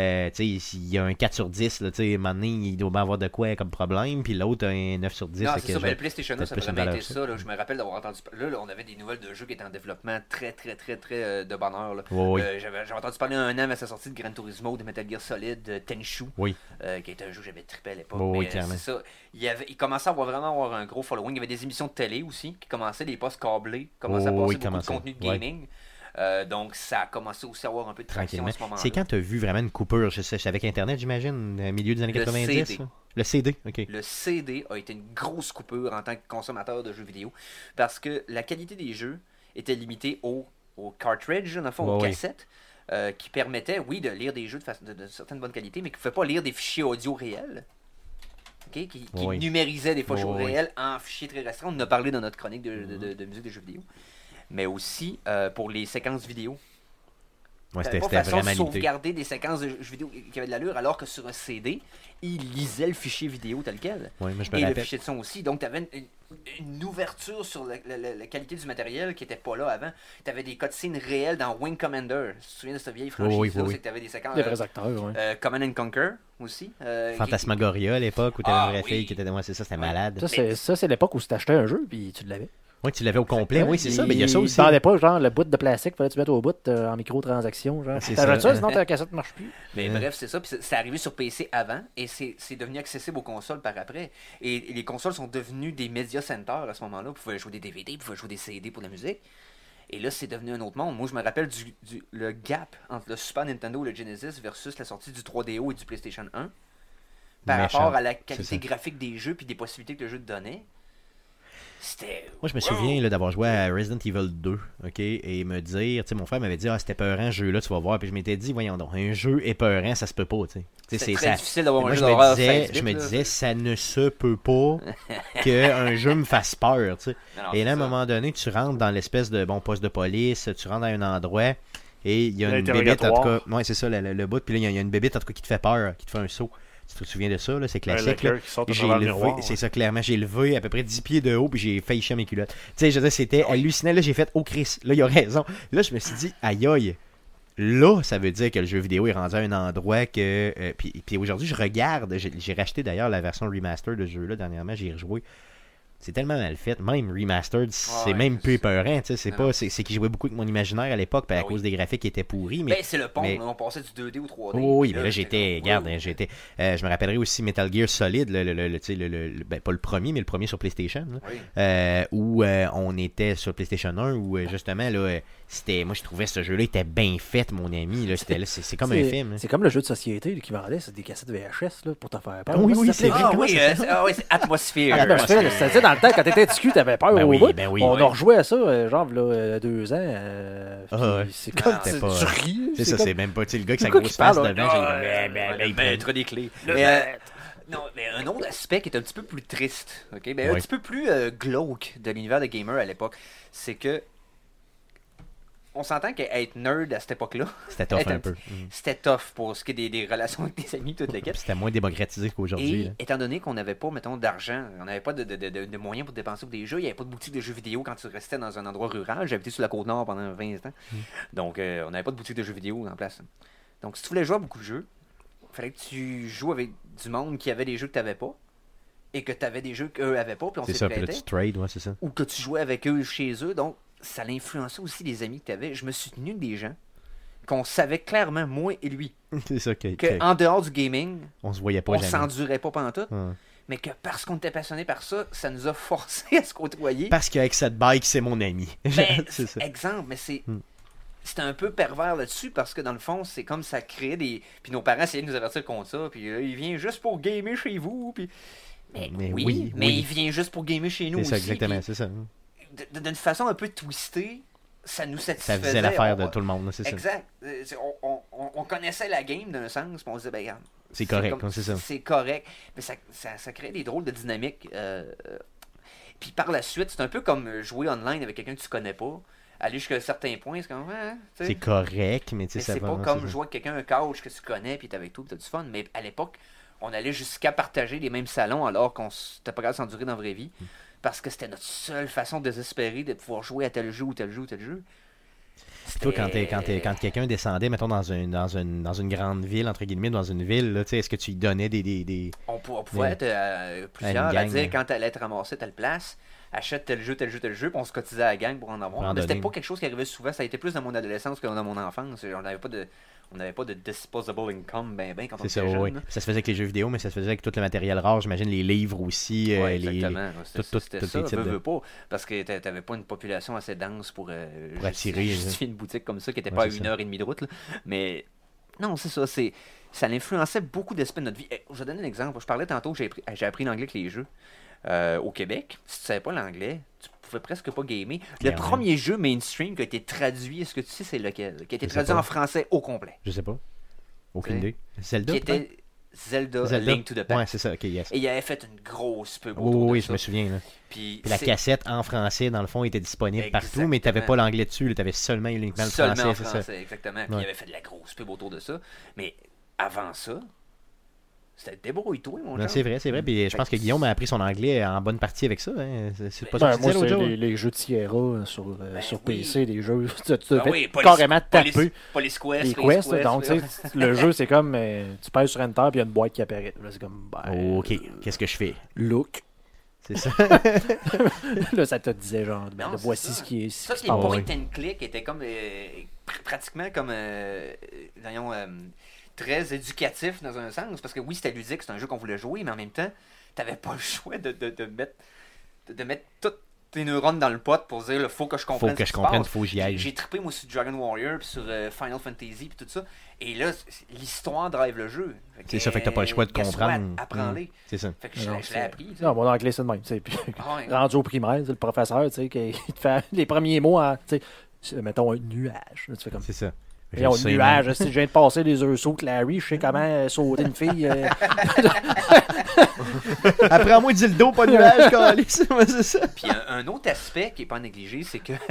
il y a un 4 sur 10, là, maintenant, il doit bien avoir de quoi comme problème, puis l'autre un 9 sur 10.
Non, c'est ça, mais le PlayStation 1, ça a vraiment été
ça.
ça. Là. Je me rappelle d'avoir entendu là, on avait des nouvelles de jeux qui étaient en développement très, très, très, très de bonheur. Là. J'avais entendu parler un an à sa sortie de Gran Turismo, de Metal Gear Solid, de Tenchu, qui était un jeu que j'avais trippé à l'époque. C'est ça. Il commençait à vraiment avoir un gros following. Il y avait des émissions de télé aussi qui commençaient, des postes câblés, commençaient à passer beaucoup de contenu de gaming. Donc ça a commencé aussi à avoir un peu de traction à ce moment-là.
C'est quand tu as vu vraiment une coupure, c'est avec Internet, j'imagine, au milieu des années 90?
CD.
Le CD, OK.
Le CD a été une grosse coupure en tant que consommateur de jeux vidéo parce que la qualité des jeux était limitée au cartridge, dans le fond, aux cassettes, qui permettaient, de lire des jeux de certaine bonne qualité, mais qui ne pouvaient pas lire des fichiers audio réels. Okay, qui numérisaient des fichiers réels en fichiers très restreints. On en a parlé dans notre chronique de musique de jeux vidéo. Mais aussi pour les séquences vidéo.
C'était
pas façon
vraiment
de sauvegarder des séquences de jeux vidéo qui avaient de l'allure, alors que sur un CD, il lisait le fichier vidéo tel quel. Le fichier de son aussi. Donc, tu avais une ouverture sur la qualité du matériel qui n'était pas là avant. Tu avais des cutscenes réelles dans Wing Commander. Si tu te souviens de cette vieille franchise-là, c'est que tu avais des séquences.
Des vrais acteurs,
Command and Conquer aussi.
Phantasmagoria à l'époque où tu avais une vraie fille qui était. C'est ça, c'était malade.
Ça, c'est l'époque où tu t'achetais un jeu puis tu l'avais.
Oui, tu l'avais au complet, c'est ça, mais il y a ça aussi.
Tu ne pas, genre, le bout de plastique, fallait que tu mettes au bout en microtransaction. T'achètes ça, sinon ta cassette ne marche plus.
Mais bref, c'est ça. Puis c'est arrivé sur PC avant et c'est devenu accessible aux consoles par après. Et les consoles sont devenues des media centers à ce moment-là. Vous pouvez jouer des DVD, vous pouvez jouer des CD pour la musique. Et là, c'est devenu un autre monde. Moi, je me rappelle le gap entre le Super Nintendo et le Genesis versus la sortie du 3DO et du PlayStation 1 par rapport à la qualité graphique des jeux et des possibilités que le jeu te donnait.
Moi, je me souviens d'avoir joué à Resident Evil 2, OK, et me dire, tu sais, mon frère m'avait dit, c'était épeurant, ce jeu-là, tu vas voir, puis je m'étais dit, voyons donc, un jeu épeurant, ça se peut pas, tu sais.
C'est très difficile d'avoir un jeu
d'horreur. Je me disais, ça ne se peut pas qu'un jeu me fasse peur, tu sais. Et là, à un moment donné, tu rentres dans l'espèce de poste de police, tu rentres à un endroit, et il y a une bébête, en tout cas, c'est ça, le bout, puis là, il y a une bébête, en tout cas, qui te fait peur, qui te fait un saut. Tu te souviens de ça, là, c'est classique. C'est ça, clairement. J'ai levé à peu près 10 pieds de haut, puis j'ai failli chier mes culottes. Tu sais, je veux dire, c'était hallucinant. Là, j'ai fait, oh Chris, là, il a raison. Là, je me suis dit, aïe aïe. Là, ça veut dire que le jeu vidéo est rendu à un endroit que. Puis aujourd'hui, je regarde. J'ai racheté d'ailleurs la version remaster de ce jeu-là dernièrement. J'ai rejoué. C'est tellement mal fait. Même remastered, c'est même plus épeurant. C'est qu'il jouait beaucoup avec mon imaginaire à l'époque, à cause des graphiques qui étaient pourris. Mais,
c'est le pont, on passait du 2D au 3D.
Oui, mais là, j'étais. Regarde, j'étais. Je me rappellerai aussi Metal Gear Solid, pas le premier, mais le premier sur PlayStation. Là, où on était sur PlayStation 1, où justement, là, c'était. Moi, je trouvais ce jeu-là était bien fait, mon ami. Là, c'est comme un film.
C'est comme le jeu de société qui vendait, c'est des cassettes VHS là, pour te faire peur.
Oui, c'est vrai.
C'est Atmosphere.
C'est dans le temps, quand t'étais TQ, t'avais peur
Ben
au
oui,
bout.
ben oui,
On
oui.
a rejoué à ça, genre, là, 2 ans.
Ah,
puis c'est comme,
c'était
tu
pas-
ris.
C'est ça,
comme-
c'est même pas, tu sais, le gars qui
Le
sa
gars
grosse
qui parle,
face
là.
devant, j'ai
Le maître des clés.
Le
Mais,
maître.
non, mais un autre aspect qui est un petit peu plus triste, ok? Ben,
Oui.
un petit peu plus glauque de l'univers de gamer à l'époque, c'est que on s'entend qu'être nerd à cette époque-là,
C'était tough
être
un peu.
c'était tough pour ce qui est des relations avec des amis, toute
Puis
l'équipe.
c'était moins démocratisé qu'aujourd'hui.
Et
là.
étant donné qu'on n'avait pas, mettons, d'argent, on n'avait pas de moyens pour dépenser pour des jeux, il n'y avait pas de boutique de jeux vidéo quand tu restais dans un endroit rural. J'habitais sur la Côte-Nord pendant 20 ans. Donc, on n'avait pas de boutique de jeux vidéo en place. Donc, si tu voulais jouer à beaucoup de jeux, il fallait que tu joues avec du monde qui avait des jeux que tu n'avais pas et que tu avais des jeux qu'eux n'avaient pas, puis on
C'est
s'est
ça, puis là,
prêté.
tu trades, ouais, c'est ça.
Ou que tu jouais avec eux chez eux. Donc, ça l'influençait aussi les amis que tu avais. Je me suis tenu avec des gens qu'on savait clairement, moi et lui,
C'est ça,
qu'en dehors du gaming,
on se voyait pas
on
jamais.
s'endurait pas pantoute.
Ouais.
Mais que parce qu'on était passionné par ça, ça nous a forcé à se côtoyer.
Parce qu'avec cette bike, c'est mon ami.
Ben,
c'est ça.
exemple, mais c'est.
Hmm.
C'était un peu pervers là-dessus parce que dans le fond, c'est comme ça créait des. Puis nos parents essayaient de nous avertir contre ça. Puis il vient juste pour gamer chez vous. Puis.
Mais
oui,
oui,
mais
oui.
il vient juste pour gamer chez nous
C'est
aussi.
ça, exactement,
puis
c'est ça.
d'une façon un peu twistée, ça nous
Ça
satisfaisait.
faisait l'affaire de
On-
tout le monde, c'est ça.
Exact. On connaissait la game d'un sens, puis on se disait, ben regarde.
C'est correct,
comme-
c'est ça.
C'est correct. Mais ça crée des drôles de dynamiques. Puis par la suite, c'est un peu comme jouer online avec quelqu'un que tu connais pas. Aller jusqu'à un certain point, c'est comme. Tu sais.
C'est correct, mais tu sais,
Mais
ça
c'est
va.
pas
ouais,
comme
c'est ça.
jouer avec quelqu'un, un coach que tu connais, puis t'es avec toi, puis t'as du fun. Mais à l'époque, on allait jusqu'à partager les mêmes salons alors qu'on n'était pas capable de s'endurer dans la vraie vie. Parce que c'était notre seule façon désespérée de pouvoir jouer à tel jeu ou tel jeu ou tel jeu.
Toi, quand quelqu'un descendait, mettons, dans une grande ville, entre guillemets, dans une ville, là, tu sais, est-ce que tu lui donnais des...
On pouvait
Ouais.
être plusieurs
Une
à
gang,
dire
là.
quand t'allais te ramasser telle place, achète tel jeu, tel jeu, tel jeu, puis on se cotisait à la gang pour en
Pour
avoir.
en
Mais c'était
donner.
pas quelque chose qui arrivait souvent, ça a été plus dans mon adolescence que dans mon enfance. On n'avait pas de disposable income ben quand on
C'est
était
ça,
jeune.
oui.
là.
Ça se faisait avec les jeux vidéo, mais ça se faisait avec tout le matériel rare. J'imagine les livres aussi.
Ouais,
les...
exactement. C'était
tous
ça,
les types
veux
de-
pas. Parce que t'avais pas une population assez dense pour
attirer,
justifier une boutique comme ça qui était
Ouais,
pas à
c'est
1h30 de route. Là. Mais non, c'est ça. Ça influençait beaucoup d'aspects de notre vie. Je vais donner un exemple. Je parlais tantôt que j'ai appris l'anglais avec les jeux. Au Québec, si tu savais pas l'anglais, tu pouvais presque pas gamer. Le
Clairement.
premier jeu mainstream qui a été traduit, est-ce que tu sais c'est lequel? Qui a été
Je sais
traduit
pas.
en français au complet.
Je sais pas. Aucune
Ok.
idée. Zelda,
Qui
peut-être?
était Zelda,
Zelda.
Link to the Past.
Ouais, c'est ça. Ok, yes.
Et il avait fait une grosse pub
Oui,
autour de
oui,
ça.
je me souviens. Là.
Puis
Puis la
c'est-
cassette en français, dans le fond, était disponible partout, mais tu n'avais
Exactement.
pas l'anglais dessus. Tu avais seulement uniquement le
Seulement
français,
en
c'est
français,
ça.
exactement. Puis
Ouais.
il avait fait de la grosse pub autour de ça. Mais avant ça, c'était débrouille-toi, mon
Non,
genre.
c'est vrai, c'est vrai. Puis je pense que Guillaume a appris son anglais en bonne partie avec ça. Hein. C'est pas
Ben,
ça que tu
moi,
disais l'autre
c'est
jour?
les jeux de Sierra sur
oui.
PC, des jeux. Tu
Ah
devais
oui,
carrément taper
Police Quest,
les
Space
quests. Donc, tu sais, le jeu, c'est comme tu pèses sur Enter, puis il y a une boîte qui apparaît. Là, c'est comme. Ben,
Ok, qu'est-ce que je fais?
Look.
C'est ça.
Là, ça te disait, genre,
Non, c'est
voici
ça.
ce qui est.
Ça,
ce
c'est
qui se passe.
point and click était comme pratiquement comme voyons, très éducatif dans un sens. Parce que oui, c'était ludique, c'est un jeu qu'on voulait jouer, mais en même temps, t'avais pas le choix de mettre toutes tes neurones dans le pot pour dire il faut que je comprenne.
Faut que
ce
je
qui se
comprenne,
passe.
faut que j'y aille.
J'ai trippé moi sur Dragon Warrior, puis sur Final Fantasy, puis tout ça. Et là, l'histoire drive le jeu.
C'est ça, fait que t'as pas le choix de
guess what?
comprendre.
Apprends-les.
C'est ça.
Fait que je
Non,
l'ai appris. tu sais.
Non, mon anglais, c'est de même. Tu sais, puis,
Ah ouais.
rendu au primaire, c'est le professeur, tu sais, qui te fait les premiers mots en, tu sais, mettons, un nuage. Là, tu fais comme.
C'est ça. Je
Voyons,
le sais,
nuage,
man.
si je viens de passer les heures sautes Larry, je sais comment sauter une fille.
Apprends-moi dildo, pas nuage, câlisse. Ouais, c'est ça.
Puis un autre aspect qui n'est pas négligé, c'est que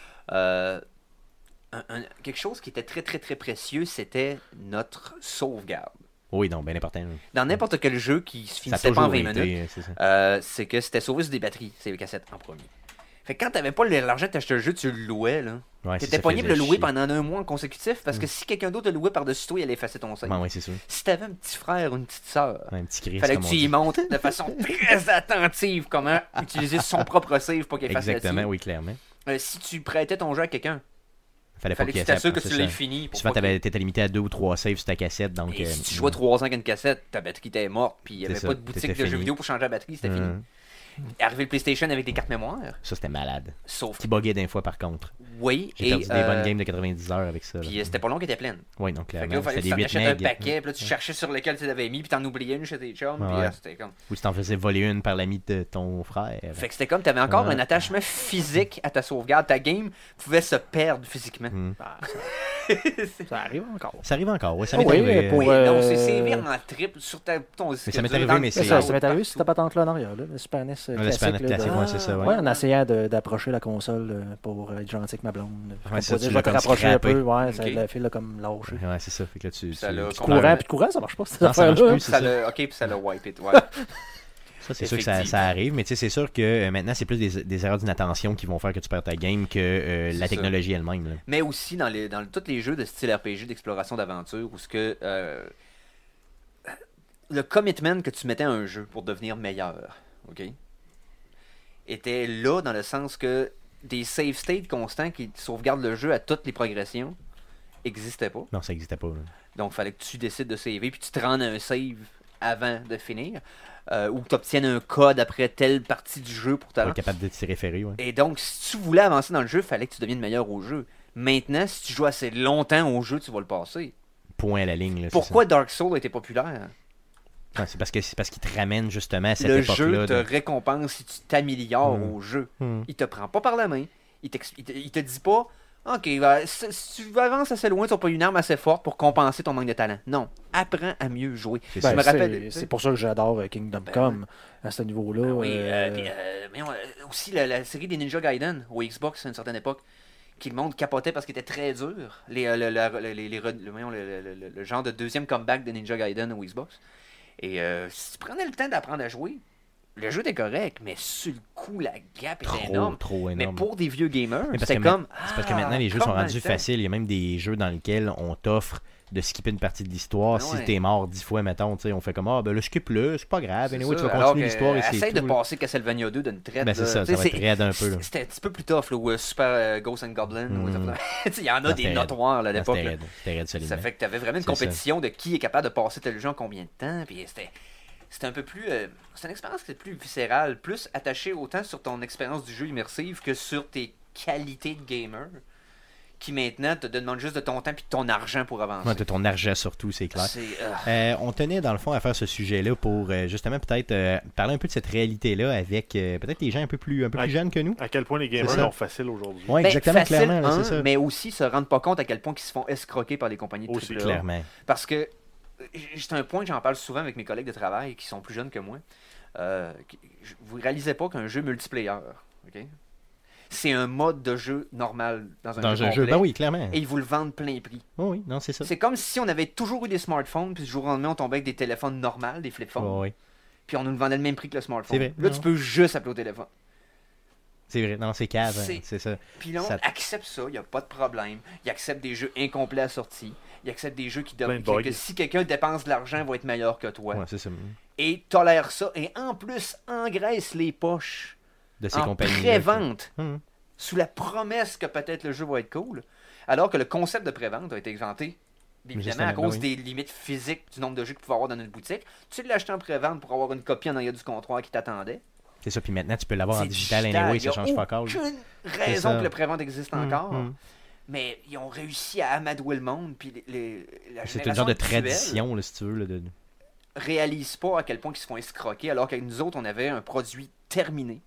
quelque chose qui était très très très précieux, c'était notre sauvegarde.
Oui, non, bien important.
Dans n'importe quel jeu qui se
Ça a
finissait pas en
toujours
20
été,
minutes,
c'est ça.
c'est que c'était sauvé sur des batteries, c'est les cassettes en premier. Fait que quand t'avais pas l'argent de t'acheter le jeu, tu le louais, là.
Ouais,
T'étais
ça
pogné de le
faisait
louer
chier.
pendant un mois consécutif, parce que si quelqu'un d'autre le louait par-dessus toi, il allait effacer ton save.
Ouais, c'est sûr.
Si t'avais un petit frère ou une petite sœur,
Ouais, un petit cri.
fallait que tu y montres de façon très attentive comment utiliser son propre save pour qu'il efface la
Exactement,
tienne.
oui, clairement.
Si tu prêtais ton jeu à quelqu'un,
Fallait pas
fallait que
qu'il
tu t'assures que
c'est
tu
ça.
l'aies fini. Pour
Souvent,
pas que-
t'étais limité à 2 ou 3 saves sur ta cassette, donc...
Et si tu jouais 3 ans avec une cassette, ta batterie était morte, puis il n'y
C'est
avait
ça,
pas de boutique
c'était
de jeux
fini.
vidéo pour changer la batterie, c'était fini. Arrivé le PlayStation avec des cartes mémoire.
Ça, c'était malade.
Sauf
Qui buguait d'un fois, par contre.
oui.
J'ai perdu des bonnes games de 90 heures avec ça. là.
Puis c'était pas long qu'elle était pleine.
Oui, donc
Fait que là,
clairement,
il fallait
c'était
que
des
tu
8
t'achètes un
megs.
paquet, puis là, tu cherchais sur lequel tu l'avais mis, puis t'en oubliais une chez tes chums, puis
Ouais.
là, c'était comme...
Ou si t'en faisais voler une par l'ami de ton frère.
Fait que c'était comme, t'avais encore
Ouais.
un attachement physique à ta sauvegarde. Ta game pouvait se perdre physiquement.
Hmm.
Ah, ça arrive encore.
Ça arrive encore, ouais, ça
Ah
m'est
oui,
arrivé.
pour-
Oui, non, c'est vraiment triple sur ton disque.
Mais ça m'est
dur,
arrivé,
dans le
mais
C'est
c'est-
ça,
cloud,
ça m'est arrivé sur cette
partout.
patente-là en arrière, là, le Super NES
Le
classique.
Super NES
là,
classique,
de-
ouais, c'est ça, ouais.
Ouais, en essayant d'approcher la console pour être gentil avec ma blonde.
Ouais, ça,
Pour
tu
dire, je
l'as
vais te
comme
rapprocher un
scrappé.
peu, ouais, ça
Ok.
l'a fait là, comme lâché.
Ouais, c'est ça. Fait que là,
Ça l'a-
tu
Courant,
pleures.
puis de courant, ça marche pas, cette
Non, ça marche
affaire-là.
plus, c'est
Ça
ça.
l'a, ok, puis ça l'a wipe it, ouais.
Ça, c'est sûr que ça
Effectivement.
arrive, mais tu sais, c'est sûr que maintenant, c'est plus des erreurs d'inattention qui vont faire que tu perds ta game que
C'est
la
ça.
technologie elle-même. Là.
Mais aussi dans tous les jeux de style RPG, d'exploration d'aventure, où ce que le commitment que tu mettais à un jeu pour devenir meilleur, ok, était là dans le sens que des save states constants qui sauvegardent le jeu à toutes les progressions n'existaient pas.
Non, ça n'existait pas. Là.
Donc, il fallait que tu décides de saver, puis tu te rendes à un save avant de finir, ou que tu obtiennes un code après telle partie du jeu pour
Pour
ta
être capable de t'y référer. Ouais.
Et donc, si tu voulais avancer dans le jeu, il fallait que tu deviennes meilleur au jeu. Maintenant, si tu joues assez longtemps au jeu, tu vas le passer.
Point à la ligne. Là, c'est
Pourquoi Dark Souls a été populaire?
ça. Ouais, c'est parce qu'il te ramène justement à cette
Le jeu
époque-là.
te récompense si tu t'améliores au jeu.
Hmm.
Il te prend pas par la main. Il te dit pas, OK, si tu avances assez loin, tu n'as pas une arme assez forte pour compenser ton manque de talent. Non, apprends à mieux jouer.
C'est
Ben,
ça.
Je me rappelle-
c'est pour ça que j'adore Kingdom
Ben,
Come à ce niveau-là.
Oui, mais aussi la série des Ninja Gaiden au Xbox à une certaine époque, qui le monde capotait parce qu'il était très dur. Le genre de deuxième comeback de Ninja Gaiden au Xbox. Et si tu prenais le temps d'apprendre à jouer, le jeu était correct, mais sur le coup, la gap était énorme.
Trop
Mais
énorme.
pour des vieux gamers,
Mais parce
c'était
que
comme.
c'est parce que maintenant les jeux sont
comment
rendus
le temps?
faciles. Il y a même des jeux dans lesquels on t'offre de skipper une partie de l'histoire.
Ben
Si
ouais.
t'es mort 10 fois, mettons, tu sais, on fait comme ben le skip-le, c'est pas grave.
C'est
Anyway, tu
ça.
vas
Alors
continuer
que,
l'histoire et c'est
essaye de
tout, là.
passer Castlevania 2 d'une traite.
Ben c'est
là.
ça,
Tu sais,
ça va être raide un peu. Là.
C'était un petit peu plus tough, là, ou Super Ghost and Goblin.
Mm.
Tu sais, il y en a
Non,
des
c'était
notoires là, à
Non,
l'époque.
C'était
là.
raide. C'était raide solidement.
Ça fait que tu avais vraiment une
C'est ça.
compétition de qui est capable de passer tel jeu en combien de temps. Puis c'était un peu plus. C'est une expérience qui était plus viscérale, plus attachée autant sur ton expérience du jeu immersive que sur tes qualités de gamer, qui maintenant te demandent juste de ton temps et de ton argent pour avancer.
Ouais, t'as ton argent surtout, c'est clair.
C'est,
On tenait dans le fond à faire ce sujet-là pour justement peut-être parler un peu de cette réalité-là avec peut-être les gens un peu plus jeunes que nous.
À quel point les gamers
C'est ça.
sont faciles aujourd'hui.
Oui,
Ben,
exactement,
facile,
clairement, là,
hein,
c'est ça.
mais aussi se rendre pas compte à quel point ils se font escroquer par les compagnies de
Aussi,
AAA.
Clairement.
Parce que c'est un point que j'en parle souvent avec mes collègues de travail qui sont plus jeunes que moi. Vous réalisez pas qu'un jeu multiplayer, ok, c'est un mode de jeu normal dans un jeu complet,
ben oui, clairement.
et ils vous le vendent plein prix.
Oh, oui, non, c'est ça.
C'est comme si on avait toujours eu des smartphones, puis du jour au lendemain, on tombait avec des téléphones normaux, des flip phones,
Oh, oui.
puis on nous le vendait le même prix que le smartphone.
C'est vrai,
Là,
non.
tu peux juste appeler au téléphone.
C'est vrai, non, c'est cave, hein,
C'est-
c'est ça.
Puis là, on
Ça-
accepte ça, il n'y a pas de problème. Il accepte des jeux incomplets à sortie. Il accepte des jeux
Plein de bugs.
que si quelqu'un dépense de l'argent, il va être meilleur que toi.
Ouais, c'est ça.
Et tolère ça. Et en plus, engraisse les poches
De ces
en
compagnies.
pré-vente,
Hum.
sous la promesse que peut-être le jeu va être cool. Alors que le concept de pré-vente a été inventé, évidemment,
Justement,
à cause
ben oui.
des limites physiques du nombre de jeux que tu pouvais avoir dans une boutique. Tu l'achètes en pré-vente pour avoir une copie en arrière du comptoir qui t'attendait.
C'est ça, puis maintenant tu peux l'avoir en
C'est
digital
digital,
anyway,
il y
ça
a
change pas all.
aucune raison
ça.
que le pré-vente existe encore.
Hum.
Mais ils ont réussi à amadouer le monde. Puis la
C'est une
génération
genre de
actuelle
tradition, là, si tu veux. Là,
réalise pas à quel point ils se font escroquer, alors que nous autres, on avait un produit terminé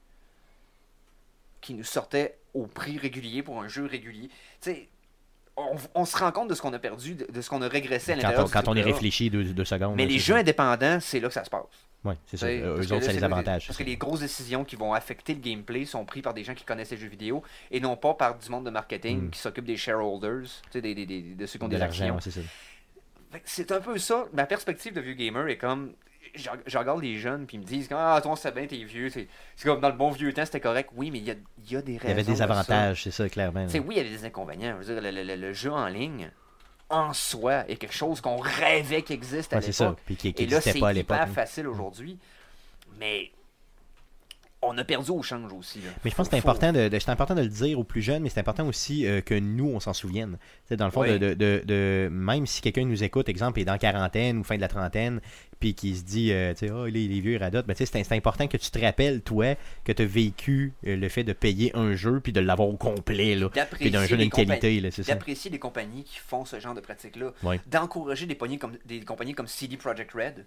qui nous sortait au prix régulier pour un jeu régulier. Tu sais, on se rend compte de ce qu'on a perdu, de ce qu'on a régressé à l'intérieur
Quand on y
du AAA.
réfléchit 2 secondes.
Mais
là,
les
c'est
jeux
ça.
indépendants, c'est là que ça se passe.
Ouais, c'est ça.
T'sais,
Eux
parce que
autres,
là,
ça les
c'est-
avantage.
Parce
c'est
que les grosses décisions qui vont affecter le gameplay sont prises par des gens qui connaissent les jeux vidéo et non pas par du monde de marketing
Mm.
qui s'occupent des shareholders, tu sais, de ceux qui ont
de
des
l'argent,
actions.
ouais, c'est ça.
Fait que c'est un peu ça. Ma perspective de vieux gamer est comme. Je regarde les jeunes puis ils me disent ah toi c'est bien t'es vieux, c'est comme dans le bon vieux temps c'était correct. Oui mais il y a des raisons.
Il y avait des
à ça.
avantages, c'est ça, clairement.
Tu sais, oui il y avait des inconvénients. Je veux dire le jeu en ligne en soi est quelque chose qu'on rêvait qu'il existe à
Ouais, c'est ça.
l'époque.
Puis qui
Et là
n'existait
c'est
pas à l'époque.
hyper
hein.
facile aujourd'hui. Mais on a perdu au change aussi. Là.
Mais je pense que c'est important de le dire aux plus jeunes, mais c'est important aussi que nous, on s'en souvienne. T'sais, dans le fond,
Oui.
même si quelqu'un nous écoute, exemple, est dans quarantaine ou fin de la trentaine, puis qui se dit, les vieux radotent, ben, c'est important que tu te rappelles, toi, que tu as vécu le fait de payer un jeu, puis de l'avoir au complet, là, puis d'un jeu d'une qualité. Là, c'est ça.
D'apprécier les compagnies qui font ce genre de pratique-là.
Ouais.
D'encourager des compagnies comme CD Projekt Red,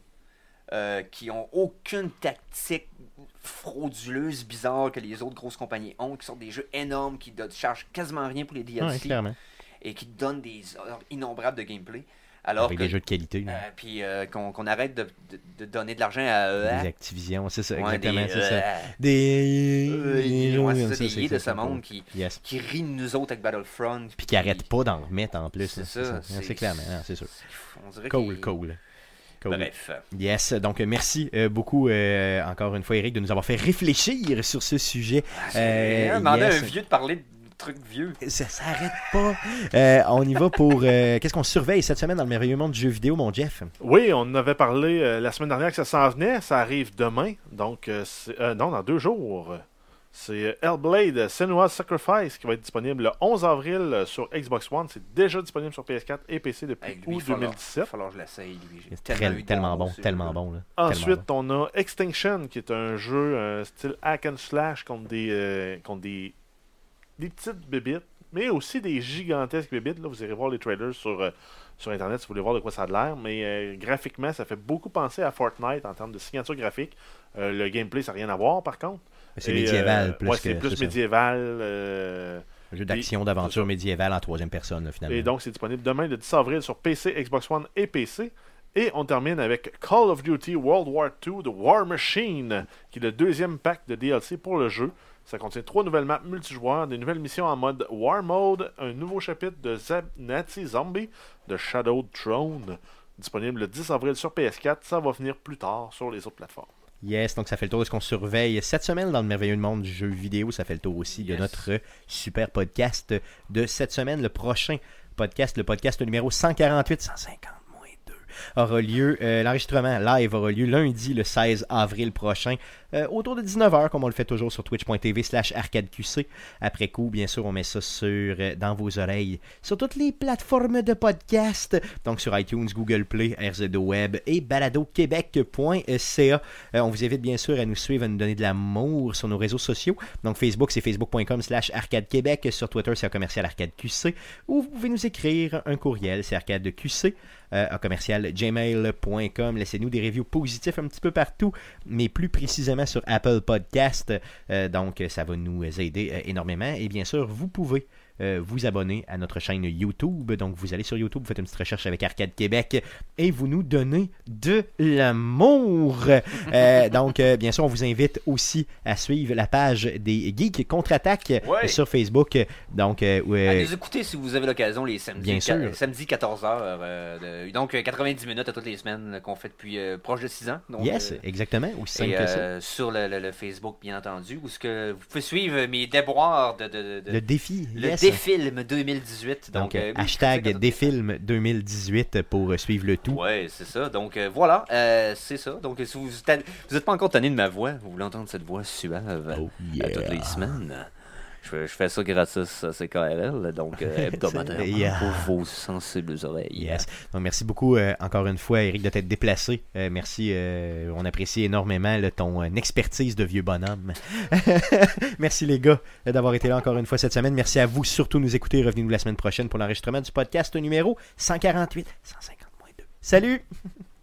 qui ont aucune tactique frauduleuse, bizarre que les autres grosses compagnies ont, qui sortent des jeux énormes, qui ne chargent quasiment rien pour les DLC,
Ouais, clairement.
et qui donnent des heures innombrables de gameplay. Alors
Avec des jeux de qualité.
puis qu'on arrête de donner de l'argent à
Des Activision, c'est ça,
Ouais,
exactement,
des,
c'est ça. Des
ouais, c'est
comme
ça, des
c'est
yeux de
ça,
ce monde qui rient de nous autres avec Battlefront.
Puis qui arrêtent pas d'en remettre en plus.
C'est
là,
ça,
c'est clairement, c'est sûr.
On dirait
Cool.
Cool. Bref.
Yes, donc merci beaucoup encore une fois Eric de nous avoir fait réfléchir sur ce sujet.
Demander à un vieux de parler de trucs vieux.
Ça s'arrête pas. On y va pour qu'est-ce qu'on surveille cette semaine dans le merveilleux monde du jeu vidéo, mon Jeff?
Oui, on en avait parlé la semaine dernière que ça s'en venait. Ça arrive demain. Donc, non, dans 2 jours. C'est Hellblade Senua's Sacrifice qui va être disponible le 11 avril sur Xbox One. C'est déjà disponible sur PS4 et PC depuis août 2017.
Il va falloir que je l'essaye, lui. J'ai
Tellement bon,
ce
tellement
jeu.
bon. Là.
Ensuite,
Tellement bon.
on a Extinction, qui est un jeu style hack and slash contre des petites bébites, mais aussi des gigantesques bébites. Là, vous irez voir les trailers sur Internet si vous voulez voir de quoi ça a l'air. Mais graphiquement, ça fait beaucoup penser à Fortnite en termes de signature graphique. Le gameplay, ça n'a rien à voir, par contre.
C'est médiéval plus
ouais,
que
c'est plus
ça.
médiéval.
Un jeu d'action, d'aventure médiévale en 3e personne, là, finalement.
Et donc, c'est disponible demain, le 10 avril, sur PC, Xbox One et PC. Et on termine avec Call of Duty World War II The War Machine, qui est le 2e pack de DLC pour le jeu. Ça contient 3 nouvelles maps multijoueurs, des nouvelles missions en mode War Mode, un nouveau chapitre de Nazi Zombie de Shadow Throne, disponible le 10 avril sur PS4. Ça va venir plus tard sur les autres plateformes.
Yes, donc ça fait le tour de ce qu'on surveille cette semaine dans le merveilleux monde du jeu vidéo. Ça fait le tour aussi de notre super podcast de cette semaine. Le prochain podcast, le podcast numéro 148, 150. Aura lieu, l'enregistrement live aura lieu lundi le 16 avril prochain autour de 19h comme on le fait toujours sur twitch.tv/arcadeqc. Après coup, bien sûr, on met ça dans vos oreilles sur toutes les plateformes de podcast, donc sur iTunes, Google Play, RZO Web et baladoquebec.ca. On vous invite bien sûr à nous suivre, à nous donner de l'amour sur nos réseaux sociaux. Donc Facebook, c'est facebook.com/arcadequebec. Sur Twitter, c'est @arcadeqc. Ou vous pouvez nous écrire un courriel, c'est arcadeqc. @gmail.com. Laissez-nous des reviews positifs un petit peu partout, mais plus précisément sur Apple Podcast. Donc, ça va nous aider énormément. Et bien sûr, vous pouvez vous abonner à notre chaîne YouTube. Donc, vous allez sur YouTube, vous faites une petite recherche avec Arcade Québec et vous nous donnez de l'amour. Donc, bien sûr, on vous invite aussi à suivre la page des Geeks Contre-Attaque sur Facebook. Donc,
à nous écouter si vous avez l'occasion les samedis.
Bien sûr.
Samedi 14h. Donc, 90 minutes à toutes les semaines qu'on fait depuis proche de 6 ans. Donc,
exactement. Aussi simple que ça.
Sur le Facebook, bien entendu, où ce que vous pouvez suivre mes déboires
le défi.
Défilm 2018. Donc,
hashtag Défilm 2018 pour suivre le tout.
Ouais, c'est ça. Donc, voilà. C'est ça. Donc, si vous n'êtes pas encore tanné de ma voix, vous voulez entendre cette voix suave à toutes les semaines. Je fais ça gratis à CKRL, donc hebdomadairement pour vos sensibles oreilles.
Yes. Donc, merci beaucoup encore une fois, Eric, de t'être déplacé. Merci. On apprécie énormément ton expertise de vieux bonhomme. Merci les gars d'avoir été là encore une fois cette semaine. Merci à vous surtout de nous écouter. Revenez-nous la semaine prochaine pour l'enregistrement du podcast numéro 148, 150-2. Salut!